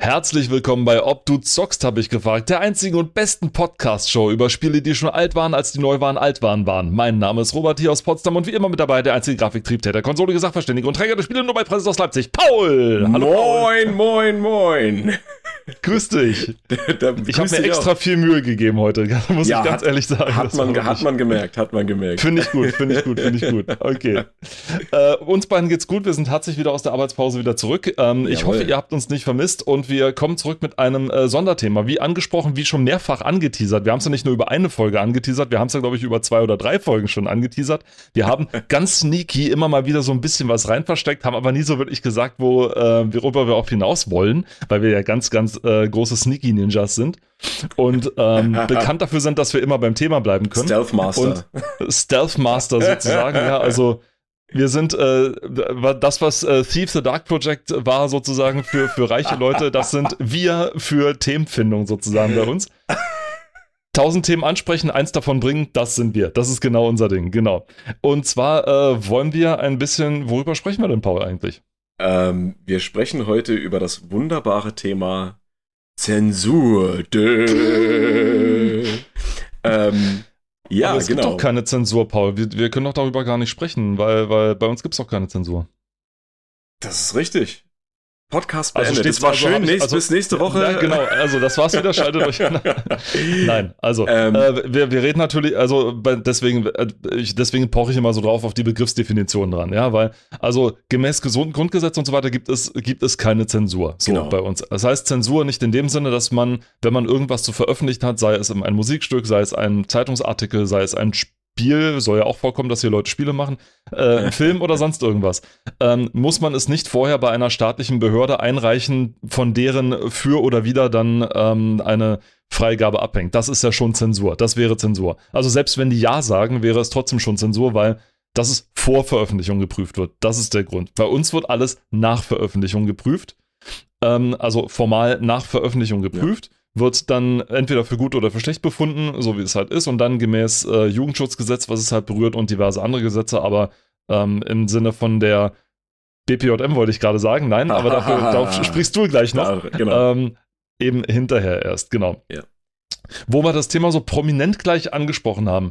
Herzlich willkommen bei Ob du zockst, habe ich gefragt, der einzigen und besten Podcast-Show über Spiele, die schon alt waren, als die neu waren, alt waren. Mein Name ist Robert hier aus Potsdam und wie immer mit dabei der einzige Grafiktriebtäter, Konsole, Sachverständige und Träger der Spiele nur bei Preis aus Leipzig, Paul! Hallo Paul. Moin! Grüß dich. Ich habe mir extra viel Mühe gegeben heute, muss ich ganz ehrlich sagen. Hat man gemerkt. Finde ich gut. Okay. Uns beiden geht's gut, wir sind herzlich wieder aus der Arbeitspause wieder zurück. Ich hoffe, ihr habt uns nicht vermisst und wir kommen zurück mit einem Sonderthema. Wie angesprochen, wie schon mehrfach angeteasert. Wir haben es ja nicht nur über eine Folge angeteasert, wir haben es ja, glaube ich, über 2 oder 3 Folgen schon angeteasert. Wir haben ganz sneaky immer mal wieder so ein bisschen was rein versteckt, haben aber nie so wirklich gesagt, worüber wir auch hinaus wollen, weil wir ja ganz große Sneaky-Ninjas sind und bekannt dafür sind, dass wir immer beim Thema bleiben können. Stealth Master. Und Stealth Master sozusagen, ja, also wir sind das, was Thief the Dark Project war sozusagen für reiche Leute, das sind wir für Themenfindung sozusagen bei uns. 1000 Themen ansprechen, eins davon bringen, das sind wir. Das ist genau unser Ding, genau. Und zwar wollen wir ein bisschen, worüber sprechen wir denn, Paul, eigentlich? Wir sprechen heute über das wunderbare Thema Zensur. Ja, aber es gibt doch keine Zensur, Paul. Wir können doch darüber gar nicht sprechen, weil bei uns gibt es doch keine Zensur. Das ist richtig. Podcast beendet. Also das war schön. Bis nächste Woche. Ja, genau. Also das war's wieder. Schaltet euch. Nein, also wir reden natürlich, also deswegen poche ich immer so drauf auf die Begriffsdefinition dran, ja, weil also gemäß gesunden Grundgesetz und so weiter gibt es keine Zensur so bei uns. Das heißt Zensur nicht in dem Sinne, dass man, wenn man irgendwas zu veröffentlicht hat, sei es ein Musikstück, sei es ein Zeitungsartikel, sei es ein Spiel, soll ja auch vorkommen, dass hier Leute Spiele machen, Film oder sonst irgendwas, muss man es nicht vorher bei einer staatlichen Behörde einreichen, von deren für oder wider dann eine Freigabe abhängt. Das ist ja schon Zensur. Das wäre Zensur. Also selbst wenn die Ja sagen, wäre es trotzdem schon Zensur, weil das ist vor Veröffentlichung geprüft wird. Das ist der Grund. Bei uns wird alles nach Veröffentlichung geprüft. Also formal nach Veröffentlichung geprüft. Ja. Wird dann entweder für gut oder für schlecht befunden, so wie es halt ist, und dann gemäß Jugendschutzgesetz, was es halt berührt, und diverse andere Gesetze, aber im Sinne von der BPJM wollte ich gerade sagen, nein, aber darauf sprichst du gleich noch, genau. Eben hinterher erst, genau. Ja. Wo wir das Thema so prominent gleich angesprochen haben,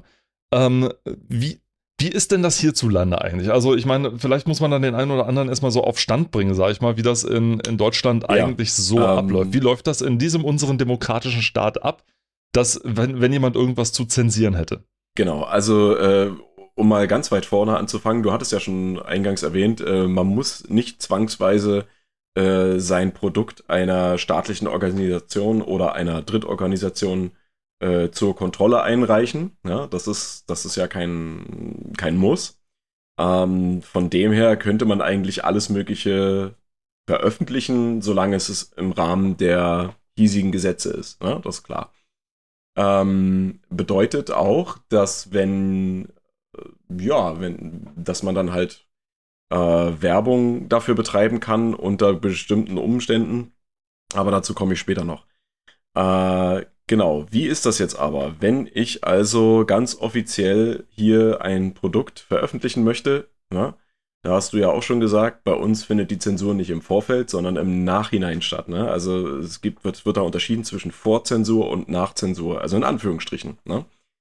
wie ist denn das hierzulande eigentlich? Also ich meine, vielleicht muss man dann den einen oder anderen erstmal so auf Stand bringen, sag ich mal, wie das in Deutschland eigentlich so abläuft. Wie läuft das in diesem unseren demokratischen Staat ab, dass, wenn jemand irgendwas zu zensieren hätte? Genau, also um mal ganz weit vorne anzufangen, du hattest ja schon eingangs erwähnt, man muss nicht zwangsweise sein Produkt einer staatlichen Organisation oder einer Drittorganisation zur Kontrolle einreichen. Ja, das ist ja kein Muss. Von dem her könnte man eigentlich alles Mögliche veröffentlichen, solange es im Rahmen der hiesigen Gesetze ist. Ja, das ist klar. Bedeutet auch, dass dass man dann halt Werbung dafür betreiben kann unter bestimmten Umständen. Aber dazu komme ich später noch. Genau, wie ist das jetzt aber? Wenn ich also ganz offiziell hier ein Produkt veröffentlichen möchte, da hast du ja auch schon gesagt, bei uns findet die Zensur nicht im Vorfeld, sondern im Nachhinein statt. Ne? Also es wird da unterschieden zwischen Vorzensur und Nachzensur, also in Anführungsstrichen. Ne?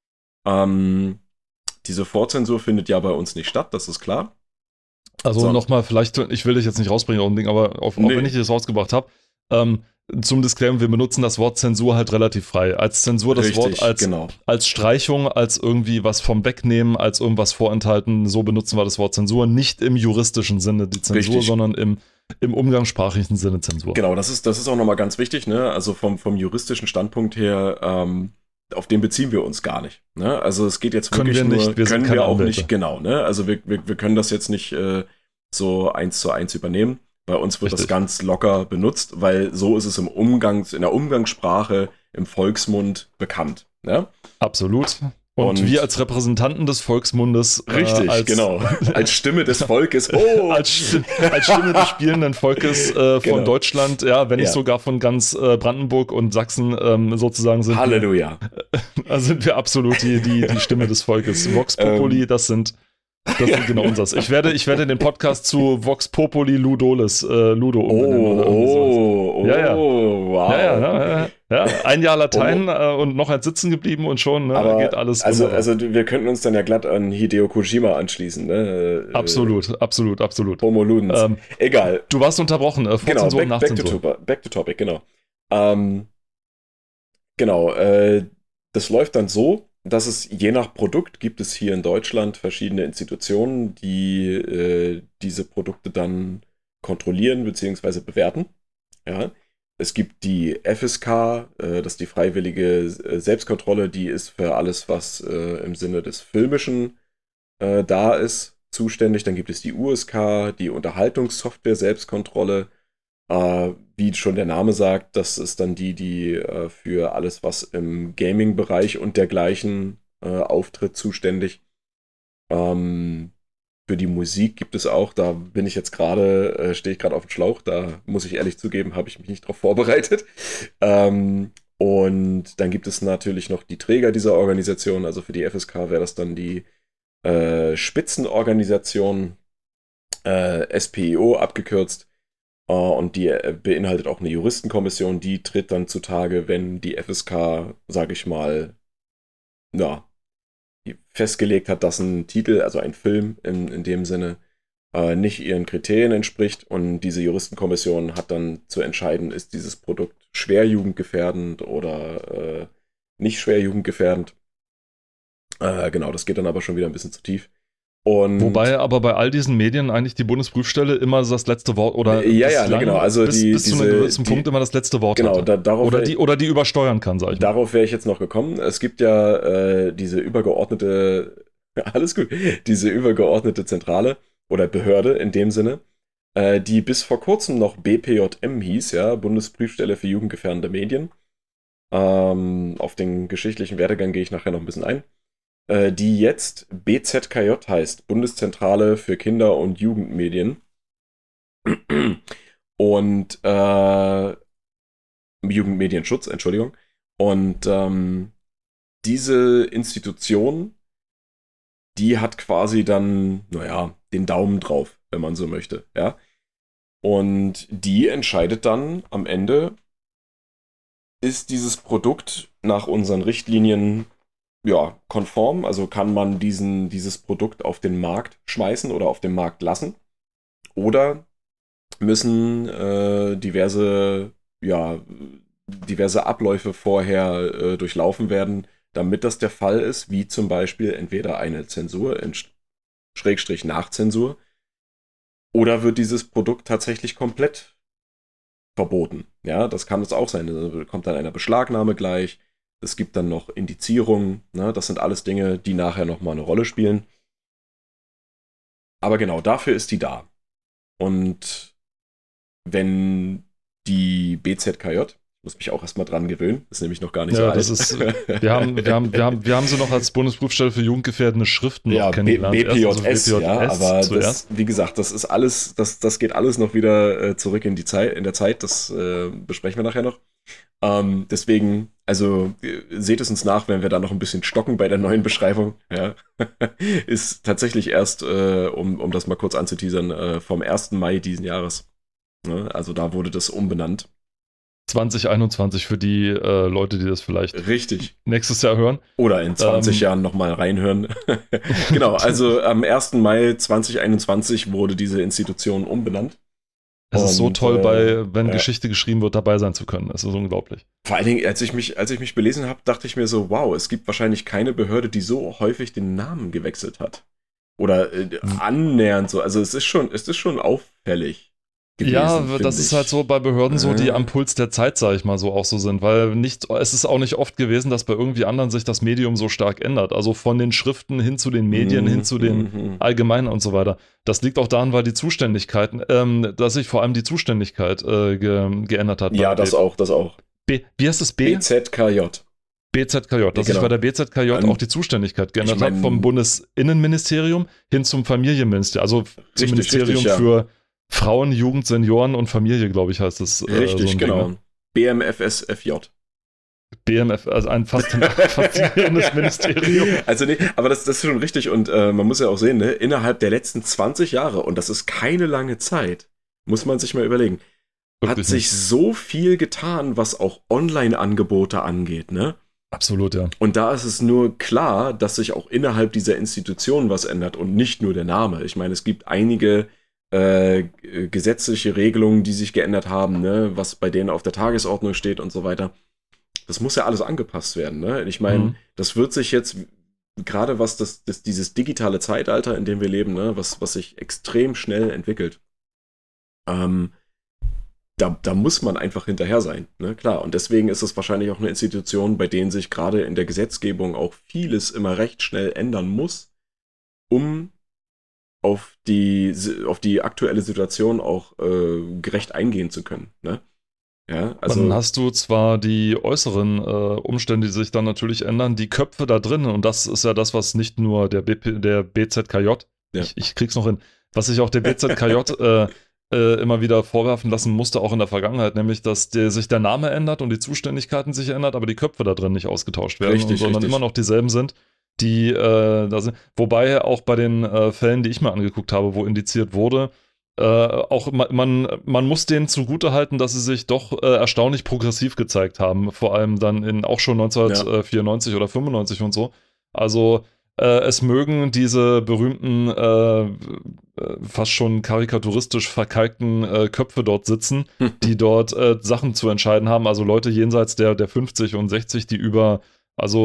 Diese Vorzensur findet ja bei uns nicht statt, das ist klar. Also nochmal, vielleicht, ich will dich jetzt nicht rausbringen auf ein Ding, aber auch wenn ich das rausgebracht habe, zum Disclaimer, wir benutzen das Wort Zensur halt relativ frei. Als Zensur das Wort als Streichung, als irgendwie was vom Wegnehmen, als irgendwas vorenthalten, so benutzen wir das Wort Zensur. Nicht im juristischen Sinne die Zensur, sondern im umgangssprachlichen Sinne Zensur. Genau, das ist auch nochmal ganz wichtig, ne? Also vom juristischen Standpunkt her, auf den beziehen wir uns gar nicht. Ne? Also es geht jetzt wirklich können wir auch nicht, genau. Ne? Also wir können das jetzt nicht so 1:1 übernehmen. Bei uns wird das ganz locker benutzt, weil so ist es in der Umgangssprache, im Volksmund bekannt. Ne? Absolut. Und wir als Repräsentanten des Volksmundes. Richtig, genau. Als Stimme des Volkes. Als Stimme des spielenden Volkes von Deutschland, wenn nicht sogar von ganz Brandenburg und Sachsen sozusagen sind. Halleluja. Sind wir absolut die Stimme des Volkes. Vox Populi, das sind Das ist genau unseres. Ich werde den Podcast zu Vox Populi Ludolis, Ludo umbenennen. Wow. Ja. Ein Jahr Latein und noch ein Sitzen geblieben und schon geht alles wunderbar. Also wir könnten uns dann ja glatt an Hideo Kojima anschließen. Ne? Absolut. Homo Ludens. Egal. Du warst unterbrochen. Genau, back to topic, genau. Das läuft dann so, dass es je nach Produkt gibt es hier in Deutschland verschiedene Institutionen, die diese Produkte dann kontrollieren bzw. bewerten. Ja. Es gibt die FSK, das ist die freiwillige Selbstkontrolle, die ist für alles, was im Sinne des Filmischen da ist, zuständig. Dann gibt es die USK, die Unterhaltungssoftware Selbstkontrolle. Wie schon der Name sagt, das ist dann die für alles, was im Gaming-Bereich und dergleichen auftritt, zuständig. Für die Musik gibt es auch, da bin ich jetzt gerade, stehe ich gerade auf dem Schlauch, da muss ich ehrlich zugeben, habe ich mich nicht drauf vorbereitet. Und dann gibt es natürlich noch die Träger dieser Organisation, also für die FSK wäre das dann die Spitzenorganisation, SPIO abgekürzt. Und die beinhaltet auch eine Juristenkommission, die tritt dann zutage, wenn die FSK, sage ich mal, festgelegt hat, dass ein Titel, also ein Film in dem Sinne, nicht ihren Kriterien entspricht. Und diese Juristenkommission hat dann zu entscheiden, ist dieses Produkt schwerjugendgefährdend oder nicht schwerjugendgefährdend. Genau, das geht dann aber schon wieder ein bisschen zu tief. Und wobei aber bei all diesen Medien eigentlich die Bundesprüfstelle immer das letzte Wort oder genau, also bis zu einem gewissen Punkt immer das letzte Wort genau, hatte. Oder die übersteuern kann, sag ich mal. Darauf wäre ich jetzt noch gekommen. Es gibt ja diese übergeordnete Zentrale oder Behörde in dem Sinne, die bis vor kurzem noch BPJM hieß, ja, Bundesprüfstelle für jugendgefährdende Medien. Auf den geschichtlichen Werdegang gehe ich nachher noch ein bisschen ein. Die jetzt BZKJ heißt, Bundeszentrale für Kinder- und Jugendmedien. Und Jugendmedienschutz, Entschuldigung. Und diese Institution, die hat quasi dann, den Daumen drauf, wenn man so möchte, ja. Und die entscheidet dann am Ende, ist dieses Produkt nach unseren Richtlinien konform, also kann man dieses Produkt auf den Markt schmeißen oder auf dem Markt lassen, oder müssen diverse Abläufe vorher durchlaufen werden, damit das der Fall ist, wie zum Beispiel entweder eine Zensur, Schrägstrich Nachzensur, oder wird dieses Produkt tatsächlich komplett verboten. Ja, das kann es auch sein. Da kommt dann eine Beschlagnahme gleich. Es gibt dann noch Indizierungen, ne? Das sind alles Dinge, die nachher nochmal eine Rolle spielen. Aber genau, dafür ist die da. Und wenn die BZKJ, ich muss mich auch erstmal dran gewöhnen, ist nämlich noch gar nicht so alt. Wir haben sie noch als Bundesprüfstelle für jugendgefährdende Schriften noch kennengelernt. BPJS, aber das, wie gesagt, das ist alles, das geht alles noch wieder zurück in der Zeit, das besprechen wir nachher noch. Deswegen, also seht es uns nach, wenn wir da noch ein bisschen stocken bei der neuen Beschreibung. Ja. Ist tatsächlich erst, um das mal kurz anzuteasern, vom 1. Mai diesen Jahres. Ne? Also da wurde das umbenannt. 2021 für die Leute, die das vielleicht nächstes Jahr hören. Oder in 20 Jahren nochmal reinhören. Genau, also am 1. Mai 2021 wurde diese Institution umbenannt. Es ist so toll, wenn Geschichte geschrieben wird, dabei sein zu können. Es ist unglaublich. Vor allen Dingen, als ich mich belesen habe, dachte ich mir so, wow, es gibt wahrscheinlich keine Behörde, die so häufig den Namen gewechselt hat. Oder annähernd so. Also es ist schon auffällig gewesen. Ja, das ist halt so bei Behörden so, die am Puls der Zeit, sag ich mal, so auch so sind. Weil es ist auch nicht oft gewesen, dass bei irgendwie anderen sich das Medium so stark ändert. Also von den Schriften hin zu den Medien, hin zu den Allgemeinen und so weiter. Das liegt auch daran, weil die Zuständigkeiten, dass sich vor allem die Zuständigkeit geändert hat. Ja, das auch. Wie heißt das? BZKJ. BZKJ, dass sich bei der BZKJ auch die Zuständigkeit geändert hat, vom Bundesinnenministerium hin zum Familienministerium. Also zum Ministerium für Frauen, Jugend, Senioren und Familie, glaube ich, heißt das. Richtig, so genau. Ding, ne? BMFSFJ. BMF, also ein faszinierendes Ministerium. Also nee, aber das ist schon richtig und man muss ja auch sehen, ne, innerhalb der letzten 20 Jahre, und das ist keine lange Zeit, muss man sich mal überlegen, Wirklich hat sich nicht. so viel getan, was auch Online-Angebote angeht, ne? Absolut, ja. Und da ist es nur klar, dass sich auch innerhalb dieser Institution was ändert und nicht nur der Name. Ich meine, es gibt einige gesetzliche Regelungen, die sich geändert haben, ne, was bei denen auf der Tagesordnung steht und so weiter. Das muss ja alles angepasst werden, ne? Ich meine, das wird sich jetzt, gerade was dieses digitale Zeitalter, in dem wir leben, ne, was sich extrem schnell entwickelt, da muss man einfach hinterher sein, ne, klar. Und deswegen ist es wahrscheinlich auch eine Institution, bei denen sich gerade in der Gesetzgebung auch vieles immer recht schnell ändern muss, um auf die aktuelle Situation auch gerecht eingehen zu können, ne? Ja, also Dann hast du zwar die äußeren Umstände, die sich dann natürlich ändern, die Köpfe da drin, und das ist ja das, was nicht nur der BZKJ, Ja. ich krieg's noch hin, was sich auch der BZKJ immer wieder vorwerfen lassen musste, auch in der Vergangenheit, nämlich, dass sich der Name ändert und die Zuständigkeiten sich ändert, aber die Köpfe da drin nicht ausgetauscht werden, sondern immer noch dieselben sind, die da sind. Wobei auch bei den Fällen, die ich mir angeguckt habe, wo indiziert wurde, auch man muss denen zugutehalten, dass sie sich doch erstaunlich progressiv gezeigt haben, vor allem dann auch schon 1994 oder 95 und so. Also es mögen diese berühmten, fast schon karikaturistisch verkalkten Köpfe dort sitzen, die dort Sachen zu entscheiden haben, also Leute jenseits der 50 und 60, die über das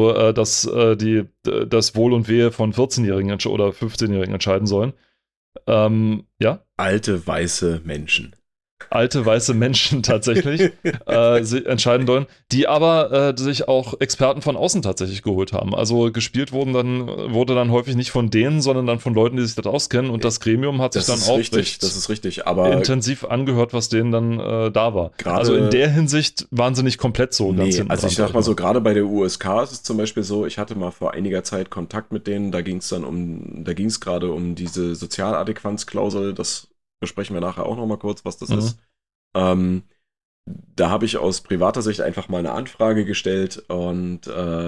Wohl und Wehe von 14-Jährigen oder 15-Jährigen entscheiden sollen. Ja? alte weiße Menschen. Alte weiße Menschen tatsächlich entscheiden sollen, die aber sich auch Experten von außen tatsächlich geholt haben. Also gespielt wurde dann häufig nicht von denen, sondern dann von Leuten, die sich das auskennen, und das Gremium hat sich dann auch das ist richtig, aber intensiv angehört, was denen dann da war. Also in der Hinsicht waren sie nicht komplett so ganz hinten also ich dran, sag mal so, gerade bei der USK ist es zum Beispiel so, ich hatte mal vor einiger Zeit Kontakt mit denen, da ging es gerade um diese Sozialadäquanzklausel, das besprechen wir nachher auch nochmal kurz, was das ist. Da habe ich aus privater Sicht einfach mal eine Anfrage gestellt und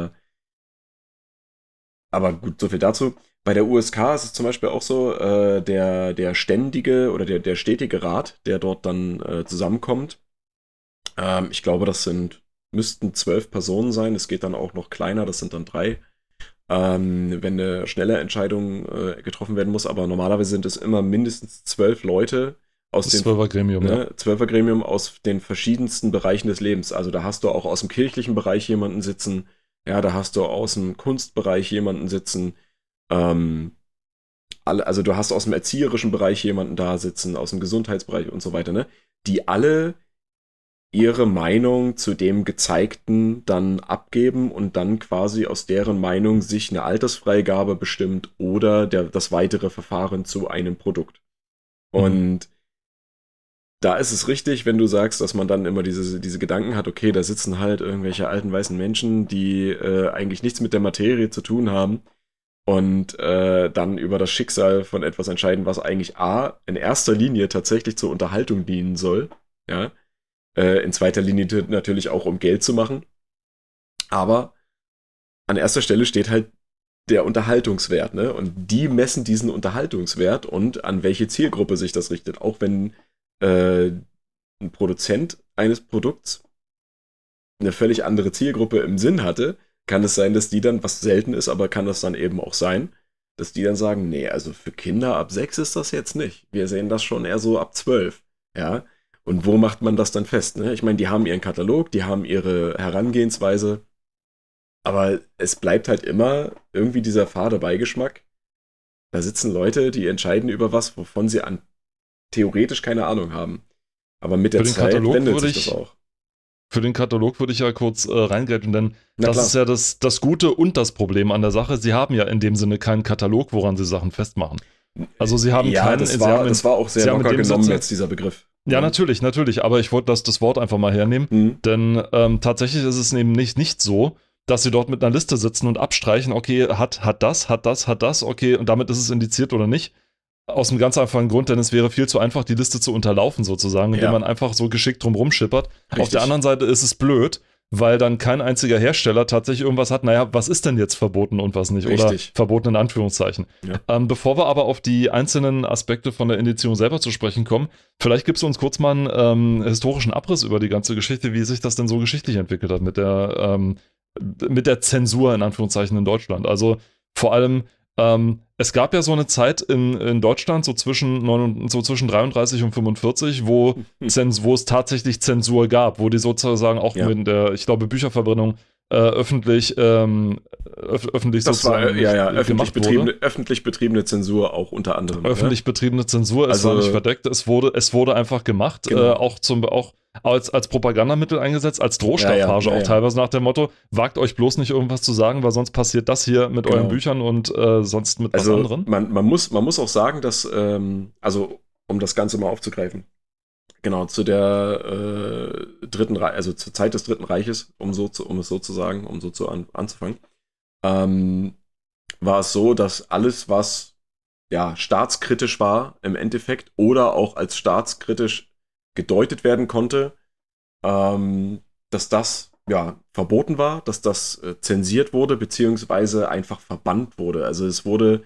aber gut, so viel dazu. Bei der USK ist es zum Beispiel auch so, der ständige oder der stetige Rat, der dort dann zusammenkommt, ich glaube, müssten 12 Personen sein, es geht dann auch noch kleiner, das sind dann 3. Wenn eine schnelle Entscheidung getroffen werden muss, aber normalerweise sind es immer mindestens 12 Leute aus dem 12er-Gremium, ja. 12er-Gremium aus den verschiedensten Bereichen des Lebens. Also da hast du auch aus dem kirchlichen Bereich jemanden sitzen, ja, da hast du aus dem Kunstbereich jemanden sitzen, also du hast aus dem erzieherischen Bereich jemanden da sitzen, aus dem Gesundheitsbereich und so weiter, ne? Die alle ihre Meinung zu dem Gezeigten dann abgeben und dann quasi aus deren Meinung sich eine Altersfreigabe bestimmt oder das weitere Verfahren zu einem Produkt. Und da ist es richtig, wenn du sagst, dass man dann immer diese Gedanken hat, okay, da sitzen halt irgendwelche alten weißen Menschen, die eigentlich nichts mit der Materie zu tun haben und dann über das Schicksal von etwas entscheiden, was eigentlich in erster Linie tatsächlich zur Unterhaltung dienen soll, ja, in zweiter Linie natürlich auch, um Geld zu machen. Aber an erster Stelle steht halt der Unterhaltungswert, ne? Und die messen diesen Unterhaltungswert und an welche Zielgruppe sich das richtet. Auch wenn ein Produzent eines Produkts eine völlig andere Zielgruppe im Sinn hatte, kann es sein, dass die dann, was selten ist, aber kann das dann eben auch sein, dass die dann sagen, nee, also für Kinder ab 6 ist das jetzt nicht. Wir sehen das schon eher so ab 12, ja. Und wo macht man das dann fest? Ne? Ich meine, die haben ihren Katalog, die haben ihre Herangehensweise, aber es bleibt halt immer irgendwie dieser fade Beigeschmack. Da sitzen Leute, die entscheiden über was, wovon sie theoretisch keine Ahnung haben. Aber mit der Zeit wendet sich das auch. Für den Katalog würde ich ja kurz reingrätschen, denn das ist ja das Gute und das Problem an der Sache. Sie haben ja in dem Sinne keinen Katalog, woran sie Sachen festmachen. Also sie haben keinen... Das war auch sehr locker genommen jetzt, dieser Begriff. Ja, natürlich, aber ich wollte das Wort einfach mal hernehmen, denn tatsächlich ist es eben nicht so, dass sie dort mit einer Liste sitzen und abstreichen, okay, hat das, okay, und damit ist es indiziert oder nicht. Aus einem ganz einfachen Grund, denn es wäre viel zu einfach, die Liste zu unterlaufen sozusagen, indem man einfach so geschickt drum rumschippert. Auf der anderen Seite ist es blöd, weil dann kein einziger Hersteller tatsächlich irgendwas hat, naja, was ist denn jetzt verboten und was nicht? Richtig. Oder verboten in Anführungszeichen. Ja. Bevor wir aber auf die einzelnen Aspekte von der Indizierung selber zu sprechen kommen, vielleicht gibst du uns kurz mal einen historischen Abriss über die ganze Geschichte, wie sich das denn so geschichtlich entwickelt hat mit der Zensur in Anführungszeichen in Deutschland. Also vor allem, es gab ja so eine Zeit in Deutschland, so zwischen 33 und 45, wo es tatsächlich Zensur gab, wo die sozusagen auch mit der, ich glaube, Bücherverbrennung öffentlich das sozusagen war, öffentlich betriebene Zensur auch unter anderem. Öffentlich betriebene Zensur, es war nicht verdeckt, es wurde einfach gemacht, genau. Auch als Propagandamittel eingesetzt, als Drohstaffage auch teilweise nach dem Motto, wagt euch bloß nicht irgendwas zu sagen, weil sonst passiert das hier mit euren Büchern und sonst mit was anderem. Man muss auch sagen, dass, also um das Ganze mal aufzugreifen, genau, zu der Dritten Reich, also zur Zeit des Dritten Reiches, um es so zu sagen, anzufangen, war es so, dass alles, was staatskritisch war im Endeffekt oder auch als staatskritisch gedeutet werden konnte, dass das verboten war, dass das zensiert wurde, beziehungsweise einfach verbannt wurde. Also es wurde,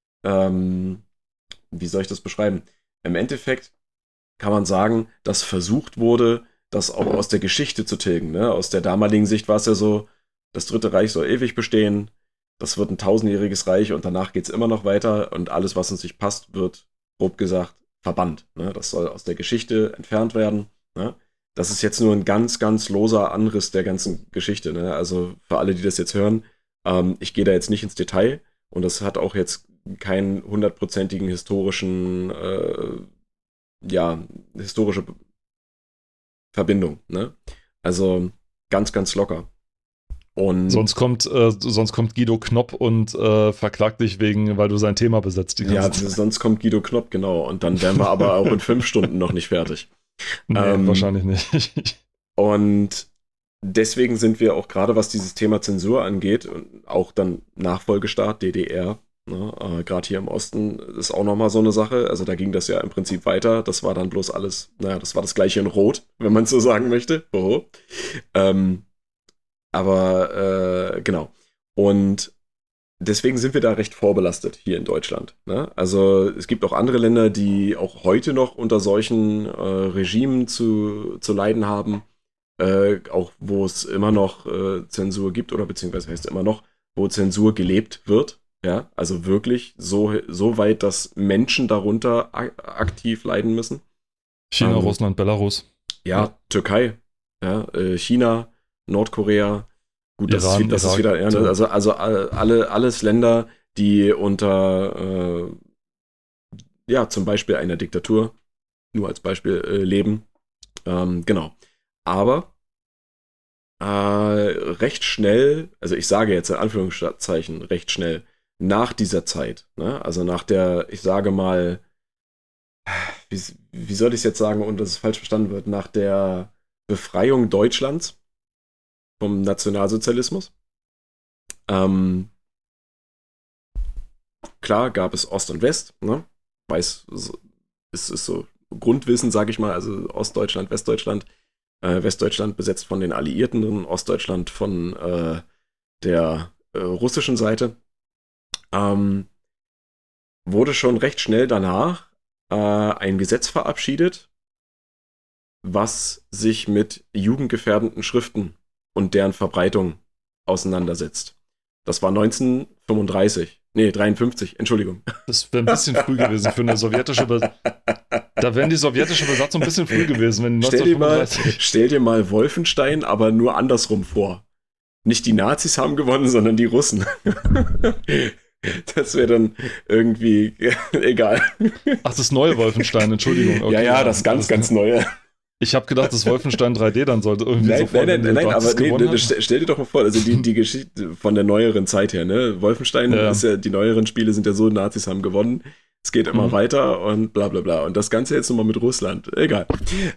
wie soll ich das beschreiben? Im Endeffekt kann man sagen, dass versucht wurde, das auch aus der Geschichte zu tilgen. Ne? Aus der damaligen Sicht war es ja so, das Dritte Reich soll ewig bestehen, das wird ein 1000-jähriges Reich und danach geht es immer noch weiter und alles, was uns nicht passt, wird, grob gesagt, verbannt. Ne? Das soll aus der Geschichte entfernt werden. Ne? Das ist jetzt nur ein ganz, ganz loser Anriss der ganzen Geschichte. Ne? Also für alle, die das jetzt hören, ich gehe da jetzt nicht ins Detail und das hat auch jetzt keinen 100%igen historischen historische Verbindung, ne? Also ganz, ganz locker. Und sonst kommt Guido Knopp und verklagt dich weil du sein Thema besetzt. Sonst kommt Guido Knopp, genau. Und dann wären wir aber auch in 5 Stunden noch nicht fertig. Nee, wahrscheinlich nicht. Und deswegen sind wir auch gerade, was dieses Thema Zensur angeht, und auch dann Nachfolgestaat, DDR, ne, gerade hier im Osten ist auch nochmal so eine Sache. Also da ging das ja im Prinzip weiter. Das war dann bloß alles, das war das gleiche in Rot, wenn man es so sagen möchte. Genau. Und deswegen sind wir da recht vorbelastet hier in Deutschland. Ne? Also es gibt auch andere Länder, die auch heute noch unter solchen Regimen zu leiden haben. Auch wo es immer noch Zensur gibt oder beziehungsweise heißt immer noch, wo Zensur gelebt wird. Ja, also wirklich so weit, dass Menschen darunter aktiv leiden müssen. China, Russland, Belarus. Ja, Türkei, China, Nordkorea. Gut, Iran, das ist wieder, also alles Länder, die unter zum Beispiel einer Diktatur, nur als Beispiel, leben. Genau. Aber recht schnell, also ich sage jetzt in Anführungszeichen recht schnell, nach dieser Zeit, ne? Also nach der, ich sage mal, wie soll ich es jetzt sagen, ohne dass es falsch verstanden wird, nach der Befreiung Deutschlands vom Nationalsozialismus. Klar gab es Ost und West, ne? Es ist so Grundwissen, sage ich mal, also Ostdeutschland, Westdeutschland. Westdeutschland besetzt von den Alliierten, Ostdeutschland von der russischen Seite. Wurde schon recht schnell danach ein Gesetz verabschiedet, was sich mit jugendgefährdenden Schriften und deren Verbreitung auseinandersetzt. Das war 53, Entschuldigung. Das wäre ein bisschen früh gewesen für eine sowjetische Da wäre die sowjetische Besatzung ein bisschen früh gewesen, wenn 1935... Stell dir mal Wolfenstein, aber nur andersrum vor. Nicht die Nazis haben gewonnen, sondern die Russen. Das wäre dann irgendwie egal. Ach, das neue Wolfenstein, Entschuldigung. Okay, ja, das ganz neue. Ich habe gedacht, das Wolfenstein 3D dann sollte irgendwie Nein, aber stell dir doch mal vor, also die Geschichte von der neueren Zeit her, ne? Wolfenstein ist ja, die neueren Spiele sind ja so, Nazis haben gewonnen, es geht immer weiter und bla bla bla. Und das Ganze jetzt nochmal mit Russland, egal.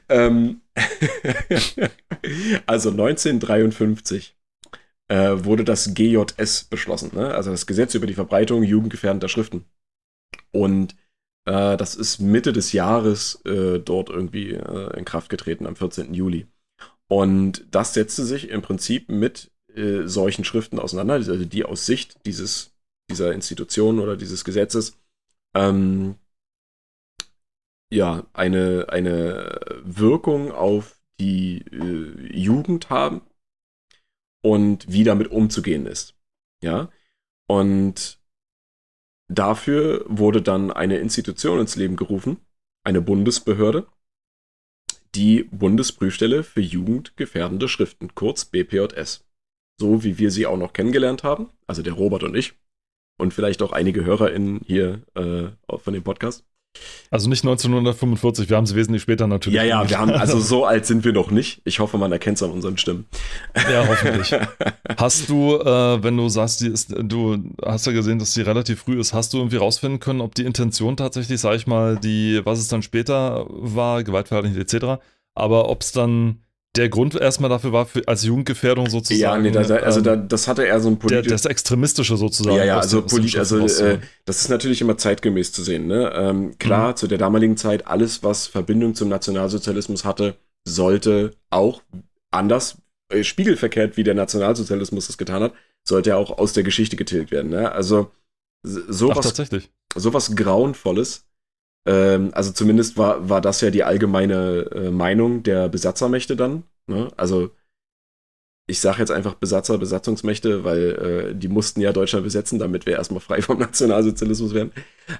Also 1953 wurde das GJS beschlossen, ne? Also das Gesetz über die Verbreitung jugendgefährdender Schriften. Und das ist Mitte des Jahres dort irgendwie in Kraft getreten, am 14. Juli. Und das setzte sich im Prinzip mit solchen Schriften auseinander, also die aus Sicht dieser Institution oder dieses Gesetzes ja, eine Wirkung auf die Jugend haben und wie damit umzugehen ist. Ja, und dafür wurde dann eine Institution ins Leben gerufen, eine Bundesbehörde, die Bundesprüfstelle für jugendgefährdende Schriften, kurz BPJS. So wie wir sie auch noch kennengelernt haben, also der Robert und ich und vielleicht auch einige HörerInnen hier von dem Podcast. Also nicht 1945, wir haben es wesentlich später natürlich. Ja, wir haben, also so alt sind wir noch nicht. Ich hoffe, man erkennt es an unseren Stimmen. Ja, hoffentlich. Hast du, wenn du sagst, du hast ja gesehen, dass die relativ früh ist, hast du irgendwie rausfinden können, ob die Intention tatsächlich, sag ich mal, was es dann später war, Gewaltverherrlichung etc., aber ob es dann der Grund erstmal dafür war, als Jugendgefährdung sozusagen. Ja, nee, das hatte eher so ein politisches. Das Extremistische sozusagen. Ja, also politisch, das ist natürlich immer zeitgemäß zu sehen, ne? Klar, zu der damaligen Zeit, alles, was Verbindung zum Nationalsozialismus hatte, sollte auch anders, spiegelverkehrt, wie der Nationalsozialismus es getan hat, sollte ja auch aus der Geschichte getilgt werden, ne? Also sowas Grauenvolles. Also zumindest war das ja die allgemeine Meinung der Besatzermächte dann. Ne? Also ich sage jetzt einfach Besatzungsmächte, weil die mussten ja Deutschland besetzen, damit wir erstmal frei vom Nationalsozialismus werden.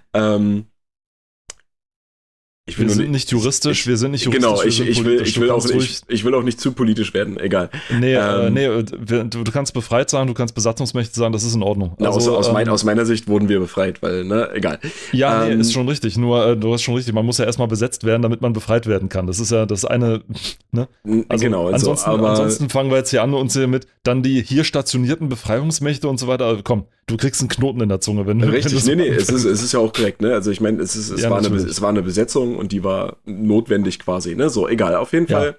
Wir sind nicht juristisch. Genau, ich will auch nicht zu politisch werden, egal. Du kannst befreit sein, du kannst Besatzungsmächte sein, das ist in Ordnung. Also, aus meiner Sicht wurden wir befreit, weil, ne, egal. Ja, ist schon richtig, nur du hast schon richtig, man muss ja erstmal besetzt werden, damit man befreit werden kann. Das ist ja das eine, ne? Also, genau. Ansonsten fangen wir jetzt hier an und sehen mit dann die hier stationierten Befreiungsmächte und so weiter. Also, komm, du kriegst einen Knoten in der Zunge, wenn du. Richtig, es ist ja auch korrekt, ne? Also ich meine, es war eine Besetzung und die war notwendig quasi, ne? So, egal, auf jeden Fall.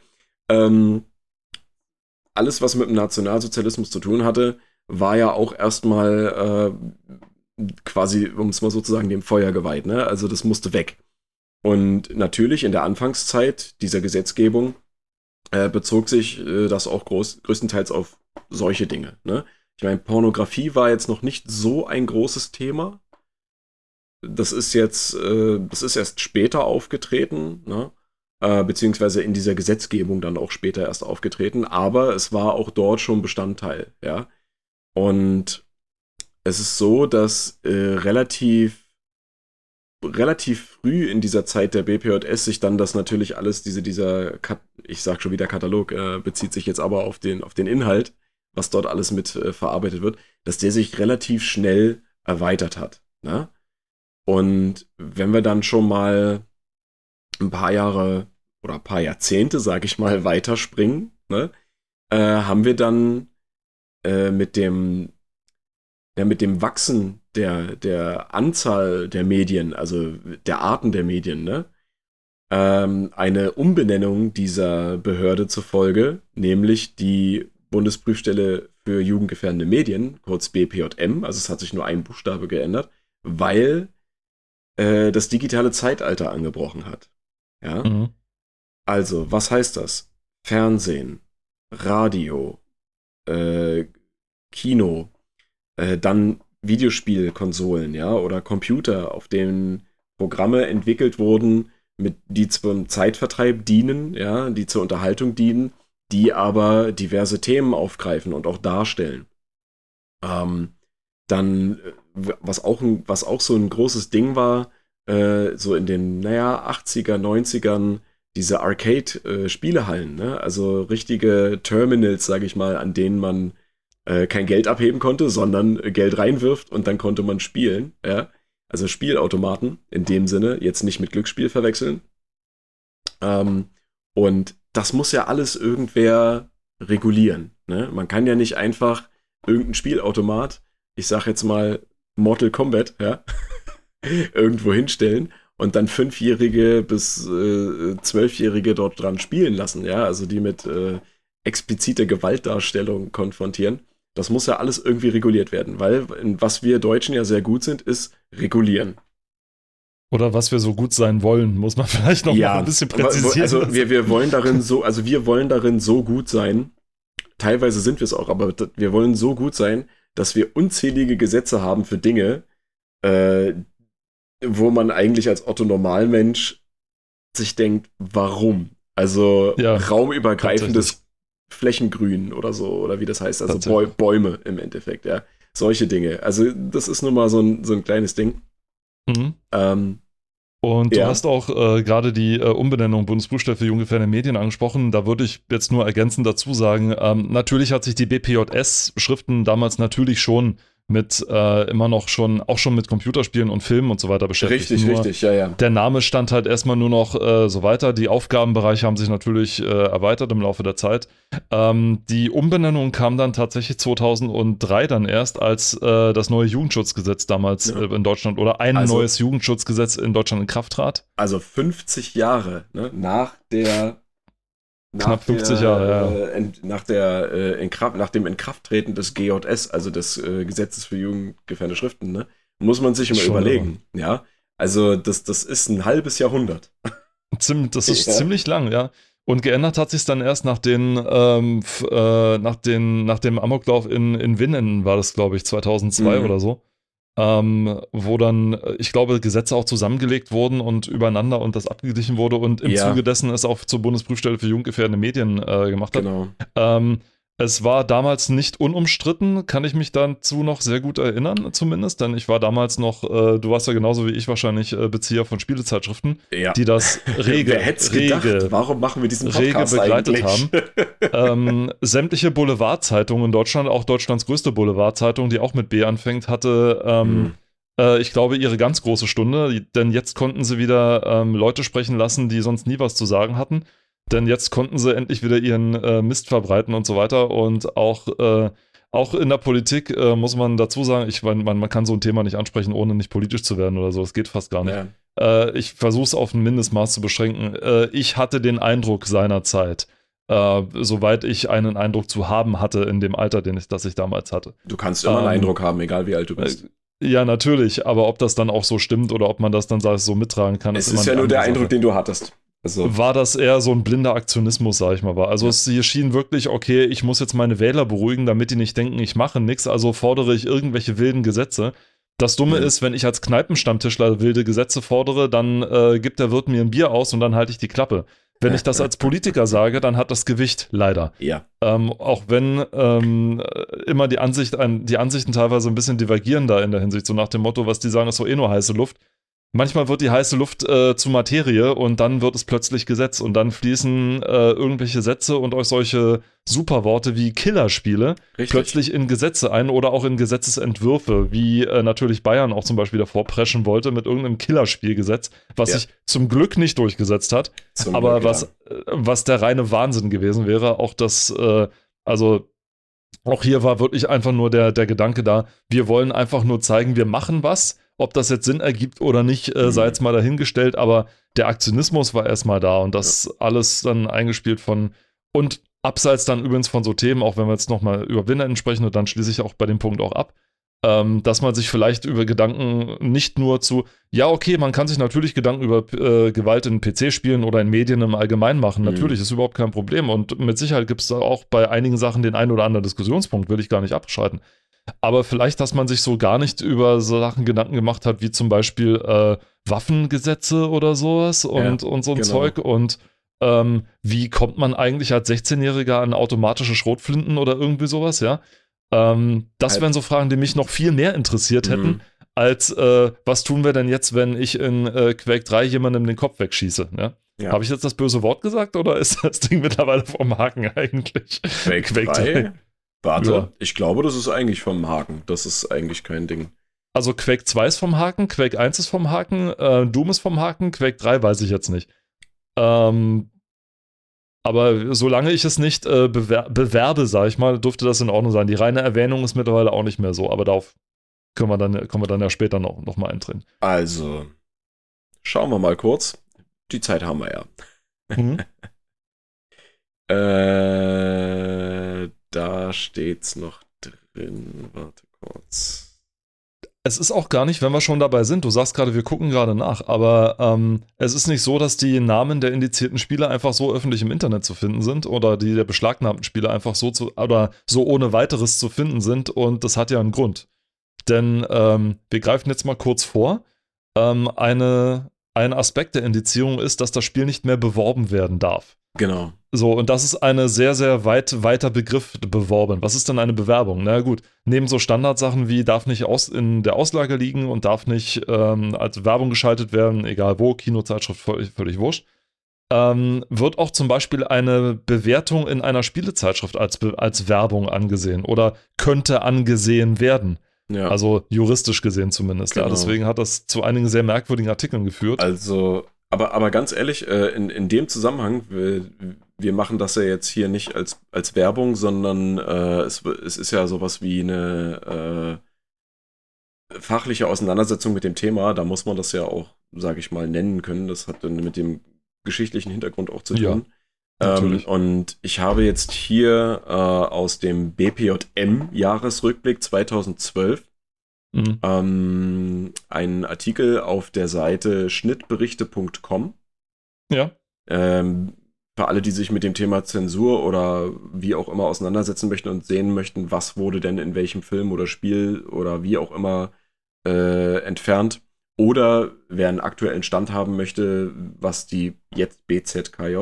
Alles, was mit dem Nationalsozialismus zu tun hatte, war ja auch erstmal quasi, um es mal so zu sagen, dem Feuer geweiht, ne? Also das musste weg. Und natürlich in der Anfangszeit dieser Gesetzgebung bezog sich das auch größtenteils auf solche Dinge, ne? Ich meine, Pornografie war jetzt noch nicht so ein großes Thema. Das ist erst später aufgetreten, ne? Beziehungsweise in dieser Gesetzgebung dann auch später erst aufgetreten, aber es war auch dort schon Bestandteil, ja. Und es ist so, dass relativ früh in dieser Zeit der BPJS sich dann das natürlich alles, ich sag schon wieder Katalog, bezieht sich jetzt aber auf den Inhalt, was dort alles mit verarbeitet wird, dass der sich relativ schnell erweitert hat, ne? Und wenn wir dann schon mal ein paar Jahre oder ein paar Jahrzehnte, sag ich mal, weiterspringen, ne, haben wir dann mit dem Wachsen der Anzahl der Medien, also der Arten der Medien, ne, eine Umbenennung dieser Behörde zufolge, nämlich die Bundesprüfstelle für jugendgefährdende Medien, kurz BPJM, also es hat sich nur ein Buchstabe geändert, weil das digitale Zeitalter angebrochen hat. Ja? Mhm. Also, was heißt das? Fernsehen, Radio, Kino, dann Videospielkonsolen, ja, oder Computer, auf denen Programme entwickelt wurden, die zum Zeitvertreib dienen, ja, die zur Unterhaltung dienen, die aber diverse Themen aufgreifen und auch darstellen. Dann, was auch so ein großes Ding war, so in den, 80er, 90ern, diese Arcade-Spielehallen, ne? Also richtige Terminals, sage ich mal, an denen man kein Geld abheben konnte, sondern Geld reinwirft und dann konnte man spielen, ja? Also Spielautomaten in dem Sinne, jetzt nicht mit Glücksspiel verwechseln. Und das muss ja alles irgendwer regulieren, ne? Man kann ja nicht einfach irgendein Spielautomat, ich sag jetzt mal Mortal Kombat, ja, irgendwo hinstellen und dann 5-Jährige bis 12-Jährige dort dran spielen lassen, ja, also die mit expliziter Gewaltdarstellung konfrontieren. Das muss ja alles irgendwie reguliert werden, weil was wir Deutschen ja sehr gut sind, ist regulieren. Oder was wir so gut sein wollen, muss man vielleicht noch mal ein bisschen präzisieren. Also wir wollen darin so gut sein, teilweise sind wir es auch, aber wir wollen so gut sein, dass wir unzählige Gesetze haben für Dinge, wo man eigentlich als Otto-Normalmensch sich denkt, warum? Also raumübergreifendes Flächengrün oder so, oder wie das heißt, also Bäume im Endeffekt, ja. Solche Dinge. Also das ist nun mal so ein kleines Ding. Mhm. Und du hast auch gerade die Umbenennung Bundesprüfstelle für junggefährdende Medien angesprochen. Da würde ich jetzt nur ergänzend dazu sagen, natürlich hat sich die BPJS-Schriften damals natürlich schon mit auch schon mit Computerspielen und Filmen und so weiter beschäftigt. Richtig, ja. Der Name stand halt erstmal nur noch so weiter. Die Aufgabenbereiche haben sich natürlich erweitert im Laufe der Zeit. Die Umbenennung kam dann tatsächlich 2003 dann erst, als das neue Jugendschutzgesetz damals in Deutschland oder neues Jugendschutzgesetz in Deutschland in Kraft trat. Also 50 Jahre nach Knapp 50 Jahre, nach dem Inkrafttreten des GJS, also des Gesetzes für jugendgefährdende Schriften, ne, muss man sich immer überlegen. Ja, also das ist ein halbes Jahrhundert. Das ist ziemlich lang, ja. Und geändert hat sich es dann erst nach dem Amoklauf in Winnen, war das, glaube ich, 2002 oder so. Wo dann, ich glaube, Gesetze auch zusammengelegt wurden und übereinander und das abgeglichen wurde und im Zuge dessen es auch zur Bundesprüfstelle für jugendgefährdende Medien gemacht hat. Genau. Es war damals nicht unumstritten, kann ich mich dazu noch sehr gut erinnern, zumindest, denn ich war damals noch, du warst ja genauso wie ich wahrscheinlich Bezieher von Spielezeitschriften, die das Wer hätte es gedacht? Warum machen wir diesen Podcast begleitet eigentlich? haben. Sämtliche Boulevardzeitungen in Deutschland, auch Deutschlands größte Boulevardzeitung, die auch mit B anfängt, hatte ich glaube, ihre ganz große Stunde, denn jetzt konnten sie wieder Leute sprechen lassen, die sonst nie was zu sagen hatten. Denn jetzt konnten sie endlich wieder ihren Mist verbreiten und so weiter. Und auch in der Politik muss man dazu sagen, man kann so ein Thema nicht ansprechen, ohne nicht politisch zu werden oder so. Das geht fast gar nicht. Ja. Ich versuche es auf ein Mindestmaß zu beschränken. Ich hatte den Eindruck seinerzeit, soweit ich einen Eindruck zu haben hatte in dem Alter, das ich damals hatte. Du kannst immer einen Eindruck haben, egal wie alt du bist. Ja, natürlich. Aber ob das dann auch so stimmt oder ob man das dann so mittragen kann, ist immer ja nur der Eindruck, den du hattest. Also war das eher so ein blinder Aktionismus, sag ich mal. Also es schien wirklich, okay, ich muss jetzt meine Wähler beruhigen, damit die nicht denken, ich mache nichts, also fordere ich irgendwelche wilden Gesetze. Das Dumme ist, wenn ich als Kneipenstammtischler wilde Gesetze fordere, dann gibt der Wirt mir ein Bier aus und dann halte ich die Klappe. Wenn ich das als Politiker sage, dann hat das Gewicht, leider. Ja. Auch wenn immer die Ansichten teilweise ein bisschen divergieren da in der Hinsicht, so nach dem Motto, was die sagen, ist so eh nur heiße Luft. Manchmal wird die heiße Luft zu Materie und dann wird es plötzlich Gesetz und dann fließen irgendwelche Sätze und auch solche Superworte wie Killerspiele plötzlich in Gesetze ein oder auch in Gesetzesentwürfe, wie natürlich Bayern auch zum Beispiel davor preschen wollte mit irgendeinem Killerspielgesetz, was sich zum Glück nicht durchgesetzt hat, aber was der reine Wahnsinn gewesen wäre. Auch das, auch hier war wirklich einfach nur der Gedanke da, wir wollen einfach nur zeigen, wir machen was. Ob das jetzt Sinn ergibt oder nicht, sei jetzt mal dahingestellt, aber der Aktionismus war erstmal da und das alles dann eingespielt und abseits dann übrigens von so Themen, auch wenn wir jetzt nochmal über Winnen sprechen und dann schließe ich auch bei dem Punkt auch ab, dass man sich vielleicht über Gedanken nicht nur man kann sich natürlich Gedanken über Gewalt in PC-Spielen oder in Medien im Allgemeinen machen, natürlich, ist überhaupt kein Problem und mit Sicherheit gibt es auch bei einigen Sachen den einen oder anderen Diskussionspunkt, will ich gar nicht abschreiten. Aber vielleicht, dass man sich so gar nicht über so Sachen Gedanken gemacht hat, wie zum Beispiel Waffengesetze oder sowas und so ein Zeug. Und wie kommt man eigentlich als 16-Jähriger an automatische Schrotflinten oder irgendwie sowas, ja? Das wären so Fragen, die mich noch viel mehr interessiert hätten, als was tun wir denn jetzt, wenn ich in Quake 3 jemandem den Kopf wegschieße, ja? Habe ich jetzt das böse Wort gesagt oder ist das Ding mittlerweile vom Haken eigentlich? Quake 3? Warte, ich glaube, das ist eigentlich vom Haken. Das ist eigentlich kein Ding. Also Quake 2 ist vom Haken, Quake 1 ist vom Haken, Doom ist vom Haken, Quake 3 weiß ich jetzt nicht. Aber solange ich es nicht bewerbe, sag ich mal, dürfte das in Ordnung sein. Die reine Erwähnung ist mittlerweile auch nicht mehr so, aber darauf können wir dann ja später noch mal eintreten. Also, schauen wir mal kurz. Die Zeit haben wir ja. Da steht's noch drin. Warte kurz. Es ist auch gar nicht, wenn wir schon dabei sind, du sagst gerade, wir gucken gerade nach, aber es ist nicht so, dass die Namen der indizierten Spiele einfach so öffentlich im Internet zu finden sind oder die der beschlagnahmten Spiele einfach oder so ohne weiteres zu finden sind, und das hat ja einen Grund. Denn wir greifen jetzt mal kurz vor. Ein Aspekt der Indizierung ist, dass das Spiel nicht mehr beworben werden darf. Genau. So, und das ist eine sehr, sehr weiter Begriff, beworben. Was ist denn eine Bewerbung? Na gut, neben so Standardsachen wie darf nicht in der Auslage liegen und darf nicht als Werbung geschaltet werden, egal wo, Kinozeitschrift, völlig wurscht, wird auch zum Beispiel eine Bewertung in einer Spielezeitschrift als Werbung angesehen oder könnte angesehen werden. Ja. Also juristisch gesehen zumindest. Genau. Ja, deswegen hat das zu einigen sehr merkwürdigen Artikeln geführt. Also, aber ganz ehrlich, in dem Zusammenhang, wir machen das ja jetzt hier nicht als Werbung, sondern es ist ja sowas wie eine fachliche Auseinandersetzung mit dem Thema. Da muss man das ja auch, sage ich mal, nennen können. Das hat dann mit dem geschichtlichen Hintergrund auch zu tun. Ja, und ich habe jetzt hier aus dem BPJM-Jahresrückblick 2012 einen Artikel auf der Seite schnittberichte.com. Ja. Für alle, die sich mit dem Thema Zensur oder wie auch immer auseinandersetzen möchten und sehen möchten, was wurde denn in welchem Film oder Spiel oder wie auch immer entfernt. Oder wer einen aktuellen Stand haben möchte, was die jetzt BZKJ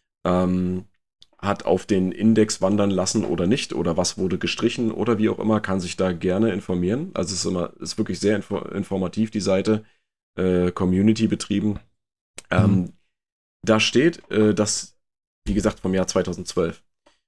hat auf den Index wandern lassen oder nicht, oder was wurde gestrichen oder wie auch immer, kann sich da gerne informieren. Also es ist wirklich sehr informativ, die Seite, Community betrieben. Da steht, dass, wie gesagt, vom Jahr 2012,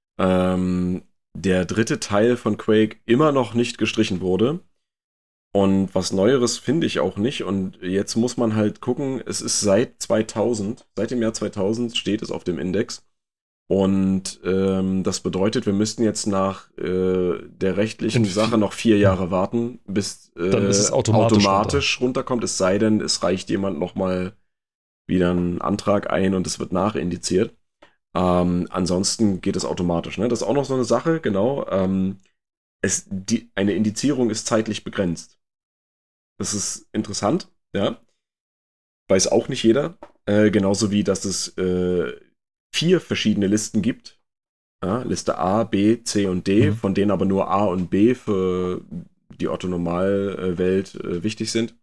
der dritte Teil von Quake immer noch nicht gestrichen wurde. Und was Neueres finde ich auch nicht. Und jetzt muss man halt gucken, es ist seit dem Jahr 2000 steht es auf dem Index. Und das bedeutet, wir müssten jetzt nach der rechtlichen Sache noch 4 Jahre warten, bis dann ist es automatisch runterkommt. Es sei denn, es reicht jemand nochmal wieder einen Antrag ein und es wird nachindiziert. Ansonsten geht es automatisch. Ne? Das ist auch noch so eine Sache, genau. Eine Indizierung ist zeitlich begrenzt. Das ist interessant, ja. Weiß auch nicht jeder. Genauso wie, dass es 4 verschiedene Listen gibt. Ja, Liste A, B, C und D, von denen aber nur A und B für die Otto-Normal-Welt wichtig sind.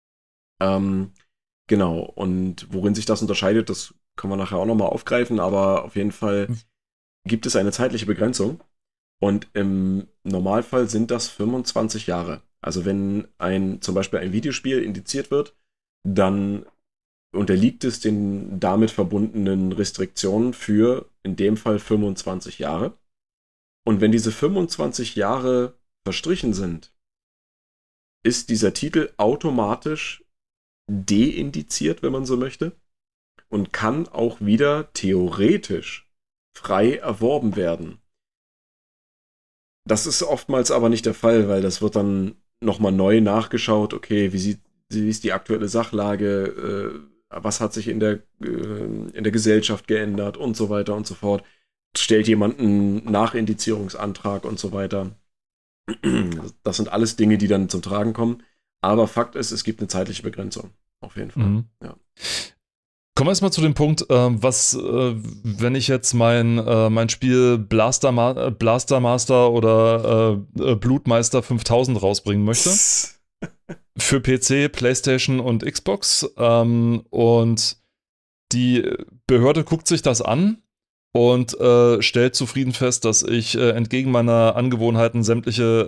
Genau, und worin sich das unterscheidet, das können wir nachher auch nochmal aufgreifen, aber auf jeden Fall gibt es eine zeitliche Begrenzung. Und im Normalfall sind das 25 Jahre. Also wenn zum Beispiel ein Videospiel indiziert wird, dann unterliegt es den damit verbundenen Restriktionen für, in dem Fall, 25 Jahre. Und wenn diese 25 Jahre verstrichen sind, ist dieser Titel automatisch deindiziert, wenn man so möchte, und kann auch wieder theoretisch frei erworben werden. Das ist oftmals aber nicht der Fall, weil das wird dann nochmal neu nachgeschaut, okay, wie ist die aktuelle Sachlage, was hat sich in der Gesellschaft geändert und so weiter und so fort. Stellt jemand einen Nachindizierungsantrag und so weiter. Das sind alles Dinge, die dann zum Tragen kommen. Aber Fakt ist, es gibt eine zeitliche Begrenzung. Auf jeden Fall. Ja. Kommen wir erstmal zu dem Punkt, wenn ich jetzt mein Spiel Blaster Master oder Blutmeister 5000 rausbringen möchte. Für PC, PlayStation und Xbox. Und die Behörde guckt sich das an und stellt zufrieden fest, dass ich entgegen meiner Angewohnheiten sämtliche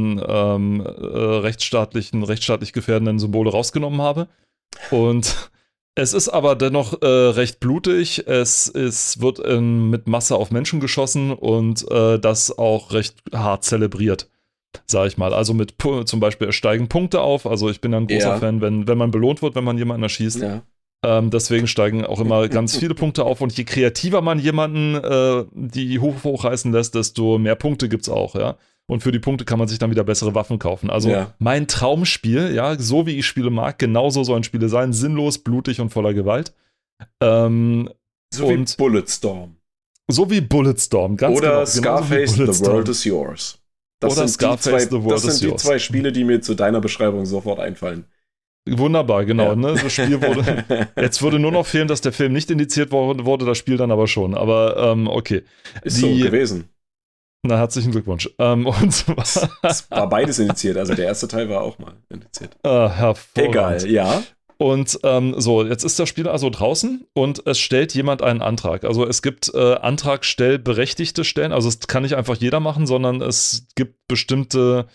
rechtsstaatlich gefährdenden Symbole rausgenommen habe. Und es ist aber dennoch recht blutig. Es wird mit Masse auf Menschen geschossen und das auch recht hart zelebriert, sag ich mal. Also mit zum Beispiel steigen Punkte auf. Also ich bin ein großer Fan, wenn man belohnt wird, wenn man jemanden erschießt. Ja. Deswegen steigen auch immer ganz viele Punkte auf. Und je kreativer man jemanden die hochreißen lässt, desto mehr Punkte gibt's auch, ja. Und für die Punkte kann man sich dann wieder bessere Waffen kaufen. Also mein Traumspiel, ja, so wie ich Spiele mag, genauso sollen Spiele sein. Sinnlos, blutig und voller Gewalt. Wie Bulletstorm. So wie Bulletstorm, ganz oder genau. Scarface, The World is Yours. oder Scarface, The World Is Yours. Das sind die zwei Spiele, die mir zu deiner Beschreibung sofort einfallen. Wunderbar, genau. Ja. Ne? Das Spiel wurde. Jetzt würde nur noch fehlen, dass der Film nicht indiziert wurde, das Spiel dann aber schon. Aber okay. Ist so gewesen. Na, herzlichen Glückwunsch. Und zwar es war beides indiziert, also der erste Teil war auch mal indiziert. Hervorragend. Egal, ja. Und so, jetzt ist das Spiel also draußen und es stellt jemand einen Antrag. Also es gibt antragstellberechtigte Stellen, also es kann nicht einfach jeder machen, sondern es gibt bestimmte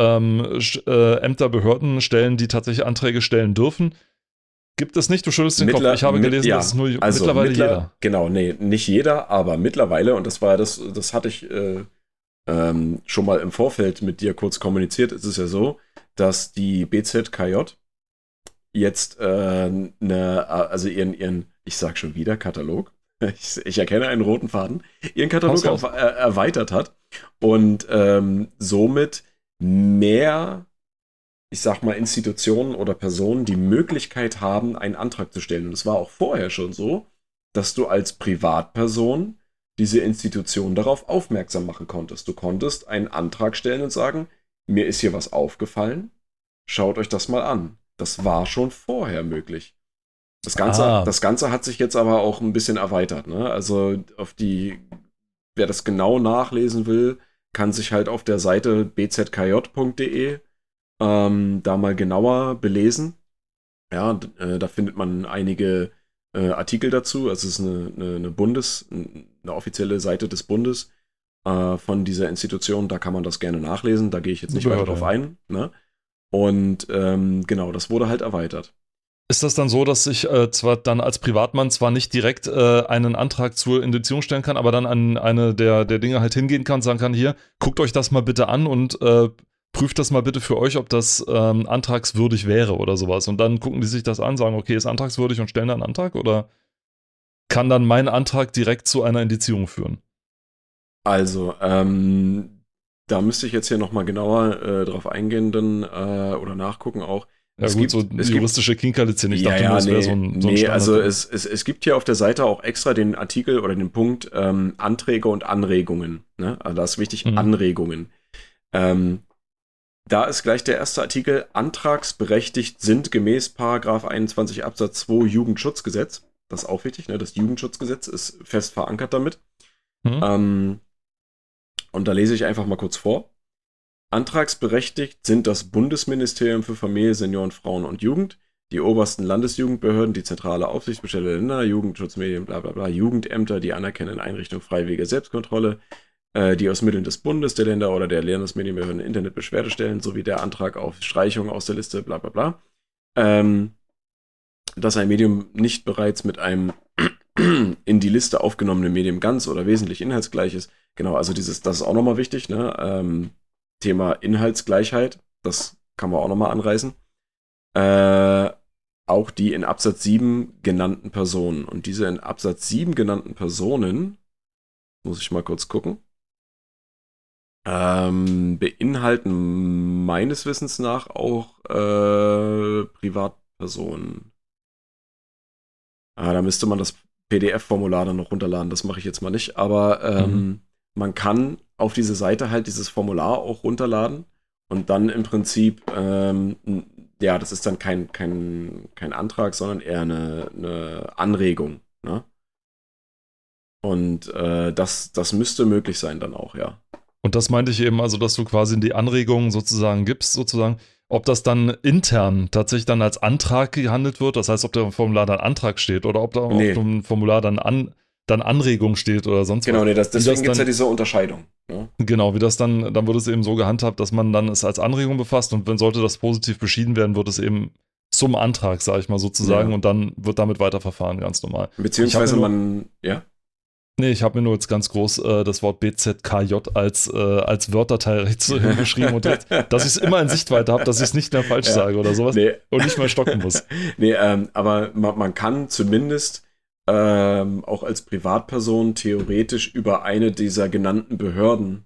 Ämter, Behörden, Stellen, die tatsächlich Anträge stellen dürfen. Gibt es nicht, du schüttelst den Kopf. Ich habe gelesen, dass es nur mittlerweile jeder. Genau, nee, nicht jeder, aber mittlerweile, und das hatte ich schon mal im Vorfeld mit dir kurz kommuniziert, ist es ja so, dass die BZKJ jetzt also ihren, ich sag schon wieder Katalog, ich erkenne einen roten Faden, ihren Katalog erweitert hat und somit mehr, ich sag mal, Institutionen oder Personen die Möglichkeit haben, einen Antrag zu stellen. Und es war auch vorher schon so, dass du als Privatperson diese Institution darauf aufmerksam machen konntest. Du konntest einen Antrag stellen und sagen, mir ist hier was aufgefallen, schaut euch das mal an. Das war schon vorher möglich. Das Ganze hat sich jetzt aber auch ein bisschen erweitert. Ne? Also wer das genau nachlesen will, kann sich halt auf der Seite bzkj.de da mal genauer belesen. Ja, da findet man einige Artikel dazu. Also es ist eine offizielle Seite des Bundes von dieser Institution. Da kann man das gerne nachlesen. Da gehe ich jetzt nicht weiter drauf ein. Ne? Und genau, das wurde halt erweitert. Ist das dann so, dass ich zwar dann als Privatmann zwar nicht direkt einen Antrag zur Indizierung stellen kann, aber dann an eine der Dinge halt hingehen kann und sagen kann, hier, guckt euch das mal bitte an und prüft das mal bitte für euch, ob das antragswürdig wäre oder sowas. Und dann gucken die sich das an, sagen, okay, ist antragswürdig und stellen dann einen Antrag? Oder kann dann mein Antrag direkt zu einer Indizierung führen? Also, da müsste ich jetzt hier nochmal genauer drauf eingehen oder nachgucken auch. Ja gut, so juristische Kinkerlitzchen. Ich dachte, das wäre so ein Standard. Also es gibt hier auf der Seite auch extra den Artikel oder den Punkt Anträge und Anregungen. Ne? Also da ist wichtig, Anregungen. Da ist gleich der erste Artikel, antragsberechtigt sind gemäß Paragraph 21 Absatz 2 Jugendschutzgesetz. Das ist auch wichtig, ne? Das Jugendschutzgesetz ist fest verankert damit. Und da lese ich einfach mal kurz vor. Antragsberechtigt sind das Bundesministerium für Familie, Senioren, Frauen und Jugend, die obersten Landesjugendbehörden, die zentrale Aufsichtsbestelle der Länder, Jugendschutzmedien, bla bla bla, Jugendämter, die anerkennenden Einrichtungen freiwillige Selbstkontrolle, die aus Mitteln des Bundes, der Länder oder der Landesmedienbehörden Internetbeschwerde stellen, sowie der Antrag auf Streichung aus der Liste, bla bla bla. Dass ein Medium nicht bereits mit einem in die Liste aufgenommenen Medium ganz oder wesentlich inhaltsgleich ist. Genau, also das ist auch nochmal wichtig, ne? Thema Inhaltsgleichheit, das kann man auch nochmal anreißen. Auch die in Absatz 7 genannten Personen. Und diese in Absatz 7 genannten Personen, muss ich mal kurz gucken, beinhalten meines Wissens nach auch Privatpersonen. Da müsste man das PDF-Formular dann noch runterladen, das mache ich jetzt mal nicht, aber man kann auf diese Seite halt dieses Formular auch runterladen und dann im Prinzip, das ist dann kein Antrag, sondern eher eine Anregung, ne? Und das müsste möglich sein dann auch, ja. Und das meinte ich eben, also dass du quasi die Anregungen sozusagen gibst, ob das dann intern tatsächlich dann als Antrag gehandelt wird, das heißt, ob der Formular dann Antrag steht oder ob da auf dem Formular dann Anregung steht oder sonst was. Genau, deswegen gibt es ja diese Unterscheidung. Ne? Genau, wie das dann wird es eben so gehandhabt, dass man dann es als Anregung befasst und sollte das positiv beschieden werden, wird es eben zum Antrag, sage ich mal sozusagen, und dann wird damit weiterverfahren, ganz normal. Beziehungsweise ich habe mir nur jetzt ganz groß das Wort BZKJ als Wörterteil rechts hingeschrieben und dass ich es immer in Sichtweite habe, dass ich es nicht mehr falsch sage oder sowas und nicht mehr stocken muss. Aber man kann zumindest auch als Privatperson theoretisch über eine dieser genannten Behörden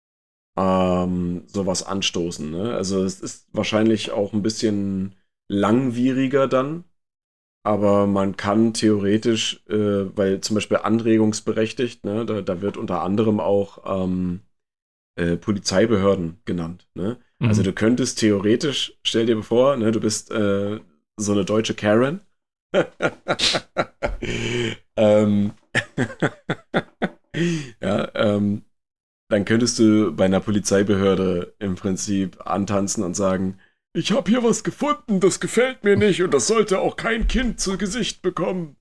sowas anstoßen. Ne? Also es ist wahrscheinlich auch ein bisschen langwieriger dann, aber man kann theoretisch, weil zum Beispiel anregungsberechtigt, ne, da wird unter anderem auch Polizeibehörden genannt. Ne? Also du könntest theoretisch, stell dir vor, ne, du bist so eine deutsche Karen. Ja, dann könntest du bei einer Polizeibehörde im Prinzip antanzen und sagen, ich habe hier was gefunden, das gefällt mir nicht und das sollte auch kein Kind zu Gesicht bekommen.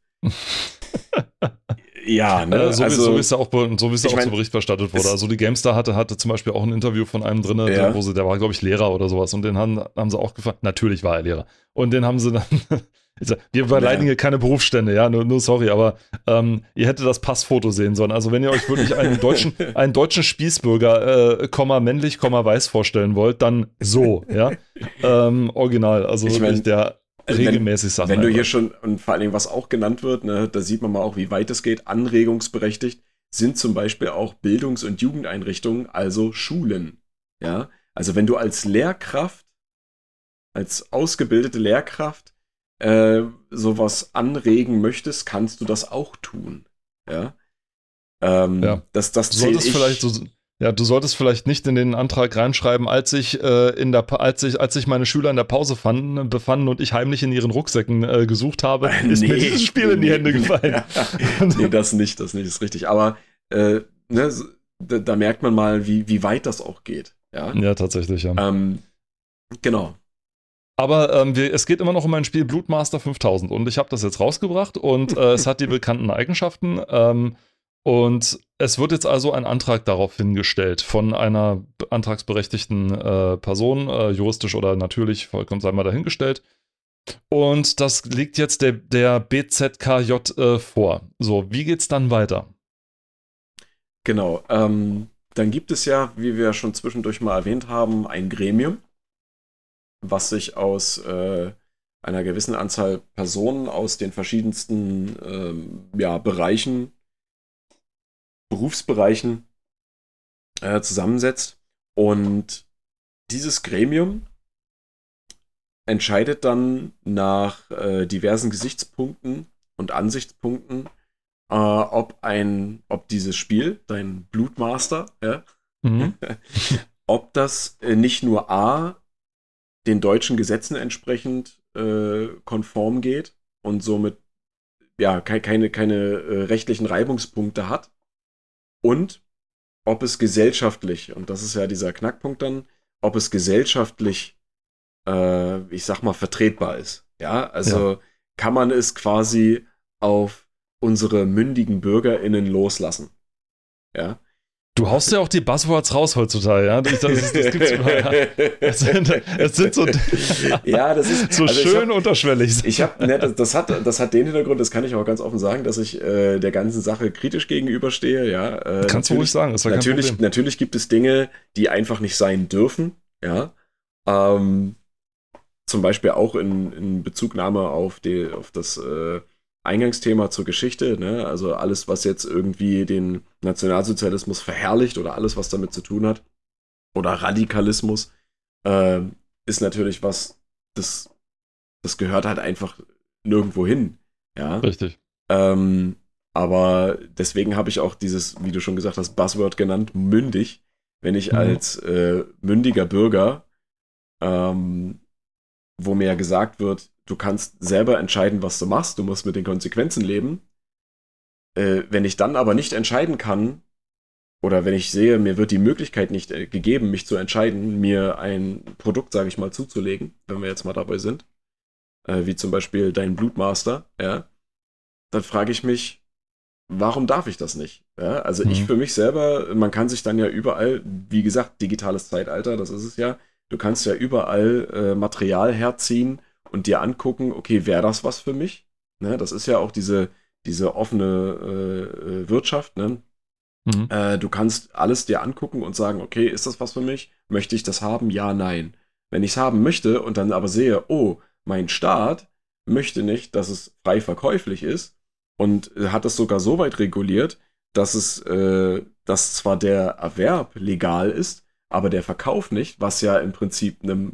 Ja, ne? So wie es ja auch zu Bericht verstattet wurde. Also die GameStar hatte zum Beispiel auch ein Interview von einem drin, der war, glaube ich, Lehrer oder sowas. Und den haben sie auch gefragt. Natürlich war er Lehrer. Und den haben sie dann. Wir beleidigen hier keine Berufsstände, ja, nur sorry, aber ihr hättet das Passfoto sehen sollen. Also wenn ihr euch wirklich einen deutschen Spießbürger, männlich, weiß vorstellen wollt, dann so, ja. Original, also wirklich der regelmäßig Sachen. Wenn du hier schon, und vor allen Dingen, was auch genannt wird, ne, da sieht man mal auch, wie weit es geht, anregungsberechtigt, sind zum Beispiel auch Bildungs- und Jugendeinrichtungen, also Schulen. Ja, also wenn du als Lehrkraft, als ausgebildete Lehrkraft sowas anregen möchtest, kannst du das auch tun. Ja. Das zähle ich. Du solltest vielleicht nicht in den Antrag reinschreiben, als sich meine Schüler in der Pause befanden und ich heimlich in ihren Rucksäcken gesucht habe, ist mir dieses Spiel in die Hände gefallen. Nee, das nicht, ist richtig. Aber da merkt man mal, wie weit das auch geht. Ja, tatsächlich, ja. Genau. Aber es geht immer noch um ein Spiel Blutmaster 5000 und ich habe das jetzt rausgebracht und es hat die bekannten Eigenschaften und es wird jetzt also ein Antrag darauf hingestellt von einer antragsberechtigten Person, juristisch oder natürlich, vollkommen sei mal dahingestellt. Und das liegt jetzt der BZKJ vor. So, wie geht's dann weiter? Genau, dann gibt es ja, wie wir schon zwischendurch mal erwähnt haben, ein Gremium, was sich aus einer gewissen Anzahl Personen aus den verschiedensten Bereichen, Berufsbereichen zusammensetzt. Und dieses Gremium entscheidet dann nach diversen Gesichtspunkten und Ansichtspunkten, ob dieses Spiel, dein Blutmaster, ja, ob das nicht nur A, den deutschen Gesetzen entsprechend konform geht und somit keine rechtlichen Reibungspunkte hat und ob es gesellschaftlich, und das ist ja dieser Knackpunkt dann, ob es gesellschaftlich, ich sag mal, vertretbar ist. Ja, also kann man es quasi auf unsere mündigen BürgerInnen loslassen. Ja. Du haust ja auch die Buzzwords raus heutzutage, ja? Das gibt's mal. Es sind so, das ist so also schön unterschwellig. Das hat den Hintergrund, das kann ich auch ganz offen sagen, dass ich der ganzen Sache kritisch gegenüberstehe, ja. Kannst du ruhig sagen, ist ja kein Problem. Natürlich gibt es Dinge, die einfach nicht sein dürfen, ja. Zum Beispiel auch in Bezugnahme auf das Eingangsthema zur Geschichte, ne? Also alles, was jetzt irgendwie den Nationalsozialismus verherrlicht oder alles, was damit zu tun hat, oder Radikalismus, ist natürlich was, das gehört halt einfach nirgendwo hin. Ja? Richtig. Aber deswegen habe ich auch dieses, wie du schon gesagt hast, Buzzword genannt, mündig. Wenn ich als mündiger Bürger, wo mir ja gesagt wird, du kannst selber entscheiden, was du machst, du musst mit den Konsequenzen leben. Wenn ich dann aber nicht entscheiden kann, oder wenn ich sehe, mir wird die Möglichkeit nicht gegeben, mich zu entscheiden, mir ein Produkt, sage ich mal, zuzulegen, wenn wir jetzt mal dabei sind, wie zum Beispiel dein Blutmaster, ja, dann frage ich mich, warum darf ich das nicht? Ja, also ich für mich selber, man kann sich dann ja überall, wie gesagt, digitales Zeitalter, das ist es ja, du kannst ja überall Material herziehen und dir angucken, okay, wäre das was für mich? Ne, das ist ja auch diese offene Wirtschaft, ne? Du kannst alles dir angucken und sagen, okay, ist das was für mich? Möchte ich das haben? Ja, nein. Wenn ich es haben möchte und dann aber sehe, oh, mein Staat möchte nicht, dass es frei verkäuflich ist und hat es sogar so weit reguliert, dass dass zwar der Erwerb legal ist, aber der Verkauf nicht, was ja im Prinzip einem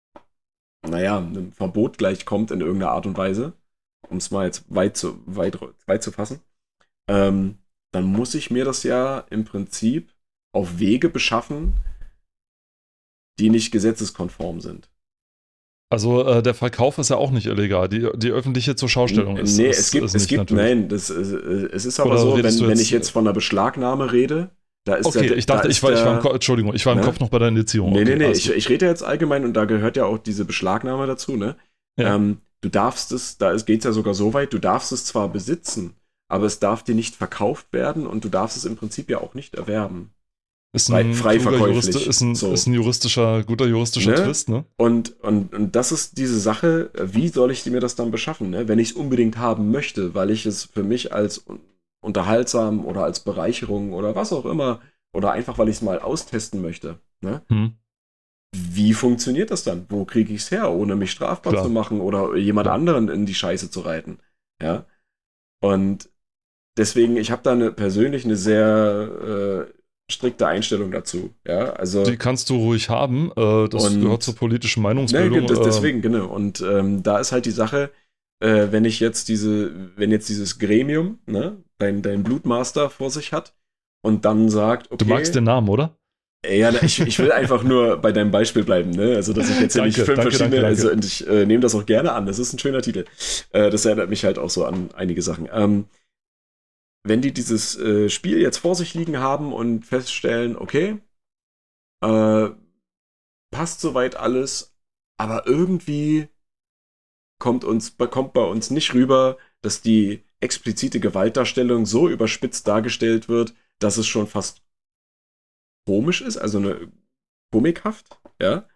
Verbot gleichkommt in irgendeiner Art und Weise, um es mal jetzt weit zu fassen, dann muss ich mir das ja im Prinzip auf Wege beschaffen, die nicht gesetzeskonform sind. Also der Verkauf ist ja auch nicht illegal. Die öffentliche Zurschaustellung ist Nee, es gibt, nein, es ist aber so, wenn ich jetzt von einer Beschlagnahme rede, da ist okay, ich dachte, ich war im Kopf noch bei der Indizierung. Nee, okay, nee, ich rede ja jetzt allgemein und da gehört ja auch diese Beschlagnahme dazu, ne? Ja. Du darfst es, da geht es ja sogar so weit, du darfst es zwar besitzen, aber es darf dir nicht verkauft werden und du darfst es im Prinzip ja auch nicht erwerben. Ist ein frei verkäuflich. Ist ein guter juristischer Twist, ne? Und das ist diese Sache, wie soll ich mir das dann beschaffen, ne? Wenn ich es unbedingt haben möchte, weil ich es für mich als unterhaltsam oder als Bereicherung oder was auch immer, oder einfach, weil ich es mal austesten möchte, ne? Wie funktioniert das dann? Wo kriege ich es her, ohne mich strafbar zu machen oder jemand anderen in die Scheiße zu reiten? Ja. Und deswegen, ich habe da persönlich eine sehr strikte Einstellung dazu. Ja, also, die kannst du ruhig haben. Das gehört zur politischen Meinungsbildung. Ne, deswegen, genau. Und da ist halt die Sache, wenn jetzt dieses Gremium, ne, dein Blutmaster vor sich hat und dann sagt, okay. Du magst den Namen, oder? Ja, ich will einfach nur bei deinem Beispiel bleiben, ne? Also, dass ich jetzt hier nicht 5 verschiedene, also und ich nehme das auch gerne an. Das ist ein schöner Titel. Das erinnert mich halt auch so an einige Sachen. Wenn die dieses Spiel jetzt vor sich liegen haben und feststellen, okay, passt soweit alles, aber irgendwie kommt bei uns nicht rüber, dass die explizite Gewaltdarstellung so überspitzt dargestellt wird, dass es schon fast komisch ist, also komikhaft, ja,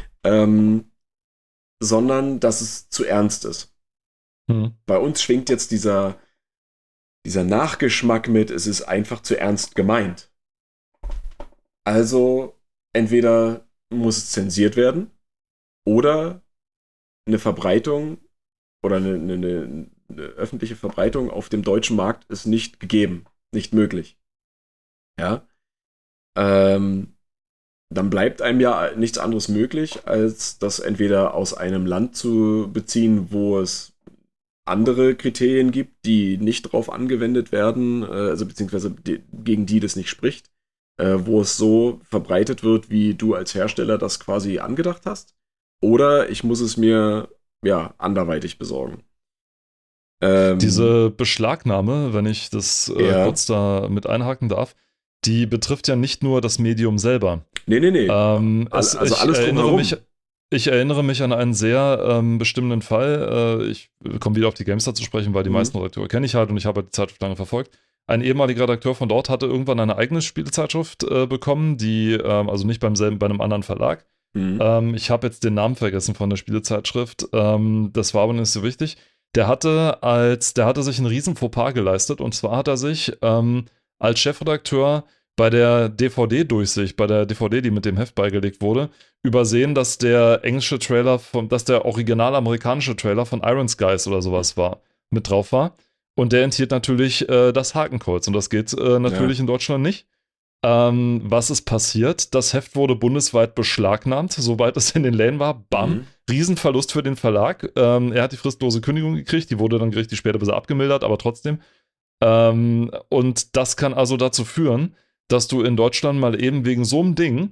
sondern dass es zu ernst ist. Bei uns schwingt jetzt dieser Nachgeschmack mit, es ist einfach zu ernst gemeint. Also entweder muss es zensiert werden oder eine Verbreitung oder eine öffentliche Verbreitung auf dem deutschen Markt ist nicht gegeben, nicht möglich. Ja. Dann bleibt einem ja nichts anderes möglich, als das entweder aus einem Land zu beziehen, wo es andere Kriterien gibt, die nicht drauf angewendet werden, also beziehungsweise gegen die das nicht spricht, wo es so verbreitet wird, wie du als Hersteller das quasi angedacht hast. Oder ich muss es mir anderweitig besorgen. Diese Beschlagnahme, wenn ich das kurz da mit einhaken darf, die betrifft ja nicht nur das Medium selber. Nee. Also alles drumherum. Ich erinnere mich an einen sehr bestimmenden Fall. Ich komme wieder auf die GameStar zu sprechen, weil die meisten Redakteure kenne ich halt und ich habe die Zeitschrift lange verfolgt. Ein ehemaliger Redakteur von dort hatte irgendwann eine eigene Spielezeitschrift bekommen, die, also nicht bei einem anderen Verlag. Ich habe jetzt den Namen vergessen von der Spielezeitschrift. Das war aber nicht so wichtig. Der hatte sich einen riesen Fauxpas geleistet und zwar hat er sich als Chefredakteur bei der DVD-Durchsicht, bei der DVD, die mit dem Heft beigelegt wurde, übersehen, dass der englische Trailer dass der original amerikanische Trailer von Iron Skies oder sowas mit drauf war. Und der enthielt natürlich das Hakenkreuz. Und das geht natürlich in Deutschland nicht. Was ist passiert? Das Heft wurde bundesweit beschlagnahmt, sobald es in den Läden war. Bam. Riesenverlust für den Verlag. Er hat die fristlose Kündigung gekriegt. Die wurde dann gerichtlich später ein bisschen abgemildert, aber trotzdem. Und das kann also dazu führen, dass du in Deutschland mal eben wegen so einem Ding,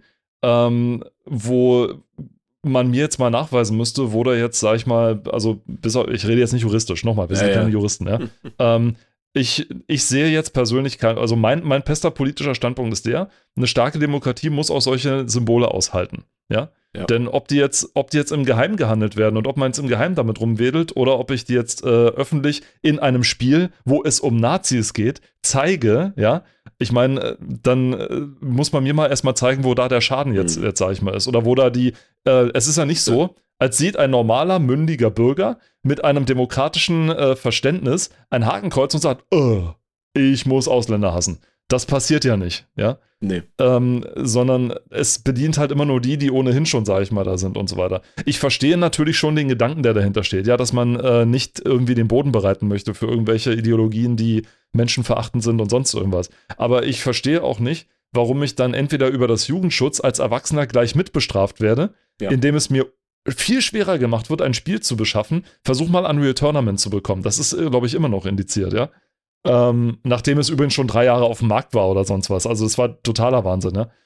wo man mir jetzt mal nachweisen müsste, wo da jetzt, sag ich mal, also ich rede jetzt nicht juristisch, nochmal, wir sind keine Juristen, ja. Ich sehe jetzt persönlich also mein bester politischer Standpunkt ist eine starke Demokratie muss auch solche Symbole aushalten, ja. Denn ob die jetzt im Geheimen gehandelt werden und ob man jetzt im Geheimen damit rumwedelt oder ob ich die jetzt öffentlich in einem Spiel, wo es um Nazis geht, zeige, ja, ich meine, dann muss man mir mal erstmal zeigen, wo da der Schaden jetzt sag ich mal, ist. Oder wo da es ist ja nicht so, als sieht ein normaler, mündiger Bürger mit einem demokratischen Verständnis ein Hakenkreuz und sagt, ich muss Ausländer hassen. Das passiert ja nicht, ja. Nee. Sondern es bedient halt immer nur die ohnehin schon, sag ich mal, da sind und so weiter. Ich verstehe natürlich schon den Gedanken, der dahinter steht, ja, dass man nicht irgendwie den Boden bereiten möchte für irgendwelche Ideologien, die menschenverachtend sind und sonst irgendwas. Aber ich verstehe auch nicht, warum ich dann entweder über das Jugendschutz als Erwachsener gleich mitbestraft werde, indem es mir viel schwerer gemacht wird, ein Spiel zu beschaffen. Versuch mal Unreal Tournament zu bekommen. Das ist, glaube ich, immer noch indiziert, ja. Nachdem es übrigens schon 3 Jahre auf dem Markt war oder sonst was. Also es war totaler Wahnsinn, ne?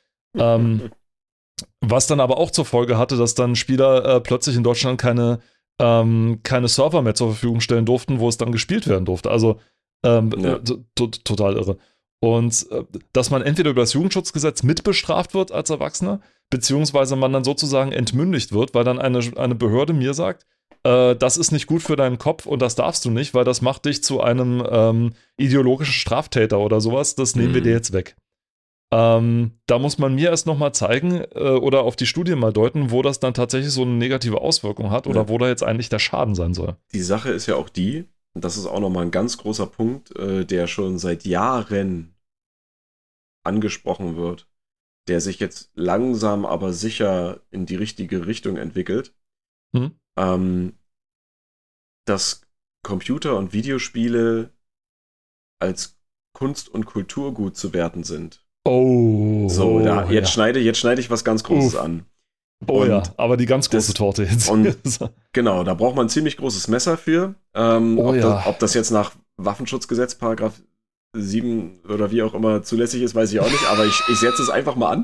Was dann aber auch zur Folge hatte, dass dann Spieler plötzlich in Deutschland keine Server mehr zur Verfügung stellen durften, wo es dann gespielt werden durfte. Also total irre. Und dass man entweder über das Jugendschutzgesetz mitbestraft wird als Erwachsener, beziehungsweise man dann sozusagen entmündigt wird, weil dann eine Behörde mir sagt, das ist nicht gut für deinen Kopf und das darfst du nicht, weil das macht dich zu einem ideologischen Straftäter oder sowas, das nehmen wir dir jetzt weg. Da muss man mir erst nochmal zeigen oder auf die Studie mal deuten, wo das dann tatsächlich so eine negative Auswirkung hat oder wo da jetzt eigentlich der Schaden sein soll. Die Sache ist ja auch die, und das ist auch nochmal ein ganz großer Punkt, der schon seit Jahren angesprochen wird, der sich jetzt langsam aber sicher in die richtige Richtung entwickelt, dass Computer- und Videospiele als Kunst- und Kulturgut zu werten sind. Oh. So, jetzt schneide ich was ganz Großes an. Oh und ja, aber die ganz große Torte jetzt. Und genau, da braucht man ein ziemlich großes Messer für. Ob das jetzt nach Waffenschutzgesetz, Paragraph 7 oder wie auch immer zulässig ist, weiß ich auch nicht, aber ich setze es einfach mal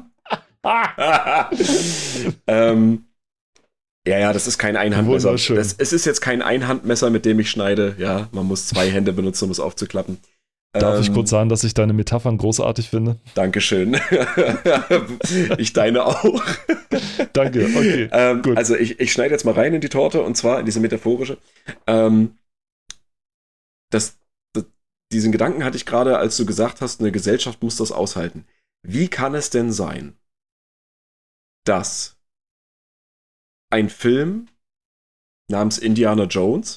an. Das ist kein Einhandmesser. Es ist jetzt kein Einhandmesser, mit dem ich schneide. Ja, man muss 2 Hände benutzen, um es aufzuklappen. Darf ich kurz sagen, dass ich deine Metaphern großartig finde? Dankeschön. Ich deine auch. Danke, okay. Gut. Also ich schneide jetzt mal rein in die Torte, und zwar in diese metaphorische. Diesen Gedanken hatte ich gerade, als du gesagt hast, eine Gesellschaft muss das aushalten. Wie kann es denn sein, dass ein Film namens Indiana Jones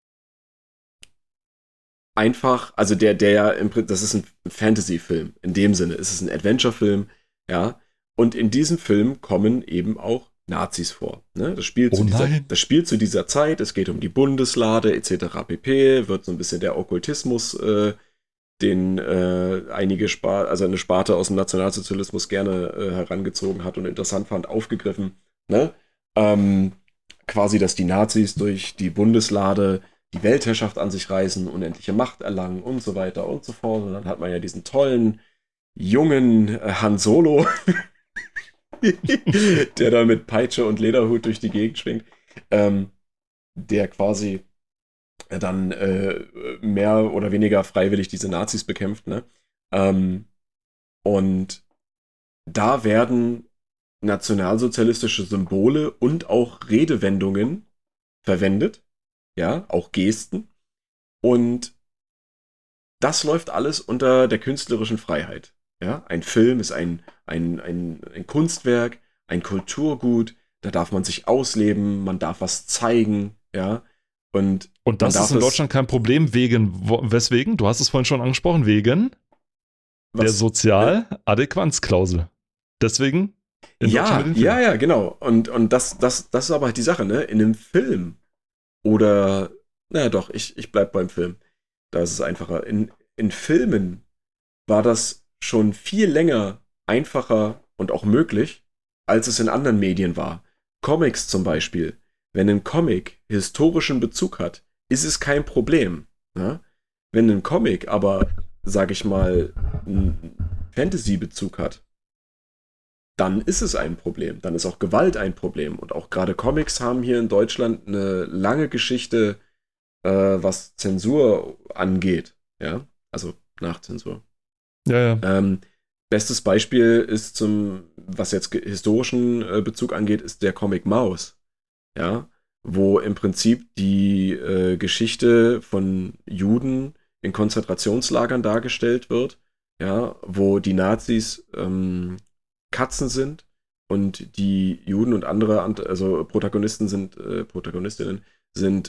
einfach, also der ja das ist ein Fantasy-Film, in dem Sinne, es ist ein Adventure-Film, ja, und in diesem Film kommen eben auch Nazis vor. Ne? Das spielt zu dieser Zeit, es geht um die Bundeslade etc. pp, wird so ein bisschen der Okkultismus, den eine Sparte aus dem Nationalsozialismus gerne herangezogen hat und interessant fand, aufgegriffen. Ne? Quasi, dass die Nazis durch die Bundeslade die Weltherrschaft an sich reißen, unendliche Macht erlangen und so weiter und so fort. Und dann hat man ja diesen tollen, jungen Han Solo, der da mit Peitsche und Lederhut durch die Gegend schwingt, der quasi dann mehr oder weniger freiwillig diese Nazis bekämpft. Ne? Und da werden nationalsozialistische Symbole und auch Redewendungen verwendet. Ja, auch Gesten. Und das läuft alles unter der künstlerischen Freiheit. Ja, ein Film ist ein Kunstwerk, ein Kulturgut, da darf man sich ausleben, man darf was zeigen, ja. Und das ist in Deutschland kein Problem, weswegen? Du hast es vorhin schon angesprochen, wegen der Sozialadäquanzklausel. Deswegen ja, genau. Und das ist aber halt die Sache, ne? In einem Film oder, ich bleib beim Film. Da ist es einfacher. In Filmen war das schon viel länger einfacher und auch möglich, als es in anderen Medien war. Comics zum Beispiel. Wenn ein Comic historischen Bezug hat, ist es kein Problem. Ne? Wenn ein Comic aber, sag ich mal, einen Fantasy-Bezug hat, dann ist es ein Problem. Dann ist auch Gewalt ein Problem. Und auch gerade Comics haben hier in Deutschland eine lange Geschichte, was Zensur angeht. Ja, also nach Zensur. Ja. Bestes Beispiel ist was jetzt historischen Bezug angeht, ist der Comic Maus. Ja, wo im Prinzip die Geschichte von Juden in Konzentrationslagern dargestellt wird. Ja, wo die Nazis Katzen sind und die Juden und andere, also Protagonistinnen sind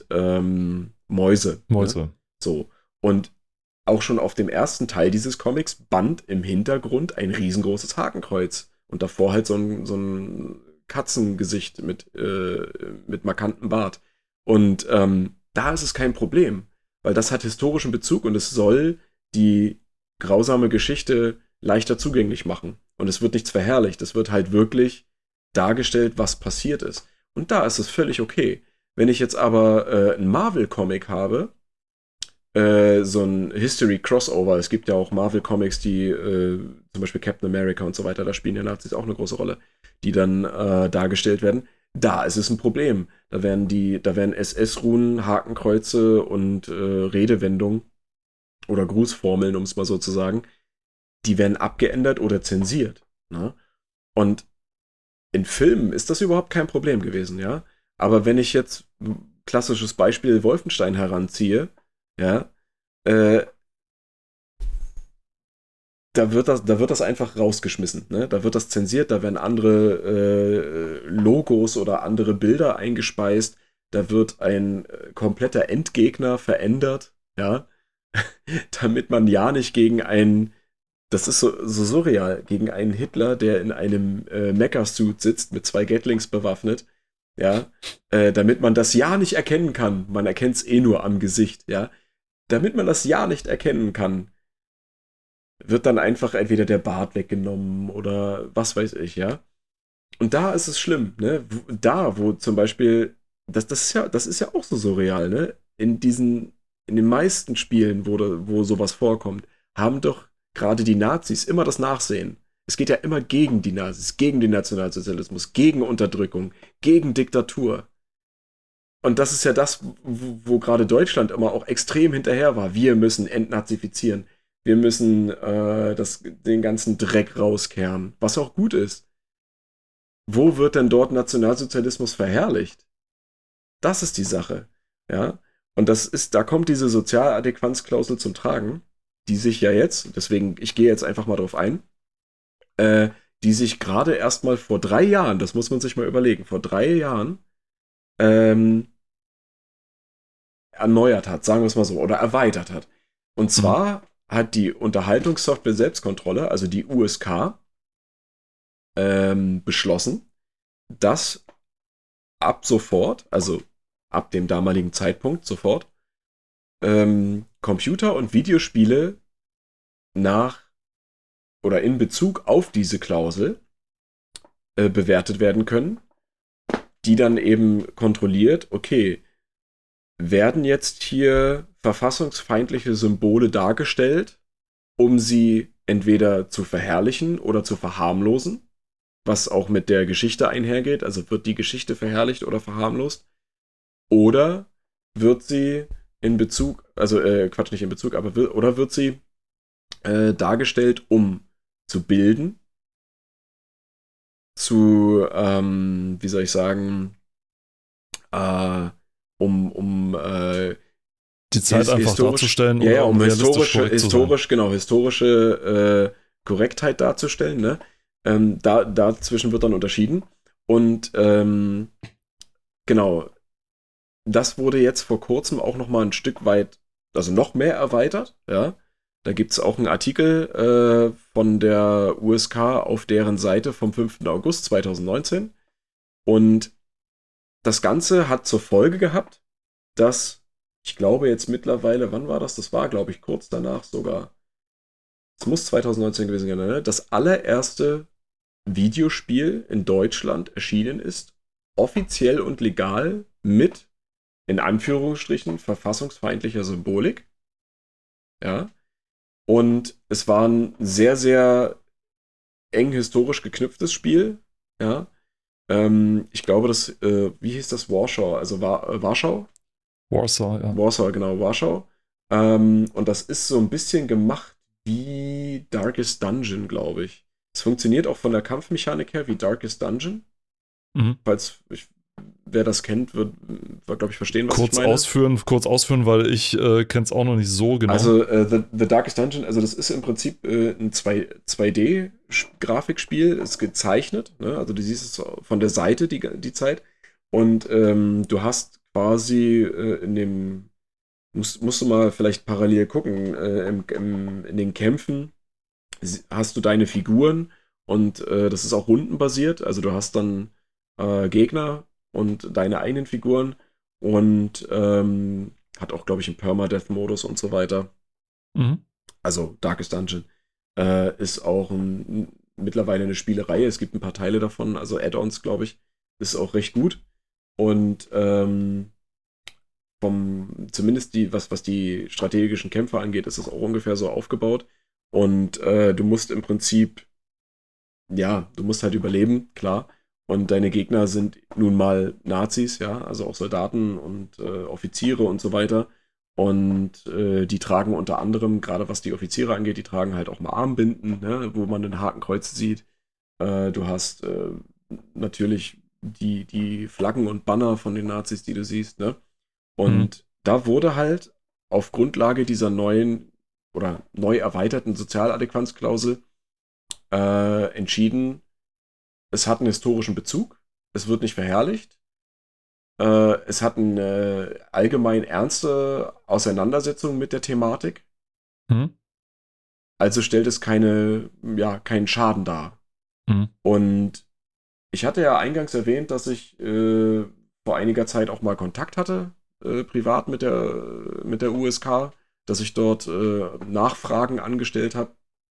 Mäuse. Mäuse. Ne? So. Und auch schon auf dem ersten Teil dieses Comics band im Hintergrund ein riesengroßes Hakenkreuz und davor halt so ein Katzengesicht mit markantem Bart. Und da ist es kein Problem, weil das hat historischen Bezug und es soll die grausame Geschichte leichter zugänglich machen. Und es wird nichts verherrlicht. Es wird halt wirklich dargestellt, was passiert ist. Und da ist es völlig okay. Wenn ich jetzt aber einen Marvel-Comic habe, so ein History-Crossover. Es gibt ja auch Marvel-Comics, die zum Beispiel Captain America und so weiter, da spielen ja Nazis auch eine große Rolle, die dann dargestellt werden. Da ist es ein Problem. Da werden SS-Runen, Hakenkreuze und Redewendungen oder Grußformeln, um es mal so zu sagen, die werden abgeändert oder zensiert. Ne? Und in Filmen ist das überhaupt kein Problem gewesen, ja. Aber wenn ich jetzt klassisches Beispiel Wolfenstein heranziehe, ja, äh, da wird das einfach rausgeschmissen, ne? Da wird das zensiert, da werden andere Logos oder andere Bilder eingespeist, da wird ein kompletter Endgegner verändert, ja, damit man ja nicht gegen einen, das ist so surreal, gegen einen Hitler, der in einem Mecha-Suit sitzt, mit 2 Gatlings bewaffnet, ja, damit man das ja nicht erkennen kann. Man erkennt es eh nur am Gesicht, ja. Damit man das ja nicht erkennen kann, wird dann einfach entweder der Bart weggenommen oder was weiß ich, ja. Und da ist es schlimm, ne? Da, wo zum Beispiel, das ist ja auch so surreal, ne? In den meisten Spielen, wo sowas vorkommt, haben doch gerade die Nazis immer das Nachsehen. Es geht ja immer gegen die Nazis, gegen den Nationalsozialismus, gegen Unterdrückung, gegen Diktatur. Und das ist ja das, wo gerade Deutschland immer auch extrem hinterher war. Wir müssen entnazifizieren. Wir müssen den ganzen Dreck rauskehren, was auch gut ist. Wo wird denn dort Nationalsozialismus verherrlicht? Das ist die Sache. Ja. Und da kommt diese Sozialadäquanzklausel zum Tragen, die sich ja jetzt, deswegen, ich gehe jetzt einfach mal drauf ein, die sich gerade erst mal vor 3 Jahren, das muss man sich mal überlegen, vor 3 Jahren erneuert hat, sagen wir es mal so, oder erweitert hat. Und zwar hat die Unterhaltungssoftware Selbstkontrolle, also die USK, beschlossen, dass ab sofort, also ab dem damaligen Zeitpunkt sofort, Computer- und Videospiele nach oder in Bezug auf diese Klausel bewertet werden können, die dann eben kontrolliert, okay, werden jetzt hier verfassungsfeindliche Symbole dargestellt, um sie entweder zu verherrlichen oder zu verharmlosen, was auch mit der Geschichte einhergeht, also wird die Geschichte verherrlicht oder verharmlost, oder wird sie in Bezug, also Quatsch, nicht in Bezug, aber wird sie dargestellt, um zu bilden, wie soll ich sagen, um die Zeit einfach darzustellen, ja, um historische Korrektheit darzustellen, ne? Dazwischen wird dann unterschieden. Und genau, das wurde jetzt vor kurzem auch noch mal ein Stück weit, also noch mehr erweitert, ja. Da gibt es auch einen Artikel von der USK auf deren Seite vom 5. August 2019. Und das Ganze hat zur Folge gehabt, dass, ich glaube jetzt mittlerweile, wann war das? Das war, glaube ich, kurz danach sogar. Es muss 2019 gewesen sein, ne? Das allererste Videospiel in Deutschland erschienen ist, offiziell und legal mit, in Anführungsstrichen, verfassungsfeindlicher Symbolik. Ja. Und es war ein sehr, sehr eng historisch geknüpftes Spiel. Ja. Ich glaube, wie hieß das? Warschau, also Warschau? Warsaw, ja. Warsaw, genau, Warschau. Und das ist so ein bisschen gemacht wie Darkest Dungeon, glaube ich. Es funktioniert auch von der Kampfmechanik her wie Darkest Dungeon. Falls wer das kennt, wird glaube ich, verstehen, was ich meine. Kurz ausführen, weil ich kenne es auch noch nicht so genau. Also The Darkest Dungeon, also das ist im Prinzip ein 2D-Grafikspiel, ist gezeichnet, ne? Also du siehst es von der Seite die Zeit und du hast quasi in dem, musst du mal vielleicht parallel gucken, in den Kämpfen hast du deine Figuren und das ist auch rundenbasiert, also du hast dann Gegner und deine eigenen Figuren und hat auch, glaube ich, einen Permadeath-Modus und so weiter. Also Darkest Dungeon ist auch mittlerweile eine Spielerei. Es gibt ein paar Teile davon, also Add-ons, glaube ich, ist auch recht gut. Und zumindest was die strategischen Kämpfe angeht, ist das auch ungefähr so aufgebaut. Und du musst im Prinzip, ja, du musst halt überleben, klar. Und deine Gegner sind nun mal Nazis, ja, also auch Soldaten und Offiziere und so weiter. Und die tragen unter anderem, gerade was die Offiziere angeht, die tragen halt auch mal Armbinden, ne, wo man ein Hakenkreuz sieht. Du hast natürlich die Flaggen und Banner von den Nazis, die du siehst, ne? Und da wurde halt auf Grundlage dieser neuen oder neu erweiterten Sozialadäquanzklausel entschieden, es hat einen historischen Bezug, es wird nicht verherrlicht, es hat eine allgemein ernste Auseinandersetzung mit der Thematik, also stellt es keinen Schaden dar. Und ich hatte ja eingangs erwähnt, dass ich vor einiger Zeit auch mal Kontakt hatte, privat mit der USK, dass ich dort Nachfragen angestellt habe,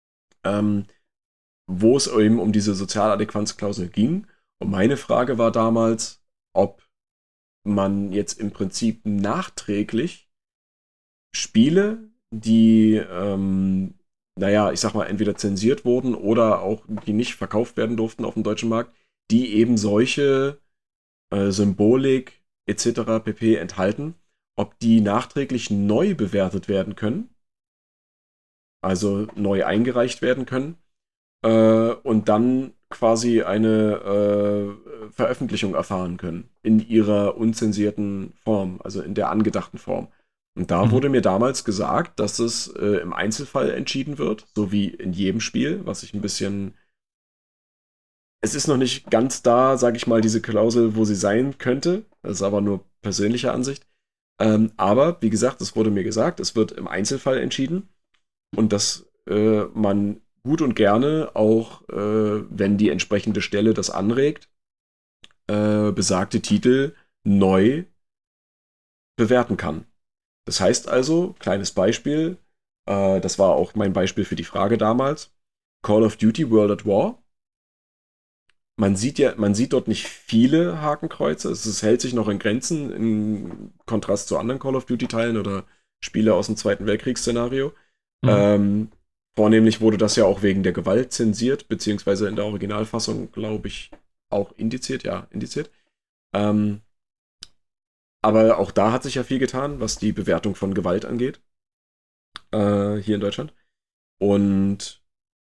wo es eben um diese Sozialadäquanzklausel ging. Und meine Frage war damals, ob man jetzt im Prinzip nachträglich Spiele, die, ich sag mal, entweder zensiert wurden oder auch die nicht verkauft werden durften auf dem deutschen Markt, die eben solche Symbolik etc. pp. Enthalten, ob die nachträglich neu bewertet werden können, also neu eingereicht werden können und dann quasi eine Veröffentlichung erfahren können in ihrer unzensierten Form, also in der angedachten Form. Und da wurde mir damals gesagt, dass es im Einzelfall entschieden wird, so wie in jedem Spiel, was ich ein bisschen... Es ist noch nicht ganz da, sag ich mal, diese Klausel, wo sie sein könnte. Das ist aber nur persönliche Ansicht. Aber, wie gesagt, es wurde mir gesagt, es wird im Einzelfall entschieden. Und dass man gut und gerne auch, wenn die entsprechende Stelle das anregt, besagte Titel neu bewerten kann. Das heißt also, kleines Beispiel, das war auch mein Beispiel für die Frage damals, Call of Duty World at War. Man sieht dort nicht viele Hakenkreuze. Es hält sich noch in Grenzen im Kontrast zu anderen Call of Duty-Teilen oder Spiele aus dem Zweiten Weltkriegsszenario. Vornehmlich wurde das ja auch wegen der Gewalt zensiert, beziehungsweise in der Originalfassung, glaube ich, auch indiziert. Ja, indiziert. Aber auch da hat sich ja viel getan, was die Bewertung von Gewalt angeht. Hier in Deutschland. Und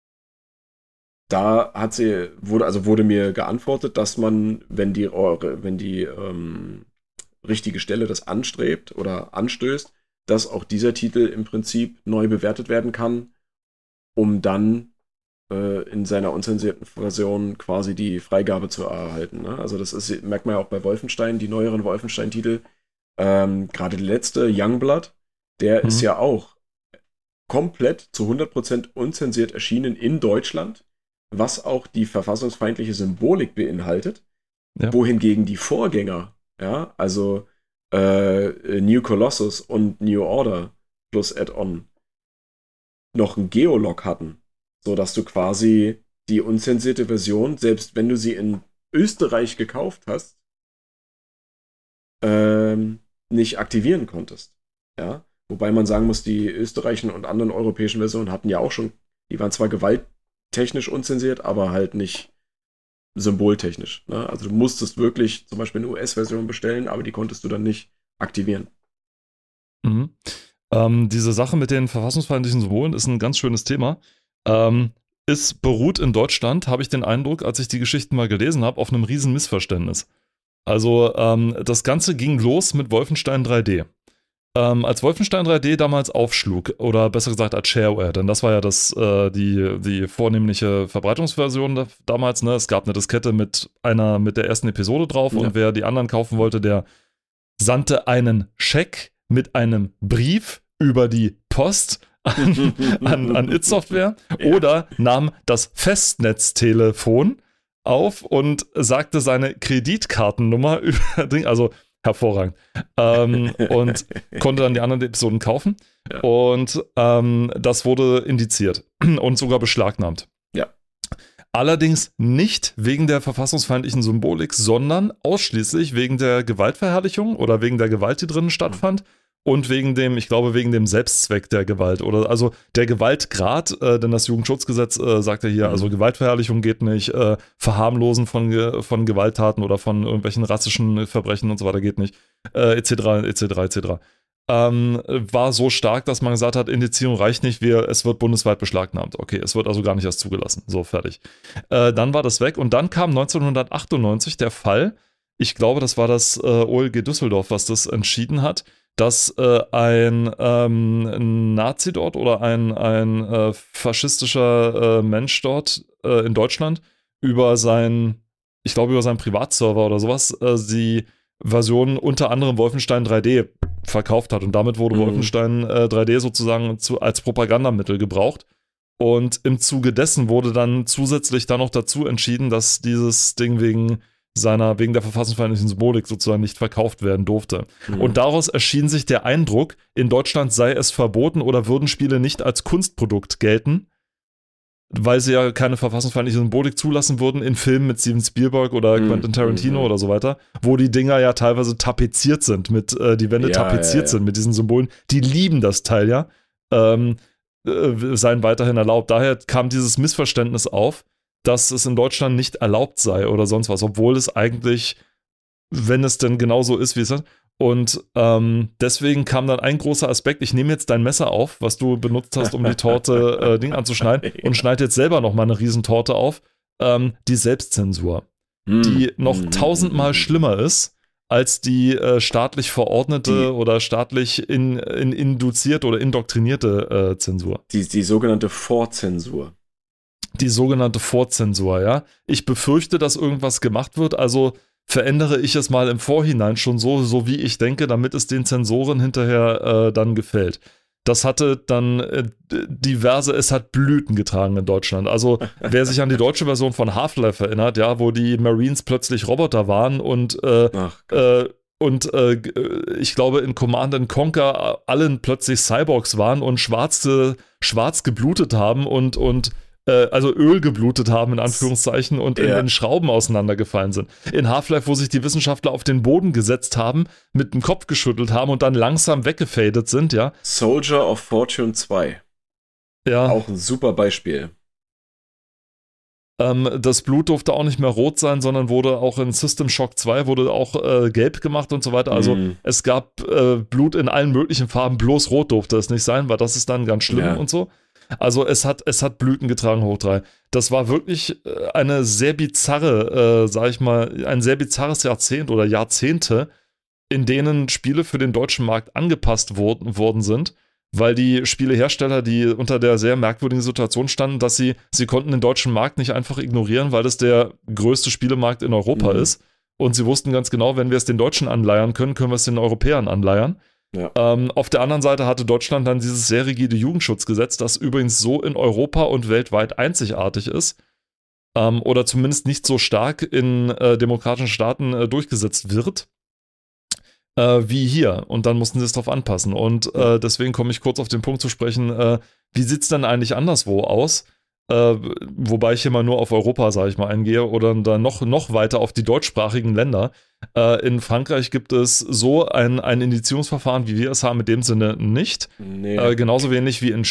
da wurde mir geantwortet, dass man, wenn die richtige Stelle das anstrebt oder anstößt, dass auch dieser Titel im Prinzip neu bewertet werden kann, um dann in seiner unzensierten Version quasi die Freigabe zu erhalten. Ne? Also das merkt man ja auch bei Wolfenstein, die neueren Wolfenstein-Titel, gerade der letzte, Youngblood, der ist ja auch komplett zu 100% unzensiert erschienen in Deutschland, was auch die verfassungsfeindliche Symbolik beinhaltet, wohingegen die Vorgänger, ja, also New Colossus und New Order plus Add-on noch ein Geolog hatten, sodass du quasi die unzensierte Version, selbst wenn du sie in Österreich gekauft hast, nicht aktivieren konntest. Ja? Wobei man sagen muss, die österreichischen und anderen europäischen Versionen hatten ja auch schon, die waren zwar gewalttechnisch unzensiert, aber halt nicht symboltechnisch. Ne? Also du musstest wirklich zum Beispiel eine US-Version bestellen, aber die konntest du dann nicht aktivieren. Diese Sache mit den verfassungsfeindlichen Symbolen ist ein ganz schönes Thema. Es beruht in Deutschland, habe ich den Eindruck, als ich die Geschichten mal gelesen habe, auf einem riesen Missverständnis. Also das Ganze ging los mit Wolfenstein 3D. Als Wolfenstein 3D damals aufschlug, oder besser gesagt als Shareware, denn das war ja die vornehmliche Verbreitungsversion damals, ne? Es gab eine Diskette mit der ersten Episode drauf und wer die anderen kaufen wollte, der sandte einen Scheck mit einem Brief über die Post an id Software oder nahm das Festnetztelefon auf und sagte seine Kreditkartennummer über, also hervorragend. Und konnte dann die anderen Episoden kaufen. Ja. Und das wurde indiziert und sogar beschlagnahmt. Ja. Allerdings nicht wegen der verfassungsfeindlichen Symbolik, sondern ausschließlich wegen der Gewaltverherrlichung oder wegen der Gewalt, die drinnen stattfand. Und wegen dem Selbstzweck der Gewalt oder also der Gewaltgrad, denn das Jugendschutzgesetz sagt ja hier, also Gewaltverherrlichung geht nicht, Verharmlosen von Gewalttaten oder von irgendwelchen rassischen Verbrechen und so weiter geht nicht, etc., etc., etc. War so stark, dass man gesagt hat, Indizierung reicht nicht, es wird bundesweit beschlagnahmt. Okay, es wird also gar nicht erst zugelassen. So, fertig. Dann war das weg und dann kam 1998 der Fall, ich glaube, das war das OLG Düsseldorf, was das entschieden hat, dass ein Nazi dort oder ein faschistischer Mensch dort in Deutschland über seinen Privatserver oder sowas die Version unter anderem Wolfenstein 3D verkauft hat und damit wurde Wolfenstein 3D sozusagen als Propagandamittel gebraucht und im Zuge dessen wurde dann zusätzlich noch dazu entschieden, dass dieses Ding wegen der verfassungsfeindlichen Symbolik sozusagen nicht verkauft werden durfte. Und daraus erschien sich der Eindruck, in Deutschland sei es verboten oder würden Spiele nicht als Kunstprodukt gelten, weil sie ja keine verfassungsfeindliche Symbolik zulassen würden in Filmen mit Steven Spielberg oder Quentin Tarantino oder so weiter, wo die Dinger ja teilweise tapeziert sind, die Wände tapeziert sind mit diesen Symbolen. Die lieben das Teil ja, seien weiterhin erlaubt. Daher kam dieses Missverständnis auf, dass es in Deutschland nicht erlaubt sei oder sonst was, obwohl es eigentlich, wenn es denn genauso ist, wie es ist. Und deswegen kam dann ein großer Aspekt, ich nehme jetzt dein Messer auf, was du benutzt hast, um die Torte Ding anzuschneiden und schneide jetzt selber nochmal eine Riesentorte auf, die Selbstzensur, die noch 1000-mal schlimmer ist als die staatlich verordnete oder staatlich induzierte oder indoktrinierte Zensur. Die sogenannte Vorzensur. Die sogenannte Vorzensur, ja. Ich befürchte, dass irgendwas gemacht wird, also verändere ich es mal im Vorhinein schon so wie ich denke, damit es den Zensoren hinterher dann gefällt. Das hatte dann es hat Blüten getragen in Deutschland. Also wer sich an die deutsche Version von Half-Life erinnert, ja, wo die Marines plötzlich Roboter waren und ich glaube in Command & Conquer allen plötzlich Cyborgs waren und schwarz geblutet haben und also Öl geblutet haben, in Anführungszeichen, und in Schrauben auseinandergefallen sind. In Half-Life, wo sich die Wissenschaftler auf den Boden gesetzt haben, mit dem Kopf geschüttelt haben und dann langsam weggefadet sind, ja. Soldier of Fortune 2. Ja. Auch ein super Beispiel. Das Blut durfte auch nicht mehr rot sein, sondern wurde auch in System Shock 2 wurde auch gelb gemacht und so weiter. Also es gab Blut in allen möglichen Farben, bloß rot durfte es nicht sein, weil das ist dann ganz schlimm und so. Also es hat Blüten getragen, hoch 3. Das war wirklich eine sehr bizarre, ein sehr bizarres Jahrzehnt oder Jahrzehnte, in denen Spiele für den deutschen Markt angepasst worden sind, weil die Spielehersteller, die unter der sehr merkwürdigen Situation standen, dass sie konnten den deutschen Markt nicht einfach ignorieren, weil es der größte Spielemarkt in Europa ist. Und sie wussten ganz genau, wenn wir es den Deutschen anleiern können wir es den Europäern anleiern. Ja. Auf der anderen Seite hatte Deutschland dann dieses sehr rigide Jugendschutzgesetz, das übrigens so in Europa und weltweit einzigartig ist oder zumindest nicht so stark in demokratischen Staaten durchgesetzt wird wie hier. Und dann mussten sie es darauf anpassen. Und deswegen komme ich kurz auf den Punkt zu sprechen, wie sieht es denn eigentlich anderswo aus? Wobei ich hier mal nur auf Europa, sage ich mal, eingehe oder dann noch weiter auf die deutschsprachigen Länder. In Frankreich gibt es so ein Indizierungsverfahren, wie wir es haben, in dem Sinne nicht. Nee. Genauso wenig wie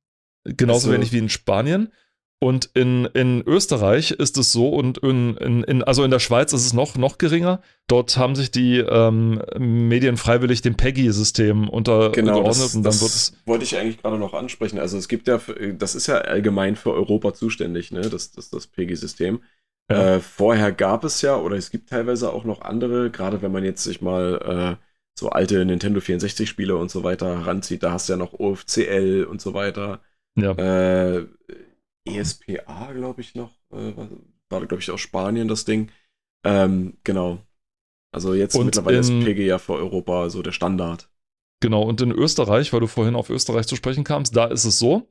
in Spanien. Und in Österreich ist es so und also in der Schweiz ist es noch geringer. Dort haben sich die Medien freiwillig dem PEGI-System untergeordnet. Und dann wird es wollte ich eigentlich gerade noch ansprechen. Also es gibt ja, das ist ja allgemein für Europa zuständig, ne? Das PEGI-System. Ja. Vorher gab es ja, oder es gibt teilweise auch noch andere, gerade wenn man jetzt sich mal so alte Nintendo 64-Spiele und so weiter ranzieht, da hast du ja noch OFCL und so weiter. Ja. ESPA, glaube ich, noch. War, glaube ich, aus Spanien das Ding. Genau. Also jetzt und mittlerweile ist PEGI ja für Europa so der Standard. Genau, und in Österreich, weil du vorhin auf Österreich zu sprechen kamst, da ist es so.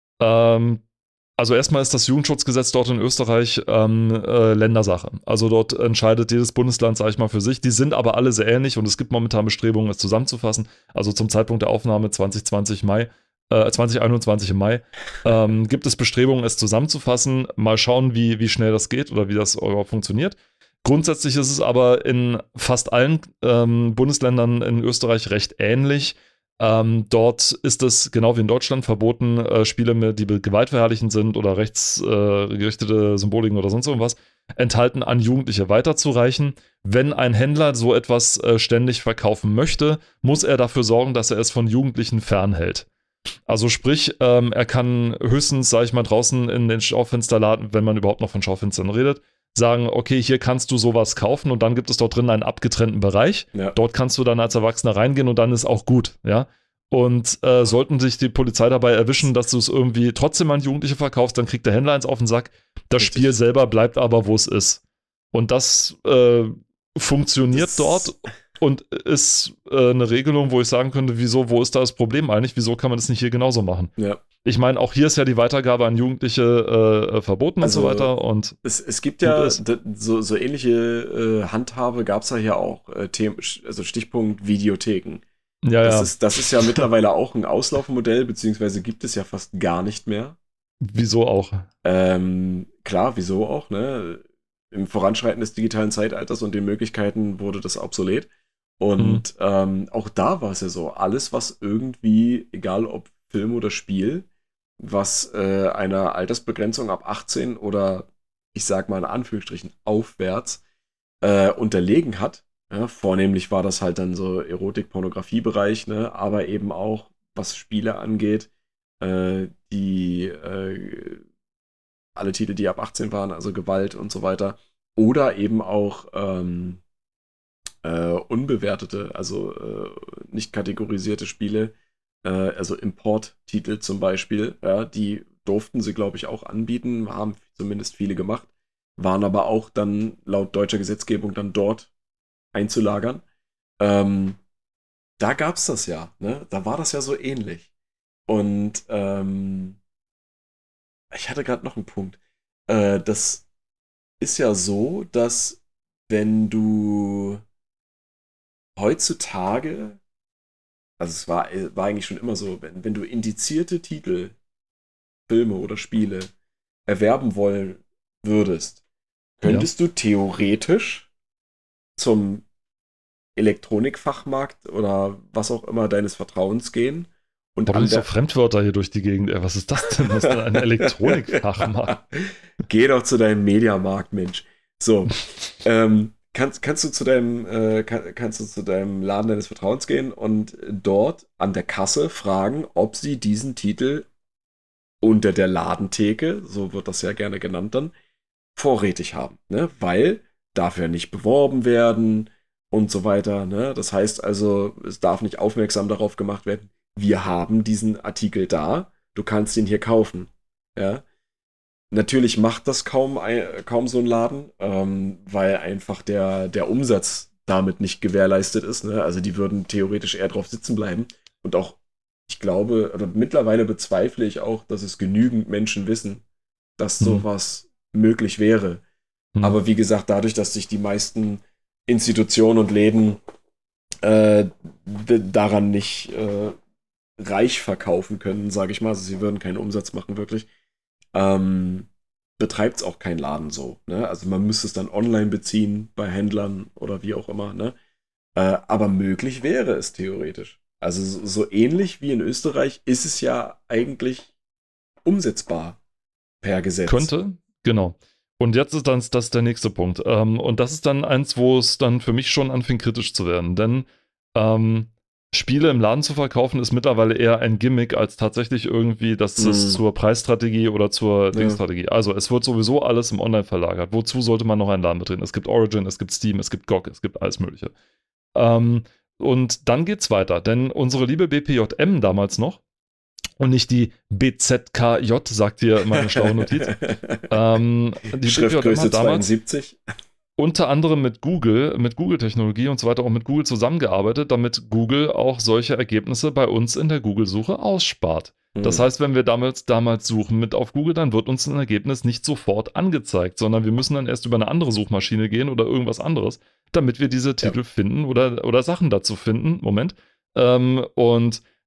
Also erstmal ist das Jugendschutzgesetz dort in Österreich Ländersache. Also dort entscheidet jedes Bundesland, sage ich mal, für sich. Die sind aber alle sehr ähnlich und es gibt momentan Bestrebungen, es zusammenzufassen. Also zum Zeitpunkt der Aufnahme 2020 Mai 2021 im Mai, gibt es Bestrebungen, es zusammenzufassen. Mal schauen, wie schnell das geht oder wie das überhaupt funktioniert. Grundsätzlich ist es aber in fast allen Bundesländern in Österreich recht ähnlich. Dort ist es genau wie in Deutschland verboten, Spiele, die gewaltverherrlichend sind oder rechtsgerichtete Symboliken oder sonst irgendwas enthalten, an Jugendliche weiterzureichen. Wenn ein Händler so etwas ständig verkaufen möchte, muss er dafür sorgen, dass er es von Jugendlichen fernhält. Also sprich, er kann höchstens, sag ich mal, draußen in den Schaufensterladen, wenn man überhaupt noch von Schaufenstern redet, sagen, okay, hier kannst du sowas kaufen und dann gibt es dort drin einen abgetrennten Bereich. Ja. Dort kannst du dann als Erwachsener reingehen und dann ist auch gut, ja. Und sollten sich die Polizei dabei erwischen, dass du es irgendwie trotzdem an Jugendliche verkaufst, dann kriegt der Händler eins auf den Sack. Das Spiel selber bleibt aber, wo es ist. Und das funktioniert dort und ist eine Regelung, wo ich sagen könnte, wo ist da das Problem eigentlich? Wieso kann man das nicht hier genauso machen? Ja. Ich meine, auch hier ist ja die Weitergabe an Jugendliche verboten und so weiter. Und es gibt ja so ähnliche Handhabe gab es ja hier auch, also Stichpunkt Videotheken. Ja, das ist ja mittlerweile auch ein Auslaufmodell, beziehungsweise gibt es ja fast gar nicht mehr. Wieso auch? Klar, wieso auch, ne? Im Voranschreiten des digitalen Zeitalters und den Möglichkeiten wurde das obsolet. Und auch da war es ja so, alles, was irgendwie, egal ob Film oder Spiel, was einer Altersbegrenzung ab 18 oder ich sag mal in Anführungsstrichen aufwärts unterlegen hat. Ja, vornehmlich war das halt dann so Erotik-Pornografie-Bereich, ne, aber eben auch, was Spiele angeht, alle Titel, die ab 18 waren, also Gewalt und so weiter, oder eben auch unbewertete, also nicht kategorisierte Spiele, also Importtitel zum Beispiel, ja, die durften sie, glaube ich, auch anbieten, haben zumindest viele gemacht, waren aber auch dann laut deutscher Gesetzgebung dann dort einzulagern. Da gab es das ja, ne? Da war das ja so ähnlich. Und ich hatte gerade noch einen Punkt. Das ist ja so, dass wenn du heutzutage, also es war eigentlich schon immer so, wenn du indizierte Titel, Filme oder Spiele erwerben wollen würdest, könntest du theoretisch zum Elektronikfachmarkt oder was auch immer deines Vertrauens gehen. Und du so Fremdwörter hier durch die Gegend. Was ist das denn? Was ist denn ein Elektronikfachmarkt? Geh doch zu deinem Mediamarkt, Mensch. So, kannst du zu deinem Laden deines Vertrauens gehen und dort an der Kasse fragen, ob sie diesen Titel unter der Ladentheke, so wird das ja gerne genannt dann, vorrätig haben, ne? Weil darf ja nicht beworben werden und so weiter, ne? Das heißt also, es darf nicht aufmerksam darauf gemacht werden, wir haben diesen Artikel da, du kannst ihn hier kaufen, ja? Natürlich macht das kaum so ein Laden, weil einfach der Umsatz damit nicht gewährleistet ist, ne? Also die würden theoretisch eher drauf sitzen bleiben und auch, ich glaube, oder mittlerweile bezweifle ich auch, dass es genügend Menschen wissen, dass sowas möglich wäre. Aber wie gesagt, dadurch, dass sich die meisten Institutionen und Läden daran nicht reich verkaufen können, sage ich mal, also sie würden keinen Umsatz machen, wirklich, betreibt es auch kein Laden so. Ne? Also man müsste es dann online beziehen, bei Händlern oder wie auch immer. Ne? Aber möglich wäre es theoretisch. Also so ähnlich wie in Österreich ist es ja eigentlich umsetzbar per Gesetz. Könnte, genau. Und jetzt ist das der nächste Punkt. Und das ist dann eins, wo es dann für mich schon anfängt, kritisch zu werden. Denn Spiele im Laden zu verkaufen, ist mittlerweile eher ein Gimmick, als tatsächlich irgendwie, dass es zur Preisstrategie oder zur Dingstrategie. Also es wird sowieso alles im Online verlagert. Wozu sollte man noch einen Laden betreten? Es gibt Origin, es gibt Steam, es gibt GOG, es gibt alles Mögliche. Und dann geht's weiter. Denn unsere liebe BPJM damals noch, und nicht die BZKJ, sagt hier immer eine schlaue Notiz. Die Schriftgröße 72. Unter anderem mit Google-Technologie und so weiter, auch mit Google zusammengearbeitet, damit Google auch solche Ergebnisse bei uns in der Google-Suche ausspart. Das heißt, wenn wir damals suchen auf Google, dann wird uns ein Ergebnis nicht sofort angezeigt, sondern wir müssen dann erst über eine andere Suchmaschine gehen oder irgendwas anderes, damit wir diese Titel finden oder Sachen dazu finden. Und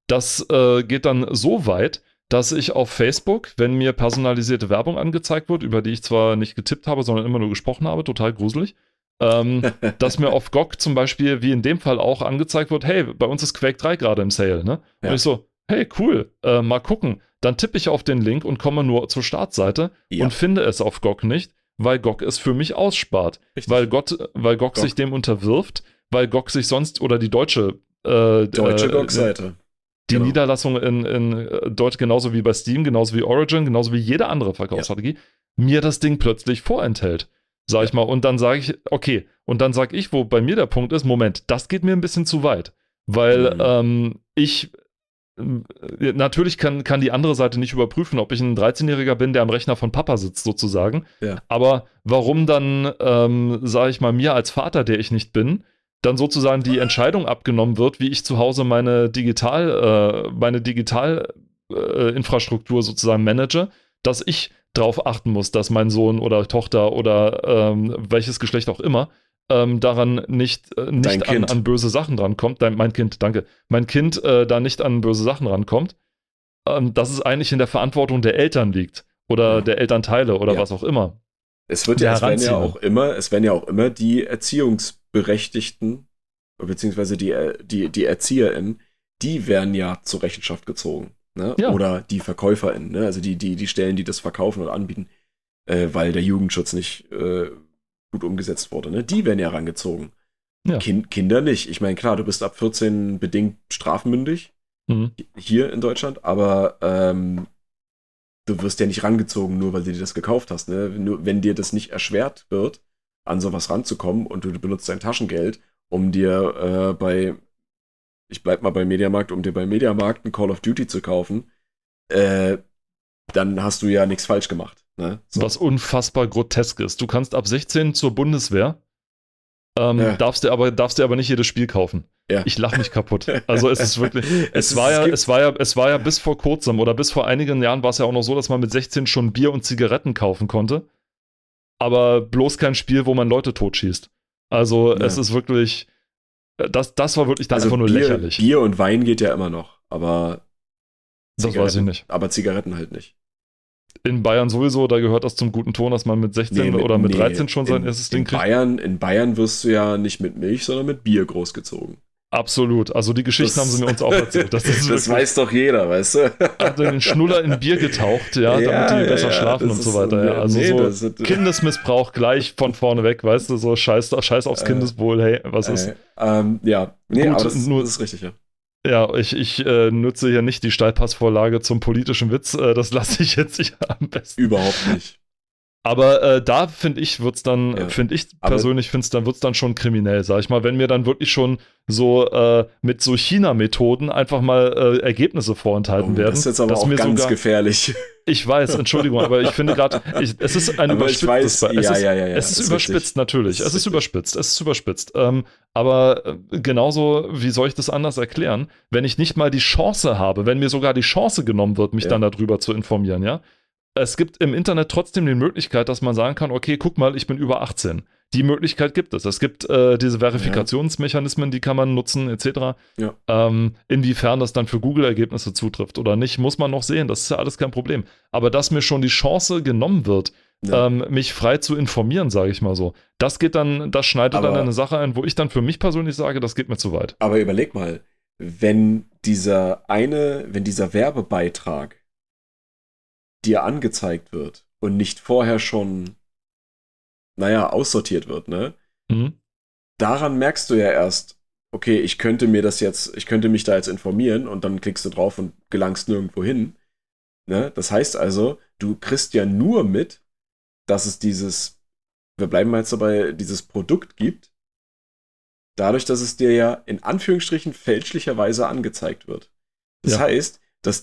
Das geht dann so weit, dass ich auf Facebook, wenn mir personalisierte Werbung angezeigt wird, über die ich zwar nicht getippt habe, sondern immer nur gesprochen habe, total gruselig, dass mir auf GOG zum Beispiel, wie in dem Fall auch, angezeigt wird, hey, bei uns ist Quake 3 gerade im Sale, ne? Ja. Und ich so, hey, cool, mal gucken. Dann tippe ich auf den Link und komme nur zur Startseite und finde es auf GOG nicht, weil GOG es für mich ausspart. Richtig. Weil GOG sich dem unterwirft, weil GOG sich sonst, oder die deutsche GOG-Seite. Die Niederlassung in Deutsch, genauso wie bei Steam, genauso wie Origin, genauso wie jede andere Verkaufsstrategie, mir das Ding plötzlich vorenthält, sag ich mal. Und dann sage ich, okay, und dann sage ich, wo bei mir der Punkt ist, Moment, das geht mir ein bisschen zu weit, weil natürlich kann die andere Seite nicht überprüfen, ob ich ein 13-Jähriger bin, der am Rechner von Papa sitzt, sozusagen. Ja. Aber warum dann, sage ich mal, mir als Vater, der ich nicht bin, dann sozusagen die Entscheidung abgenommen wird, wie ich zu Hause meine Digitalinfrastruktur sozusagen manage, dass ich darauf achten muss, dass mein Sohn oder Tochter oder welches Geschlecht auch immer daran nicht an böse Sachen drankommt. Mein Kind, danke. Mein Kind da nicht an böse Sachen rankommt. Dass es eigentlich in der Verantwortung der Eltern liegt oder der Elternteile oder was auch immer. Es werden ja auch immer die Erziehungsberechtigten, beziehungsweise die ErzieherInnen, die werden ja zur Rechenschaft gezogen. Ne? Ja. Oder die VerkäuferInnen, ne? Also die Stellen, die das verkaufen oder anbieten, weil der Jugendschutz nicht gut umgesetzt wurde. Ne? Die werden ja herangezogen. Ja. Kinder nicht. Ich meine, klar, du bist ab 14 bedingt strafmündig hier in Deutschland, aber du wirst ja nicht rangezogen, nur weil du dir das gekauft hast. Ne? Nur wenn dir das nicht erschwert wird, an sowas ranzukommen und du benutzt dein Taschengeld, um dir ich bleib mal bei Mediamarkt, um dir bei Mediamarkt ein Call of Duty zu kaufen, dann hast du ja nichts falsch gemacht. Ne? So. Was unfassbar grotesk ist. Du kannst ab 16 zur Bundeswehr, darfst dir aber nicht jedes Spiel kaufen. Ja. Ich lache mich kaputt. Also es ist wirklich, es war ja bis vor kurzem oder bis vor einigen Jahren war es ja auch noch so, dass man mit 16 schon Bier und Zigaretten kaufen konnte, aber bloß kein Spiel, wo man Leute totschießt. Also es ist wirklich, das war wirklich dann einfach nur lächerlich. Bier und Wein geht ja immer noch, aber das weiß ich nicht. Aber Zigaretten halt nicht. In Bayern sowieso, da gehört das zum guten Ton, dass man mit 16 oder mit 13 schon sein erstes Ding kriegt. In Bayern wirst du ja nicht mit Milch, sondern mit Bier großgezogen. Absolut. Also die Geschichten haben sie uns auch erzählt. Das weiß doch jeder, weißt du? Hat den Schnuller in Bier getaucht, damit die besser schlafen und so weiter. Also Kindesmissbrauch gleich von vorne weg, weißt du, so scheiß aufs Kindeswohl, hey, was ist? Aber das ist richtig, ja. Ja, ich nutze hier nicht die Steilpassvorlage zum politischen Witz, das lasse ich jetzt nicht am besten. Überhaupt nicht. Aber da finde ich, wird's dann schon kriminell, sag ich mal, wenn mir dann wirklich schon so mit so China-Methoden einfach mal Ergebnisse vorenthalten werden. Das ist jetzt aber auch ganz gefährlich. Ich weiß, Entschuldigung, aber ich finde gerade, es ist ein überspitztes Es ist überspitzt, natürlich. Es ist überspitzt. Aber genauso, wie soll ich das anders erklären, wenn ich nicht mal die Chance habe, wenn mir sogar die Chance genommen wird, mich dann darüber zu informieren, ja? Es gibt im Internet trotzdem die Möglichkeit, dass man sagen kann, okay, guck mal, ich bin über 18. Die Möglichkeit gibt es. Es gibt diese Verifikationsmechanismen, die kann man nutzen, etc. Ja. Inwiefern das dann für Google-Ergebnisse zutrifft oder nicht, muss man noch sehen. Das ist ja alles kein Problem. Aber dass mir schon die Chance genommen wird, mich frei zu informieren, sage ich mal so, das schneidet dann eine Sache ein, wo ich dann für mich persönlich sage, das geht mir zu weit. Aber überleg mal, wenn dieser Werbebeitrag dir angezeigt wird und nicht vorher schon, aussortiert wird, ne? Daran merkst du ja erst, okay, ich könnte mich da jetzt informieren und dann klickst du drauf und gelangst nirgendwo hin. Ne? Das heißt also, du kriegst ja nur mit, dass es wir bleiben mal jetzt dabei, dieses Produkt gibt, dadurch, dass es dir ja in Anführungsstrichen fälschlicherweise angezeigt wird. Das heißt, dass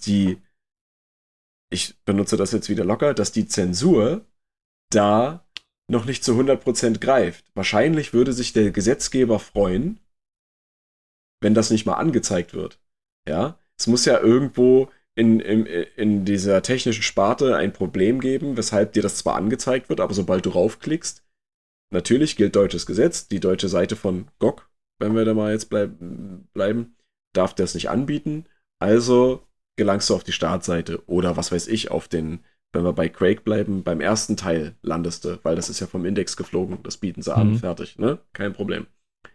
ich benutze das jetzt wieder locker, dass die Zensur da noch nicht zu 100% greift. Wahrscheinlich würde sich der Gesetzgeber freuen, wenn das nicht mal angezeigt wird. Ja, es muss ja irgendwo in dieser technischen Sparte ein Problem geben, weshalb dir das zwar angezeigt wird, aber sobald du raufklickst, natürlich gilt deutsches Gesetz, die deutsche Seite von GOG, wenn wir da mal jetzt bleiben, darf das nicht anbieten. Also gelangst du auf die Startseite oder was weiß ich, wenn wir bei Quake bleiben, beim ersten Teil landest du, weil das ist ja vom Index geflogen, das bieten sie an, fertig, ne? Kein Problem.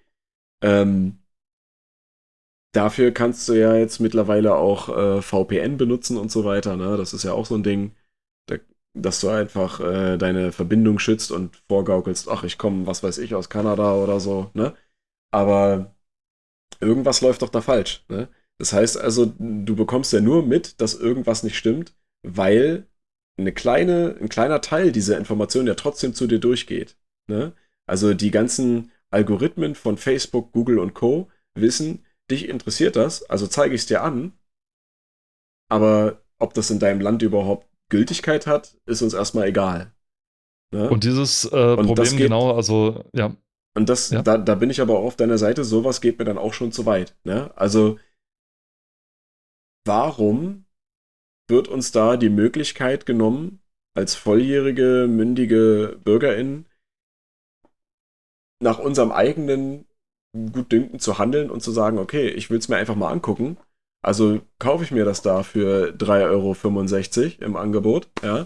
Dafür kannst du ja jetzt mittlerweile auch VPN benutzen und so weiter, ne? Das ist ja auch so ein Ding, dass du einfach deine Verbindung schützt und vorgaukelst, ach, ich komme, was weiß ich, aus Kanada oder so, ne? Aber irgendwas läuft doch da falsch, ne? Das heißt also, du bekommst ja nur mit, dass irgendwas nicht stimmt, weil ein kleiner Teil dieser Informationen ja trotzdem zu dir durchgeht, ne? Also die ganzen Algorithmen von Facebook, Google und Co. wissen, dich interessiert das, also zeige ich es dir an, aber ob das in deinem Land überhaupt Gültigkeit hat, ist uns erstmal egal. Ne? Und dieses Problem genau, also ja. Und da bin ich aber auch auf deiner Seite, sowas geht mir dann auch schon zu weit. Ne? Also warum wird uns da die Möglichkeit genommen, als volljährige, mündige BürgerInnen nach unserem eigenen Gutdünken zu handeln und zu sagen, okay, ich will es mir einfach mal angucken. Also kaufe ich mir das da für 3,65 € im Angebot, ja.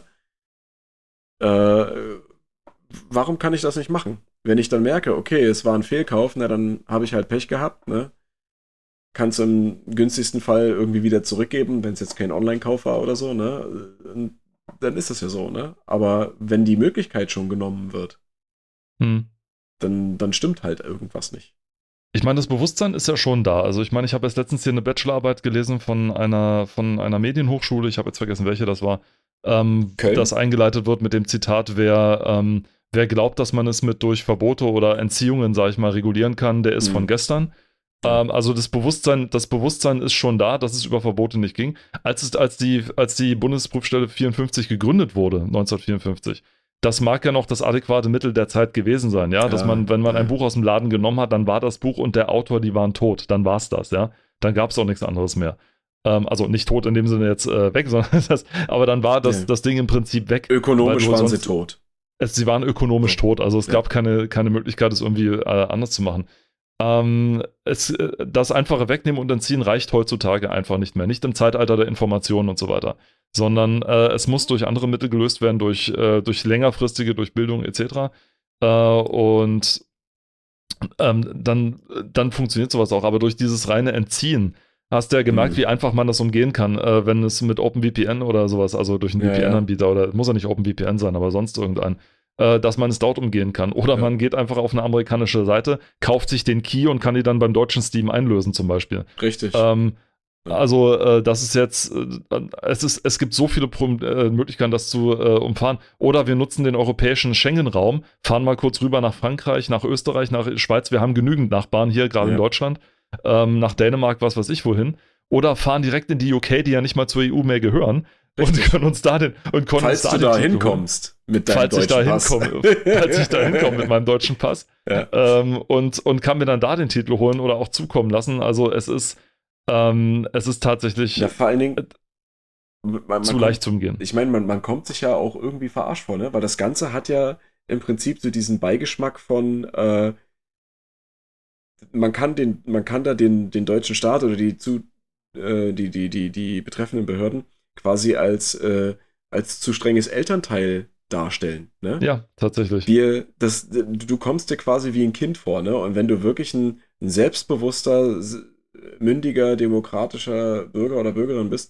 Warum kann ich das nicht machen? Wenn ich dann merke, okay, es war ein Fehlkauf, na dann habe ich halt Pech gehabt, ne? Kann es im günstigsten Fall irgendwie wieder zurückgeben, wenn es jetzt kein Online-Kauf war oder so, ne? Dann ist das ja so, ne? Aber wenn die Möglichkeit schon genommen wird, dann stimmt halt irgendwas nicht. Ich meine, das Bewusstsein ist ja schon da. Also ich meine, ich habe erst letztens hier eine Bachelorarbeit gelesen von einer Medienhochschule, ich habe jetzt vergessen, welche das war, das eingeleitet wird mit dem Zitat, wer glaubt, dass man es durch Verbote oder Entziehungen, sage ich mal, regulieren kann, der ist von gestern. Also das Bewusstsein ist schon da, dass es über Verbote nicht ging. Als die Bundesprüfstelle 54 gegründet wurde, 1954, das mag ja noch das adäquate Mittel der Zeit gewesen sein, ja, dass man, wenn man ein Buch aus dem Laden genommen hat, dann war das Buch und der Autor, die waren tot, dann war es das, ja, dann gab es auch nichts anderes mehr. Also nicht tot in dem Sinne jetzt weg, sondern aber dann war das Ding im Prinzip weg. Ökonomisch waren sie tot. Sie waren ökonomisch tot, also es gab keine Möglichkeit, es irgendwie anders zu machen. Das einfache Wegnehmen und Entziehen reicht heutzutage einfach nicht mehr. Nicht im Zeitalter der Informationen und so weiter. Sondern es muss durch andere Mittel gelöst werden, durch längerfristige, durch Bildung etc. Und dann funktioniert sowas auch. Aber durch dieses reine Entziehen hast du ja gemerkt, wie einfach man das umgehen kann, wenn es mit OpenVPN oder sowas, also durch einen VPN-Anbieter oder muss ja nicht OpenVPN sein, aber sonst irgendein, dass man es dort umgehen kann. Oder man geht einfach auf eine amerikanische Seite, kauft sich den Key und kann die dann beim deutschen Steam einlösen zum Beispiel. Richtig. Also das ist jetzt, es gibt so viele Möglichkeiten, das zu umfahren. Oder wir nutzen den europäischen Schengen-Raum, fahren mal kurz rüber nach Frankreich, nach Österreich, nach Schweiz. Wir haben genügend Nachbarn hier, gerade in Deutschland. Nach Dänemark, was weiß ich wohin. Oder fahren direkt in die UK, die ja nicht mal zur EU mehr gehören. Richtig. Und können uns da falls du da hinkommst mit deinem deutschen Pass. Falls ich da hinkomme mit meinem deutschen Pass. Ja. Und kann mir dann da den Titel holen oder auch zukommen lassen. Also es ist tatsächlich vor allen Dingen, zu leicht zum Gehen. Ich meine, man kommt sich ja auch irgendwie verarscht vor, ne? Weil das Ganze hat ja im Prinzip so diesen Beigeschmack von man kann da den deutschen Staat oder die betreffenden Behörden quasi als zu strenges Elternteil darstellen. Ne? Ja, tatsächlich. Du kommst dir quasi wie ein Kind vor, ne? Und wenn du wirklich ein selbstbewusster, mündiger, demokratischer Bürger oder Bürgerin bist,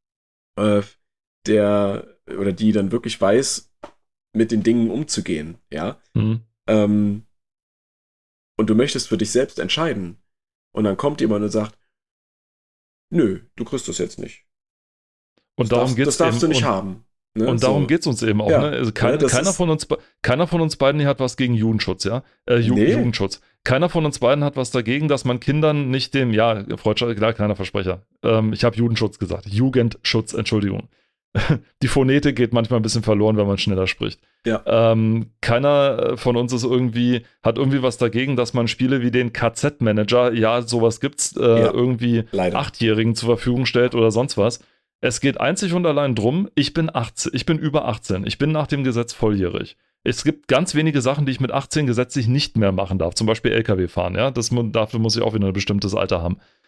der oder die dann wirklich weiß, mit den Dingen umzugehen, ja. Und du möchtest für dich selbst entscheiden. Und dann kommt jemand und sagt, nö, du kriegst das jetzt nicht. Und darum geht's das darfst du nicht haben. Ne? Und darum geht es uns eben auch. Ja, ne? Also keiner von uns beiden hier hat was gegen Jugendschutz, ja? Jugendschutz. Keiner von uns beiden hat was dagegen, dass man Kindern nicht klar, kleiner Versprecher. Ich habe Jugendschutz gesagt. Jugendschutz, Entschuldigung. Die Phonetik geht manchmal ein bisschen verloren, wenn man schneller spricht. Ja. Keiner von uns hat irgendwie was dagegen, dass man Spiele wie den KZ-Manager, sowas gibt's, irgendwie leider 8-Jährigen zur Verfügung stellt oder sonst was. Es geht einzig und allein drum, ich bin über 18, ich bin nach dem Gesetz volljährig. Es gibt ganz wenige Sachen, die ich mit 18 gesetzlich nicht mehr machen darf, zum Beispiel LKW fahren, ja, dafür muss ich auch wieder ein bestimmtes Alter haben.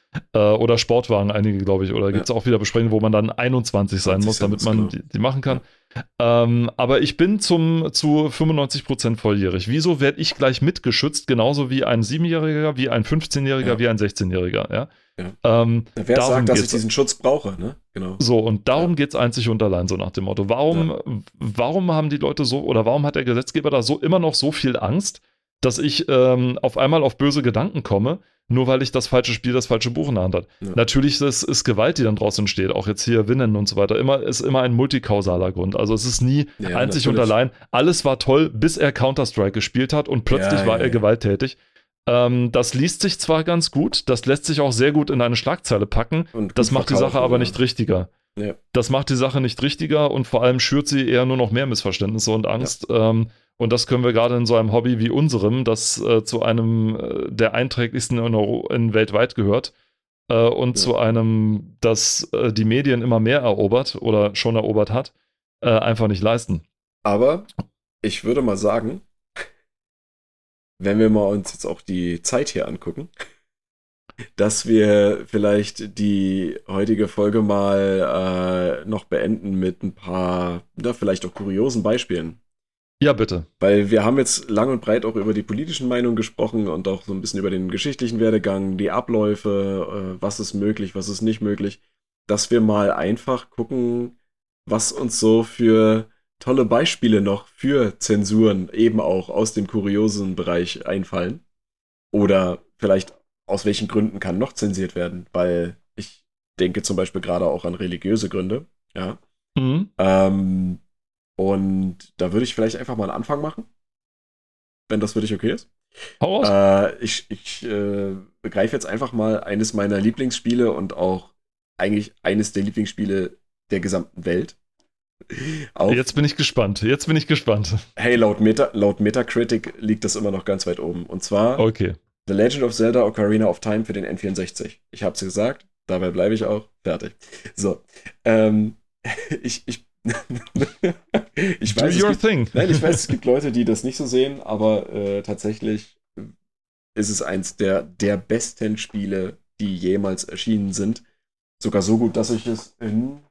Oder Sportwagen, einige, glaube ich. Oder gibt es auch wieder Besprechungen, wo man dann 21 sein muss, damit man die machen kann. Aber ich bin zu 95% volljährig. Wieso werde ich gleich mitgeschützt, genauso wie ein 7-Jähriger, wie ein 15-Jähriger, wie ein 16-Jähriger? Ja? Wer sagt, dass ich diesen Schutz brauche, ne? Genau. So, und darum geht es einzig und allein, so nach dem Motto. Warum haben die Leute so, oder warum hat der Gesetzgeber da so immer noch so viel Angst, dass ich auf einmal auf böse Gedanken komme, nur weil ich das falsche Spiel, das falsche Buch in der Hand habe? Ja. Natürlich ist Gewalt, die dann draußen entsteht, auch jetzt hier Winnen und so weiter, ist immer ein multikausaler Grund. Also es ist nie einzig und allein. Alles war toll, bis er Counter-Strike gespielt hat und plötzlich war er gewalttätig. Das liest sich zwar ganz gut, das lässt sich auch sehr gut in eine Schlagzeile packen, das macht die Sache aber nicht richtiger. Ja. Das macht die Sache nicht richtiger und vor allem schürt sie eher nur noch mehr Missverständnisse und Angst. Ja. Und das können wir gerade in so einem Hobby wie unserem, das zu einem der einträglichsten in weltweit gehört und zu einem, das die Medien immer mehr erobert oder schon erobert hat, einfach nicht leisten. Aber ich würde mal sagen, wenn wir mal uns jetzt auch die Zeit hier angucken, dass wir vielleicht die heutige Folge mal noch beenden mit ein paar, vielleicht auch kuriosen Beispielen. Ja, bitte. Weil wir haben jetzt lang und breit auch über die politischen Meinungen gesprochen und auch so ein bisschen über den geschichtlichen Werdegang, die Abläufe, was ist möglich, was ist nicht möglich, dass wir mal einfach gucken, was uns so für tolle Beispiele noch für Zensuren eben auch aus dem kuriosen Bereich einfallen. Oder vielleicht aus welchen Gründen kann noch zensiert werden, weil ich denke zum Beispiel gerade auch an religiöse Gründe. Ja. Mhm. Und da würde ich vielleicht einfach mal einen Anfang machen, wenn das für dich okay ist. Ich begreife jetzt einfach mal eines meiner Lieblingsspiele und auch eigentlich eines der Lieblingsspiele der gesamten Welt. Jetzt bin ich gespannt. Hey, laut Metacritic liegt das immer noch ganz weit oben. Und zwar The Legend of Zelda Ocarina of Time für den N64. Ich hab's gesagt, dabei bleibe ich auch. Fertig. So. Ich weiß, es gibt Leute, die das nicht so sehen, aber tatsächlich ist es eins der besten Spiele, die jemals erschienen sind. Sogar so gut, dass ich es in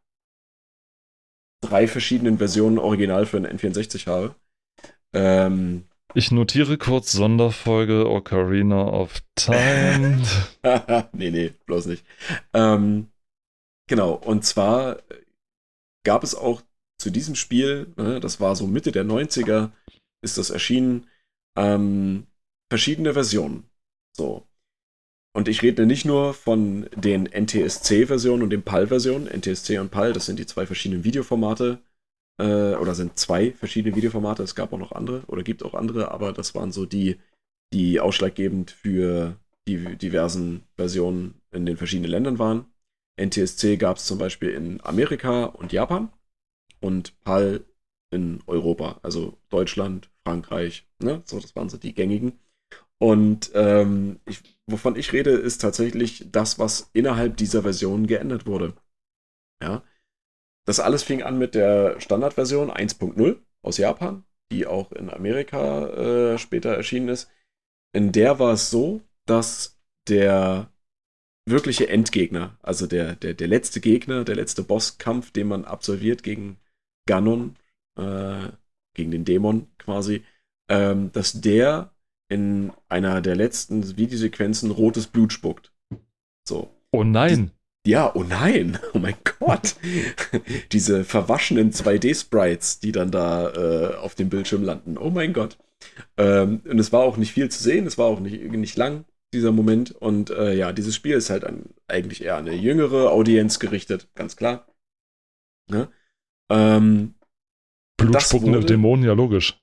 3 verschiedenen Versionen original für den N64 habe. Ich notiere kurz Sonderfolge Ocarina of Time. Nee, bloß nicht. Genau, und zwar gab es auch zu diesem Spiel, das war so Mitte der 90er, ist das erschienen, verschiedene Versionen. So. Und ich rede nicht nur von den NTSC-Versionen und den PAL-Versionen. NTSC und PAL, das sind die 2 verschiedenen Videoformate, oder sind 2 verschiedene Videoformate. Es gab auch noch andere, oder gibt auch andere, aber das waren so die ausschlaggebend für die diversen Versionen in den verschiedenen Ländern waren. NTSC gab es zum Beispiel in Amerika und Japan und PAL in Europa, also Deutschland, Frankreich, ne? So, das waren so die gängigen. Und wovon ich rede, ist tatsächlich das, was innerhalb dieser Version geändert wurde. Ja. Das alles fing an mit der Standardversion 1.0 aus Japan, die auch in Amerika später erschienen ist. In der war es so, dass der wirkliche Endgegner, also der letzte Gegner, der letzte Bosskampf, den man absolviert gegen Ganon, gegen den Dämon quasi, dass der in einer der letzten Videosequenzen rotes Blut spuckt. So. Oh nein! Oh nein! Oh mein Gott! Diese verwaschenen 2D-Sprites, die dann da auf dem Bildschirm landen. Oh mein Gott! Und es war auch nicht viel zu sehen, es war auch nicht lang, dieser Moment. Und dieses Spiel ist halt eigentlich eher an eine jüngere Audienz gerichtet, ganz klar. Ne? Blutspuckende Dämonen, ja logisch.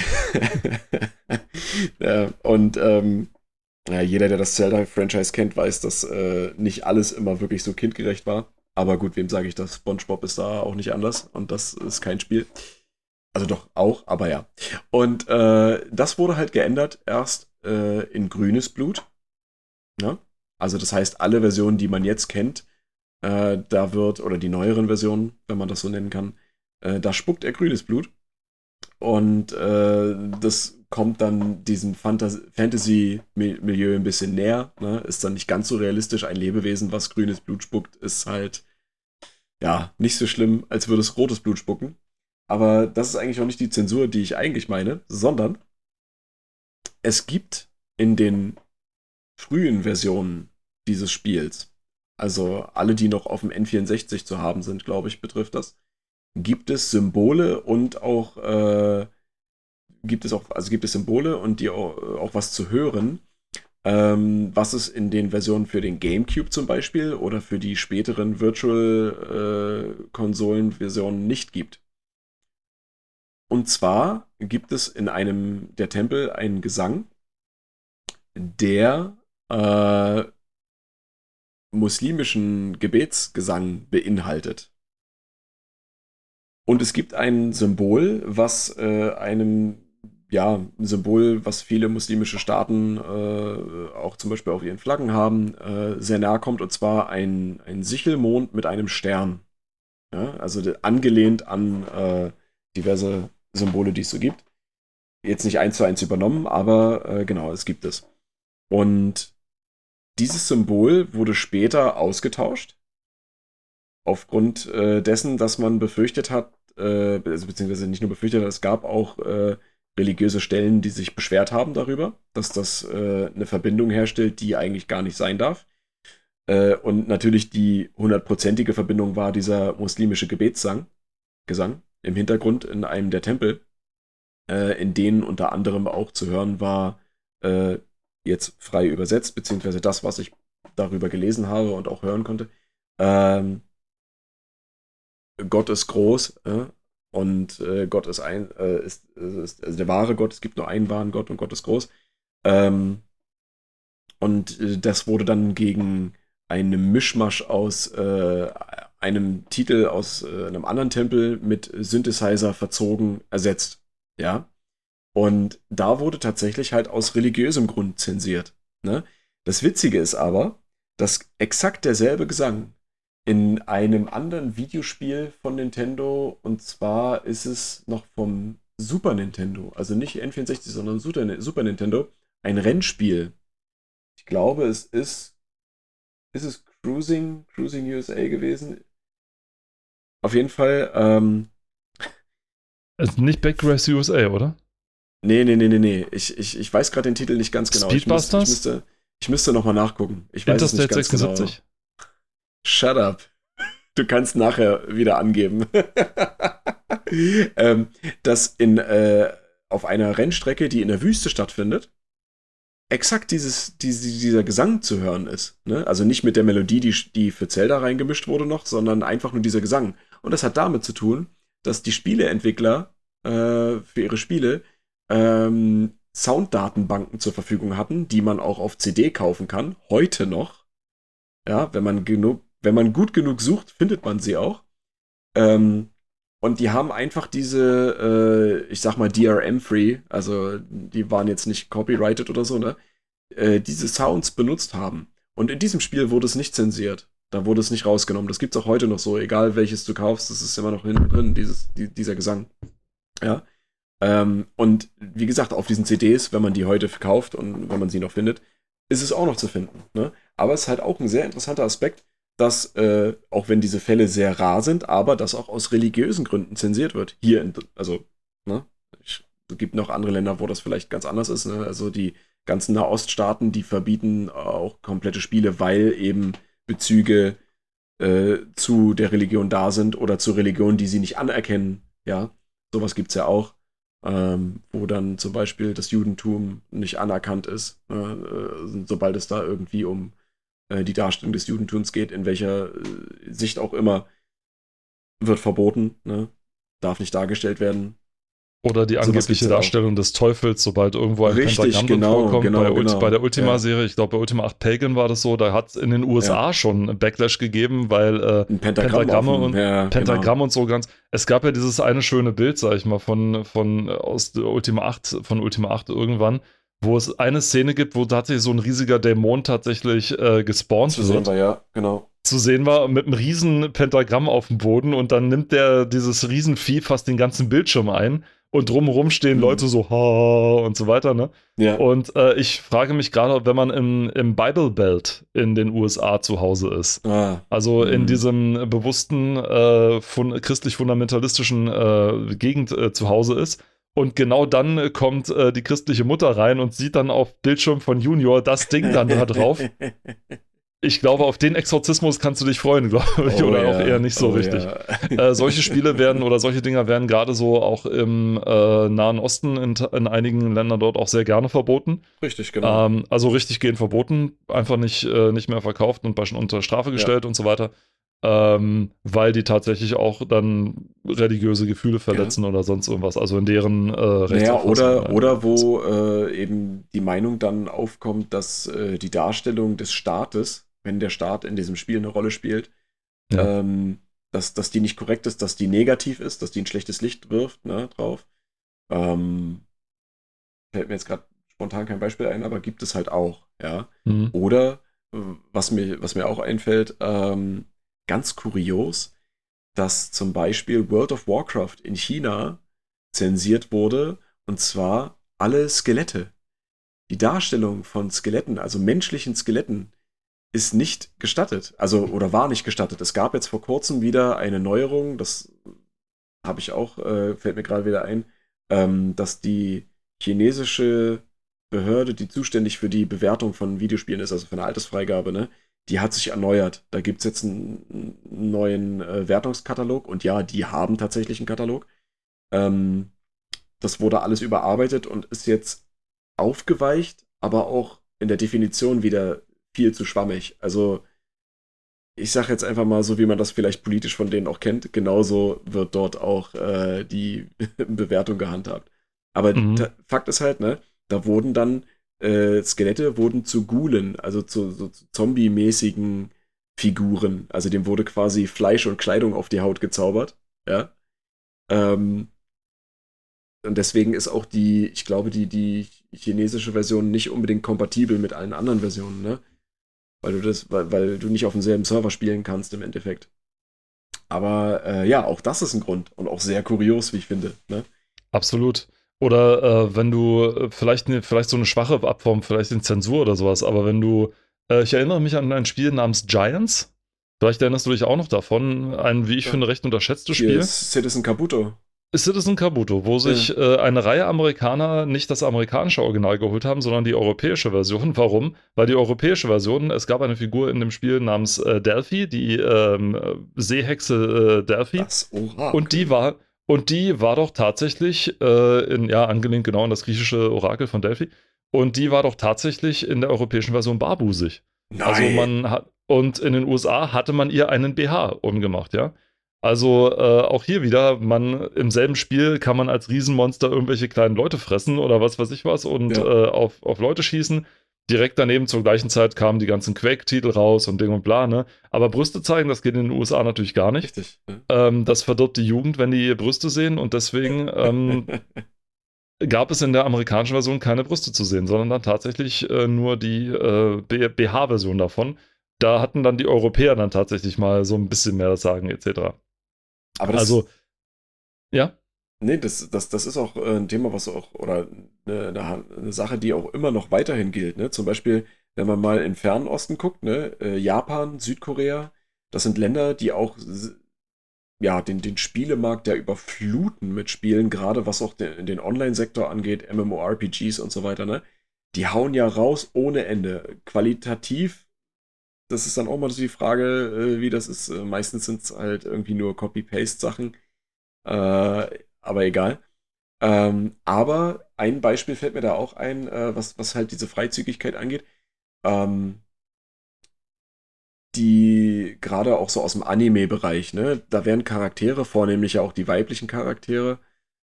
Ja, und jeder, der das Zelda-Franchise kennt, weiß, dass nicht alles immer wirklich so kindgerecht war. Aber gut, wem sage ich das? SpongeBob ist da auch nicht anders und das ist kein Spiel. Also doch auch, aber ja. Und das wurde halt geändert erst in grünes Blut. Ja? Also das heißt, alle Versionen, die man jetzt kennt, oder die neueren Versionen, wenn man das so nennen kann, da spuckt er grünes Blut. Und das kommt dann diesem Fantasy-Milieu ein bisschen näher. Ne? Ist dann nicht ganz so realistisch. Ein Lebewesen, was grünes Blut spuckt, ist halt ja nicht so schlimm, als würde es rotes Blut spucken. Aber das ist eigentlich auch nicht die Zensur, die ich eigentlich meine, sondern es gibt in den frühen Versionen dieses Spiels, also alle, die noch auf dem N64 zu haben sind, glaube ich, betrifft das, gibt es Symbole und auch gibt es Symbole und die auch was zu hören, was es in den Versionen für den GameCube zum Beispiel oder für die späteren Virtual-Konsolen-Versionen nicht gibt. Und zwar gibt es in einem der Tempel einen Gesang, der muslimischen Gebetsgesang beinhaltet. Und es gibt ein Symbol, was ein Symbol, was viele muslimische Staaten auch zum Beispiel auf ihren Flaggen haben, sehr nahe kommt, und zwar ein Sichelmond mit einem Stern. Ja, also angelehnt an diverse Symbole, die es so gibt. Jetzt nicht 1:1 übernommen, aber genau, es gibt es. Und dieses Symbol wurde später ausgetauscht, aufgrund dessen, dass man befürchtet hat, beziehungsweise nicht nur befürchtet hat, es gab auch religiöse Stellen, die sich beschwert haben darüber, dass das eine Verbindung herstellt, die eigentlich gar nicht sein darf. Und natürlich die 100%ige Verbindung war dieser muslimische Gebetsgesang im Hintergrund in einem der Tempel, in denen unter anderem auch zu hören war, jetzt frei übersetzt, beziehungsweise das, was ich darüber gelesen habe und auch hören konnte. Gott ist groß und Gott ist ist der wahre Gott. Es gibt nur einen wahren Gott und Gott ist groß. Und das wurde dann gegen einen Mischmasch aus einem Titel aus einem anderen Tempel mit Synthesizer verzogen ersetzt. Ja. Und da wurde tatsächlich halt aus religiösem Grund zensiert. Ne? Das Witzige ist aber, dass exakt derselbe Gesang in einem anderen Videospiel von Nintendo, und zwar ist es noch vom Super Nintendo, also nicht N64, sondern Super Nintendo, ein Rennspiel. Ich glaube, ist es Cruising USA gewesen? Auf jeden Fall, Also nicht Backrace USA, oder? Nee. Ich weiß gerade den Titel nicht ganz genau. Speedbusters? Ich müsste nochmal nachgucken. Ich weiß es nicht ganz 76? Genau. Shut up. Du kannst nachher wieder angeben. Dass auf einer Rennstrecke, die in der Wüste stattfindet, exakt dieser Gesang zu hören ist. Ne? Also nicht mit der Melodie, die für Zelda reingemischt wurde noch, sondern einfach nur dieser Gesang. Und das hat damit zu tun, dass die Spieleentwickler für ihre Spiele Sounddatenbanken zur Verfügung hatten, die man auch auf CD kaufen kann, heute noch. Ja, wenn man gut genug sucht, findet man sie auch. Und die haben einfach diese, ich sag mal, DRM-free, also die waren jetzt nicht copyrighted oder so, ne? Diese Sounds benutzt haben. Und in diesem Spiel wurde es nicht zensiert. Da wurde es nicht rausgenommen. Das gibt's auch heute noch so, egal welches du kaufst, das ist immer noch hinten drin, dieser Gesang. Ja. Und wie gesagt, auf diesen CDs, wenn man die heute verkauft und wenn man sie noch findet, ist es auch noch zu finden. Ne? Aber es ist halt auch ein sehr interessanter Aspekt, dass, auch wenn diese Fälle sehr rar sind, aber das auch aus religiösen Gründen zensiert wird. Es gibt noch andere Länder, wo das vielleicht ganz anders ist. Ne? Also die ganzen Nahoststaaten, die verbieten auch komplette Spiele, weil eben Bezüge zu der Religion da sind oder zu Religionen, die sie nicht anerkennen. Ja, sowas gibt's ja auch. Wo dann zum Beispiel das Judentum nicht anerkannt ist, sobald es da irgendwie um die Darstellung des Judentums geht, in welcher Sicht auch immer, wird verboten, ne? Darf nicht dargestellt werden. Oder die angebliche Darstellung des Teufels, sobald irgendwo ein Pentagramm vorkommt. Bei der Ultima-Serie, ich glaube bei Ultima 8 Pagan war das so, da hat es in den USA schon einen Backlash gegeben, weil Pentagramme und so ganz. Es gab ja dieses eine schöne Bild, sag ich mal, aus Ultima 8 irgendwann, wo es eine Szene gibt, wo tatsächlich so ein riesiger Dämon tatsächlich gespawnt wird. Zu sehen war, ja, genau. Zu sehen war mit einem riesen Pentagramm auf dem Boden und dann nimmt dieses Riesenvieh fast den ganzen Bildschirm ein. und drumherum stehen Leute so ha und so weiter, ne? Ja. Und ich frage mich gerade, wenn man im Bible Belt in den USA zu Hause ist, also in diesem bewussten christlich-fundamentalistischen Gegend zu Hause ist, und genau dann kommt die christliche Mutter rein und sieht dann auf Bildschirm von Junior das Ding dann da drauf. Ich glaube, auf den Exorzismus kannst du dich freuen, glaube ich, oder auch eher nicht so richtig. Ja. Solche Spiele werden oder solche Dinger werden gerade so auch im Nahen Osten in einigen Ländern dort auch sehr gerne verboten. Richtig, genau. Also richtig gehend verboten, einfach nicht mehr verkauft und unter Strafe gestellt und so weiter. Weil die tatsächlich auch dann religiöse Gefühle verletzen oder sonst irgendwas, also in deren Rechtsauffassung. Oder wo eben die Meinung dann aufkommt, dass die Darstellung des Staates, wenn der Staat in diesem Spiel eine Rolle spielt, dass die nicht korrekt ist, dass die negativ ist, dass die ein schlechtes Licht wirft, ne, drauf. Fällt mir jetzt gerade spontan kein Beispiel ein, aber gibt es halt auch, ja. Oder, was mir auch einfällt, ganz kurios, dass zum Beispiel World of Warcraft in China zensiert wurde, und zwar alle Skelette. Die Darstellung von Skeletten, also menschlichen Skeletten, ist nicht gestattet, also oder war nicht gestattet. Es gab jetzt vor kurzem wieder eine Neuerung, das habe ich auch, fällt mir gerade wieder ein, dass die chinesische Behörde, die zuständig für die Bewertung von Videospielen ist, also für eine Altersfreigabe, ne, die hat sich erneuert. Da gibt es jetzt einen neuen Wertungskatalog und ja, die haben tatsächlich einen Katalog. Das wurde alles überarbeitet und ist jetzt aufgeweicht, aber auch in der Definition wieder viel zu schwammig. Also ich sage jetzt einfach mal so, wie man das vielleicht politisch von denen auch kennt, genauso wird dort auch die Bewertung gehandhabt. Aber Fakt ist halt, ne, da wurden dann Skelette wurden zu Ghoulen, also zu Zombie-mäßigen Figuren. Also dem wurde quasi Fleisch und Kleidung auf die Haut gezaubert. Ja. Und deswegen ist auch ich glaube, die chinesische Version nicht unbedingt kompatibel mit allen anderen Versionen, ne? Weil du nicht auf demselben Server spielen kannst im Endeffekt. Aber ja, auch das ist ein Grund und auch sehr kurios, wie ich finde, ne? Absolut. Oder wenn du vielleicht so eine schwache Abform, vielleicht in Zensur oder sowas, aber wenn du, ich erinnere mich an ein Spiel namens Giants, vielleicht erinnerst du dich auch noch davon, ein, wie ich finde, recht unterschätztes Spiel. Citizen Kabuto. Citizen Kabuto, wo sich eine Reihe Amerikaner nicht das amerikanische Original geholt haben, sondern die europäische Version. Warum? Weil die europäische Version, es gab eine Figur in dem Spiel namens Delphi, die Seehexe Delphi. Das Orakel. Und die war doch tatsächlich, angelehnt genau an das griechische Orakel von Delphi, und die war doch tatsächlich in der europäischen Version barbusig. Nein. Also und in den USA hatte man ihr einen BH umgemacht, ja. Also auch hier wieder, im selben Spiel kann man als Riesenmonster irgendwelche kleinen Leute fressen oder was weiß ich was und auf Leute schießen. Direkt daneben zur gleichen Zeit kamen die ganzen Quake-Titel raus und Ding und bla, ne? Aber Brüste zeigen, das geht in den USA natürlich gar nicht. Richtig. Das verdirbt die Jugend, wenn die Brüste sehen, und deswegen gab es in der amerikanischen Version keine Brüste zu sehen, sondern dann tatsächlich nur die BH-Version davon. Da hatten dann die Europäer dann tatsächlich mal so ein bisschen mehr das Sagen, etc. Aber ja? Nee, das ist auch ein Thema, was auch, oder eine Sache, die auch immer noch weiterhin gilt, ne? Zum Beispiel, wenn man mal in Fernen Osten guckt, ne? Japan, Südkorea, das sind Länder, die auch den Spielemarkt ja überfluten mit Spielen, gerade was auch den Online-Sektor angeht, MMORPGs und so weiter, ne? Die hauen ja raus ohne Ende. Qualitativ, das ist dann auch mal so die Frage, wie das ist. Meistens sind es halt irgendwie nur Copy-Paste-Sachen. Aber egal. Aber ein Beispiel fällt mir da auch ein, was halt diese Freizügigkeit angeht. Die gerade auch so aus dem Anime-Bereich, ne? Da werden Charaktere, vornehmlich ja auch die weiblichen Charaktere,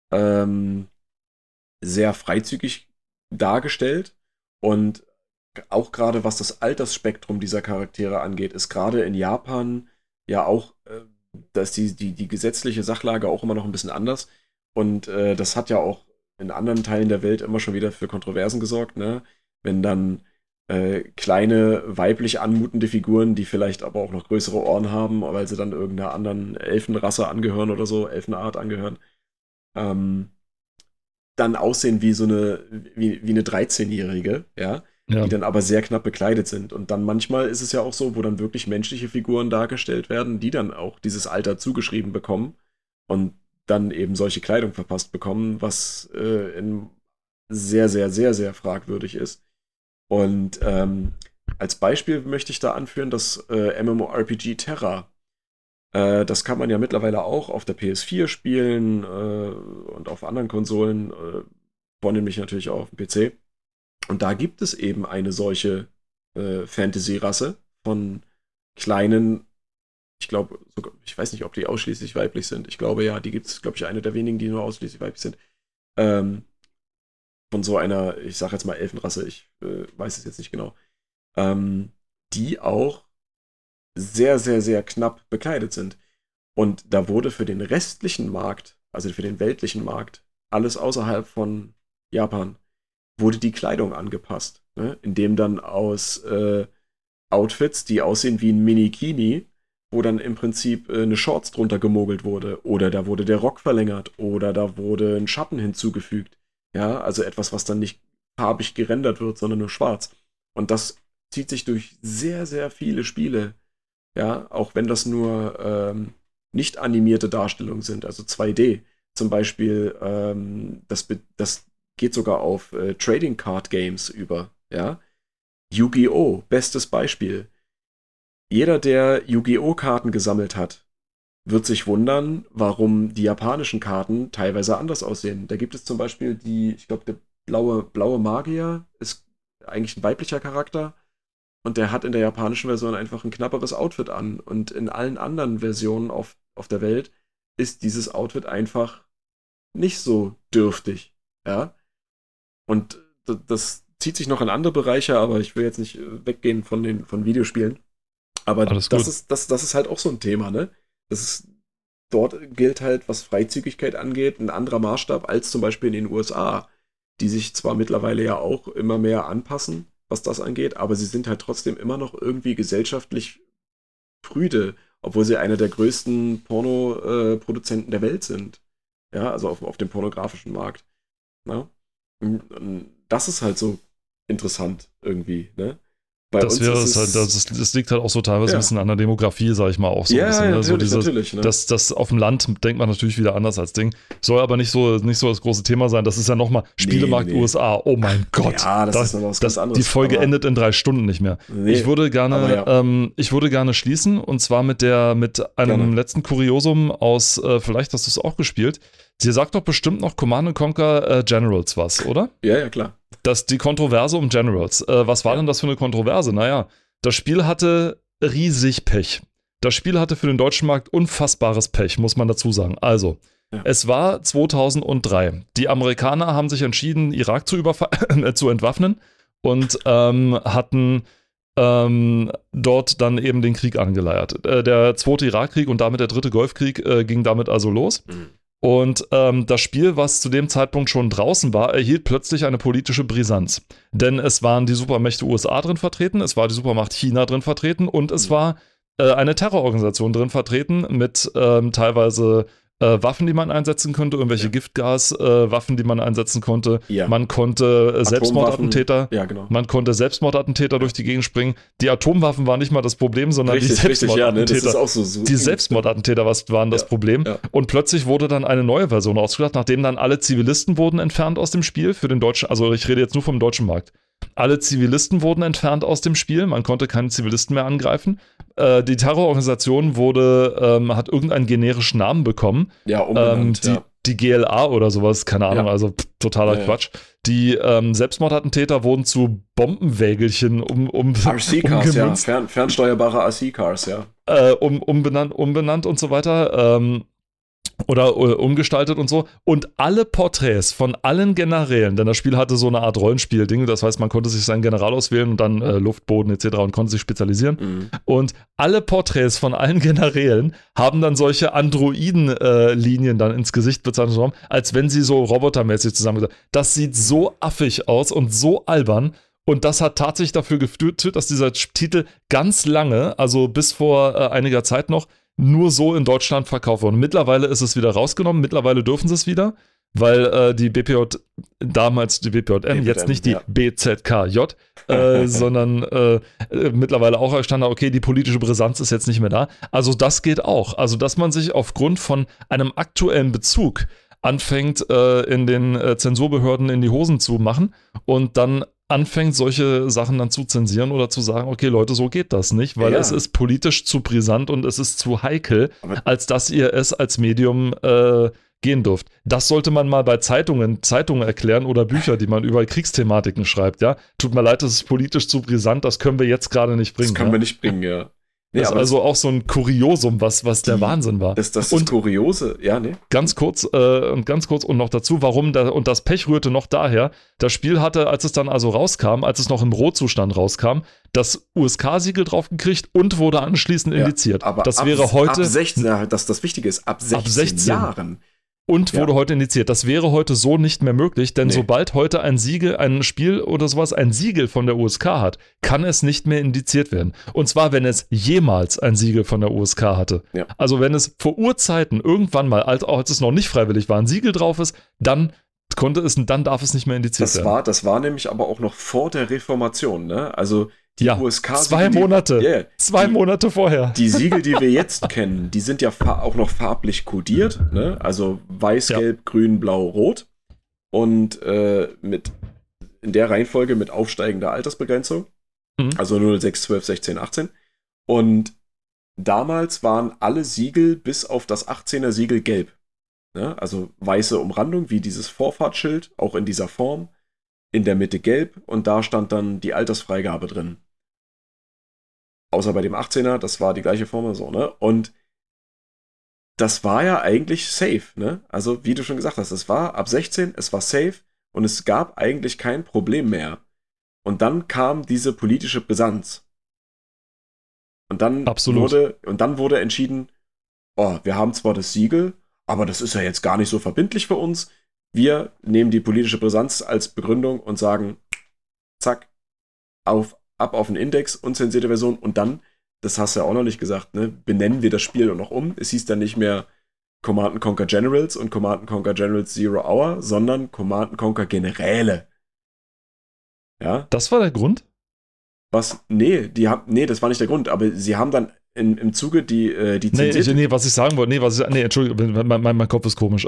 sehr freizügig dargestellt. Und auch gerade was das Altersspektrum dieser Charaktere angeht, ist gerade in Japan ja auch, da ist die gesetzliche Sachlage auch immer noch ein bisschen anders. Und das hat ja auch in anderen Teilen der Welt immer schon wieder für Kontroversen gesorgt, ne? Wenn dann kleine, weiblich anmutende Figuren, die vielleicht aber auch noch größere Ohren haben, weil sie dann irgendeiner anderen Elfenrasse angehören oder so, Elfenart angehören, dann aussehen wie wie eine 13-Jährige, ja, die dann aber sehr knapp bekleidet sind. Und dann manchmal ist es ja auch so, wo dann wirklich menschliche Figuren dargestellt werden, die dann auch dieses Alter zugeschrieben bekommen und dann eben solche Kleidung verpasst bekommen, was sehr, sehr, sehr, sehr fragwürdig ist. Und als Beispiel möchte ich da anführen, das MMORPG Terra. Das kann man ja mittlerweile auch auf der PS4 spielen und auf anderen Konsolen, vornehmlich natürlich auch auf dem PC. Und da gibt es eben eine solche Fantasy-Rasse von kleinen, ich glaube, ich weiß nicht, ob die ausschließlich weiblich sind. Ich glaube ja, die gibt es, glaube ich, eine der wenigen, die nur ausschließlich weiblich sind. Von so einer, ich sage jetzt mal Elfenrasse, ich weiß es jetzt nicht genau. Die auch sehr, sehr, sehr knapp bekleidet sind. Und da wurde für den restlichen Markt, also für den weltlichen Markt, alles außerhalb von Japan, wurde die Kleidung angepasst. Ne? Indem dann aus Outfits, die aussehen wie ein Minikini, wo dann im Prinzip eine Shorts drunter gemogelt wurde. Oder da wurde der Rock verlängert. Oder da wurde ein Schatten hinzugefügt. Ja, also etwas, was dann nicht farbig gerendert wird, sondern nur schwarz. Und das zieht sich durch sehr, sehr viele Spiele. Ja, auch wenn das nur nicht animierte Darstellungen sind, also 2D. Zum Beispiel, das geht sogar auf Trading Card Games über. Ja? Yu-Gi-Oh! Bestes Beispiel. Jeder, der Yu-Gi-Oh! Karten gesammelt hat, wird sich wundern, warum die japanischen Karten teilweise anders aussehen. Da gibt es zum Beispiel ich glaube, der blaue Magier ist eigentlich ein weiblicher Charakter. Und der hat in der japanischen Version einfach ein knapperes Outfit an. Und in allen anderen Versionen auf der Welt ist dieses Outfit einfach nicht so dürftig. Ja? Und das zieht sich noch in andere Bereiche, aber ich will jetzt nicht weggehen von Videospielen. Aber das ist halt auch so ein Thema, ne? Dort gilt halt, was Freizügigkeit angeht, ein anderer Maßstab als zum Beispiel in den USA, die sich zwar mittlerweile ja auch immer mehr anpassen, was das angeht, aber sie sind halt trotzdem immer noch irgendwie gesellschaftlich prüde, obwohl sie einer der größten Porno-Produzenten der Welt sind. Ja, also auf dem pornografischen Markt. Ne? Und das ist halt so interessant irgendwie, ne? Bei das uns wäre es halt, das liegt halt auch so teilweise ein bisschen an der Demografie, sag ich mal, auch so ein bisschen. Ja, so natürlich. Ne? Das auf dem Land denkt man natürlich wieder anders als Ding. Soll aber nicht so das große Thema sein. Das ist ja nochmal Spielemarkt USA. Oh mein Gott. Ja, das ist noch was ganz anderes. Die Folge endet in 3 Stunden nicht mehr. Nee, ich würde gerne schließen und zwar mit einem letzten Kuriosum aus, vielleicht hast du es auch gespielt. Sie sagt doch bestimmt noch Command & Conquer Generals was, oder? Ja, klar. Die Kontroverse um Generals. Was war denn das für eine Kontroverse? Naja, das Spiel hatte riesig Pech. Das Spiel hatte für den deutschen Markt unfassbares Pech, muss man dazu sagen. Also, es war 2003. Die Amerikaner haben sich entschieden, Irak zu entwaffnen und hatten dort dann eben den Krieg angeleiert. Der zweite Irakkrieg und damit der dritte Golfkrieg ging damit also los. Und das Spiel, was zu dem Zeitpunkt schon draußen war, erhielt plötzlich eine politische Brisanz. Denn es waren die Supermächte USA drin vertreten, es war die Supermacht China drin vertreten und es war eine Terrororganisation drin vertreten mit teilweise Waffen, die man einsetzen könnte, irgendwelche Giftgas-Waffen, die man einsetzen konnte. Ja. Man konnte Selbstmordattentäter durch die Gegend springen. Die Atomwaffen waren nicht mal das Problem, sondern die Selbstmordattentäter. Das ist auch so die Selbstmordattentäter waren das Problem. Ja. Und plötzlich wurde dann eine neue Version ausgedacht, nachdem dann alle Zivilisten wurden entfernt aus dem Spiel für den deutschen, also ich rede jetzt nur vom deutschen Markt. Alle Zivilisten wurden entfernt aus dem Spiel, man konnte keine Zivilisten mehr angreifen. Die Terrororganisation hat irgendeinen generischen Namen bekommen. Ja, umbenannt, die GLA oder sowas, keine Ahnung, also totaler Quatsch. Die Selbstmordattentäter wurden zu Bombenwägelchen RC-Cars, ja, fernsteuerbare RC-Cars, ja. Umbenannt und so weiter. Oder umgestaltet und so. Und alle Porträts von allen Generälen, denn das Spiel hatte so eine Art Rollenspiel-Ding, das heißt, man konnte sich seinen General auswählen und dann Luft, Boden etc. und konnte sich spezialisieren. Mhm. Und alle Porträts von allen Generälen haben dann solche Androiden-Linien dann ins Gesicht bezeichnet, als wenn sie so robotermäßig zusammengesetzt. Das sieht so affig aus und so albern. Und das hat tatsächlich dafür geführt, dass dieser Titel ganz lange, also bis vor einiger Zeit noch, nur so in Deutschland verkauft worden. Mittlerweile ist es wieder rausgenommen, mittlerweile dürfen sie es wieder. weil die BPJ, damals die BPJM, jetzt nicht die BZKJ, sondern mittlerweile auch Standard, okay, die politische Brisanz ist jetzt nicht mehr da. Also das geht auch. Also dass man sich aufgrund von einem aktuellen Bezug anfängt, in den Zensurbehörden in die Hosen zu machen und dann anfängt, solche Sachen dann zu zensieren oder zu sagen, okay, Leute, so geht das nicht, weil es ist politisch zu brisant und es ist zu heikel, als dass ihr es als Medium gehen dürft. Das sollte man mal bei Zeitungen erklären oder Bücher, die man über Kriegsthematiken schreibt, ja. Tut mir leid, das ist politisch zu brisant, das können wir jetzt gerade nicht bringen. Das können wir nicht bringen, ja. Nee, das ist also auch so ein Kuriosum, was der Wahnsinn war. Das Kuriose, ja, ne? Ganz kurz und noch dazu, warum und das Pech rührte noch daher, das Spiel hatte, als es dann also rauskam, als es noch im Rohzustand rauskam, das USK-Siegel drauf gekriegt und wurde anschließend indiziert. Aber das wäre heute... Ab 16, das Wichtige ist, ab 16 Jahren. Und wurde heute indiziert. Das wäre heute so nicht mehr möglich, denn sobald heute ein Spiel oder sowas ein Siegel von der USK hat, kann es nicht mehr indiziert werden. Und zwar, wenn es jemals ein Siegel von der USK hatte. Ja. Also wenn es vor Urzeiten irgendwann mal, als es noch nicht freiwillig war, ein Siegel drauf ist, dann darf es nicht mehr indiziert werden. Das war nämlich aber auch noch vor der Reformation, ne? Also die USK. 2 Monate. 2 Monate vorher. Die Siegel, die wir jetzt kennen, die sind ja auch noch farblich kodiert, ne? Also weiß, gelb, grün, blau, rot. Und in der Reihenfolge mit aufsteigender Altersbegrenzung. Also 0, 6, 12, 16, 18. Und damals waren alle Siegel bis auf das 18er Siegel gelb. Ne? Also weiße Umrandung, wie dieses Vorfahrtsschild, auch in dieser Form. In der Mitte gelb und da stand dann die Altersfreigabe drin. Außer bei dem 18er, das war die gleiche Formel, so, ne? Und das war ja eigentlich safe, ne? Also, wie du schon gesagt hast, es war ab 16, es war safe und es gab eigentlich kein Problem mehr. Und dann kam diese politische Brisanz. Und dann wurde entschieden, wir haben zwar das Siegel, aber das ist ja jetzt gar nicht so verbindlich für uns. Wir nehmen die politische Brisanz als Begründung und sagen, zack, ab auf den Index, unzensierte Version und dann, das hast du ja auch noch nicht gesagt, ne, benennen wir das Spiel noch um. Es hieß dann nicht mehr Command & Conquer Generals und Command & Conquer Generals Zero Hour, sondern Command & Conquer Generäle. Ja? Das war der Grund? Was? Nee, das war nicht der Grund, aber sie haben dann im Zuge die zensierte... was ich sagen wollte, Entschuldigung, mein Kopf ist komisch.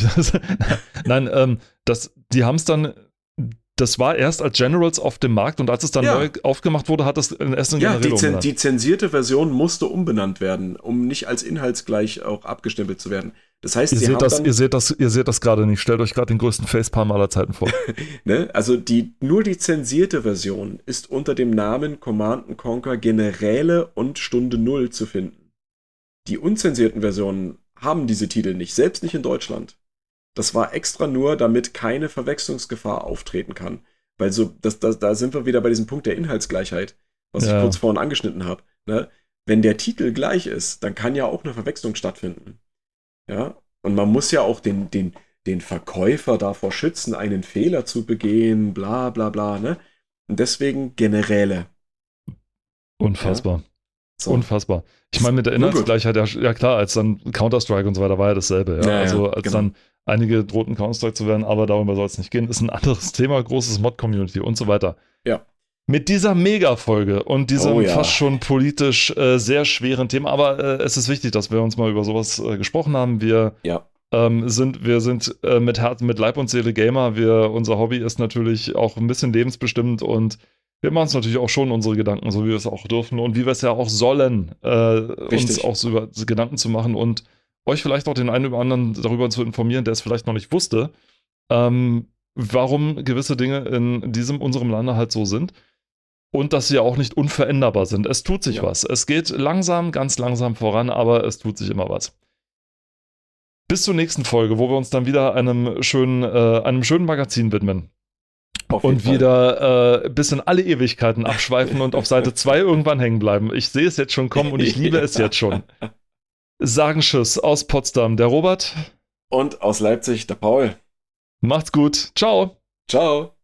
Die haben es dann, das war erst als Generals auf dem Markt und als es dann neu aufgemacht wurde, hat es erst in Generäle umbenannt. Die zensierte Version musste umbenannt werden, um nicht als inhaltsgleich auch abgestempelt zu werden. Das heißt, ihr seht das gerade nicht. Stellt euch gerade den größten Facepalm aller Zeiten vor. Ne? Also nur die zensierte Version ist unter dem Namen Command & Conquer Generäle und Stunde Null zu finden. Die unzensierten Versionen haben diese Titel nicht, selbst nicht in Deutschland. Das war extra nur, damit keine Verwechslungsgefahr auftreten kann. Weil da sind wir wieder bei diesem Punkt der Inhaltsgleichheit, was ich kurz vorhin angeschnitten habe. Ne? Wenn der Titel gleich ist, dann kann ja auch eine Verwechslung stattfinden. Ja, und man muss ja auch den Verkäufer davor schützen, einen Fehler zu begehen, bla bla bla, ne? Und deswegen Generäle. Unfassbar. Ja? So. Unfassbar. Ich meine, mit der Inhaltsgleichheit, ja klar, als dann Counter-Strike und so weiter war ja dasselbe. Ja? Als dann einige drohten Counter-Strike zu werden, aber darüber soll es nicht gehen, ist ein anderes Thema, großes Mod-Community und so weiter. Ja. Mit dieser Mega-Folge und diesem fast schon politisch sehr schweren Thema, aber es ist wichtig, dass wir uns mal über sowas gesprochen haben. Wir sind mit Leib und Seele Gamer. Unser Hobby ist natürlich auch ein bisschen lebensbestimmt und wir machen uns natürlich auch schon unsere Gedanken, so wie wir es auch dürfen und wie wir es ja auch sollen, uns auch so über Gedanken zu machen und euch vielleicht auch den einen oder anderen darüber zu informieren, der es vielleicht noch nicht wusste, warum gewisse Dinge in unserem Lande halt so sind. Und dass sie ja auch nicht unveränderbar sind. Es tut sich was. Es geht langsam, ganz langsam voran, aber es tut sich immer was. Bis zur nächsten Folge, wo wir uns dann wieder einem schönen Magazin widmen. Und wieder bis in alle Ewigkeiten abschweifen und auf Seite 2 irgendwann hängen bleiben. Ich sehe es jetzt schon kommen und ich liebe es jetzt schon. Sagen Tschüss aus Potsdam, der Robert. Und aus Leipzig, der Paul. Macht's gut. Ciao. Ciao.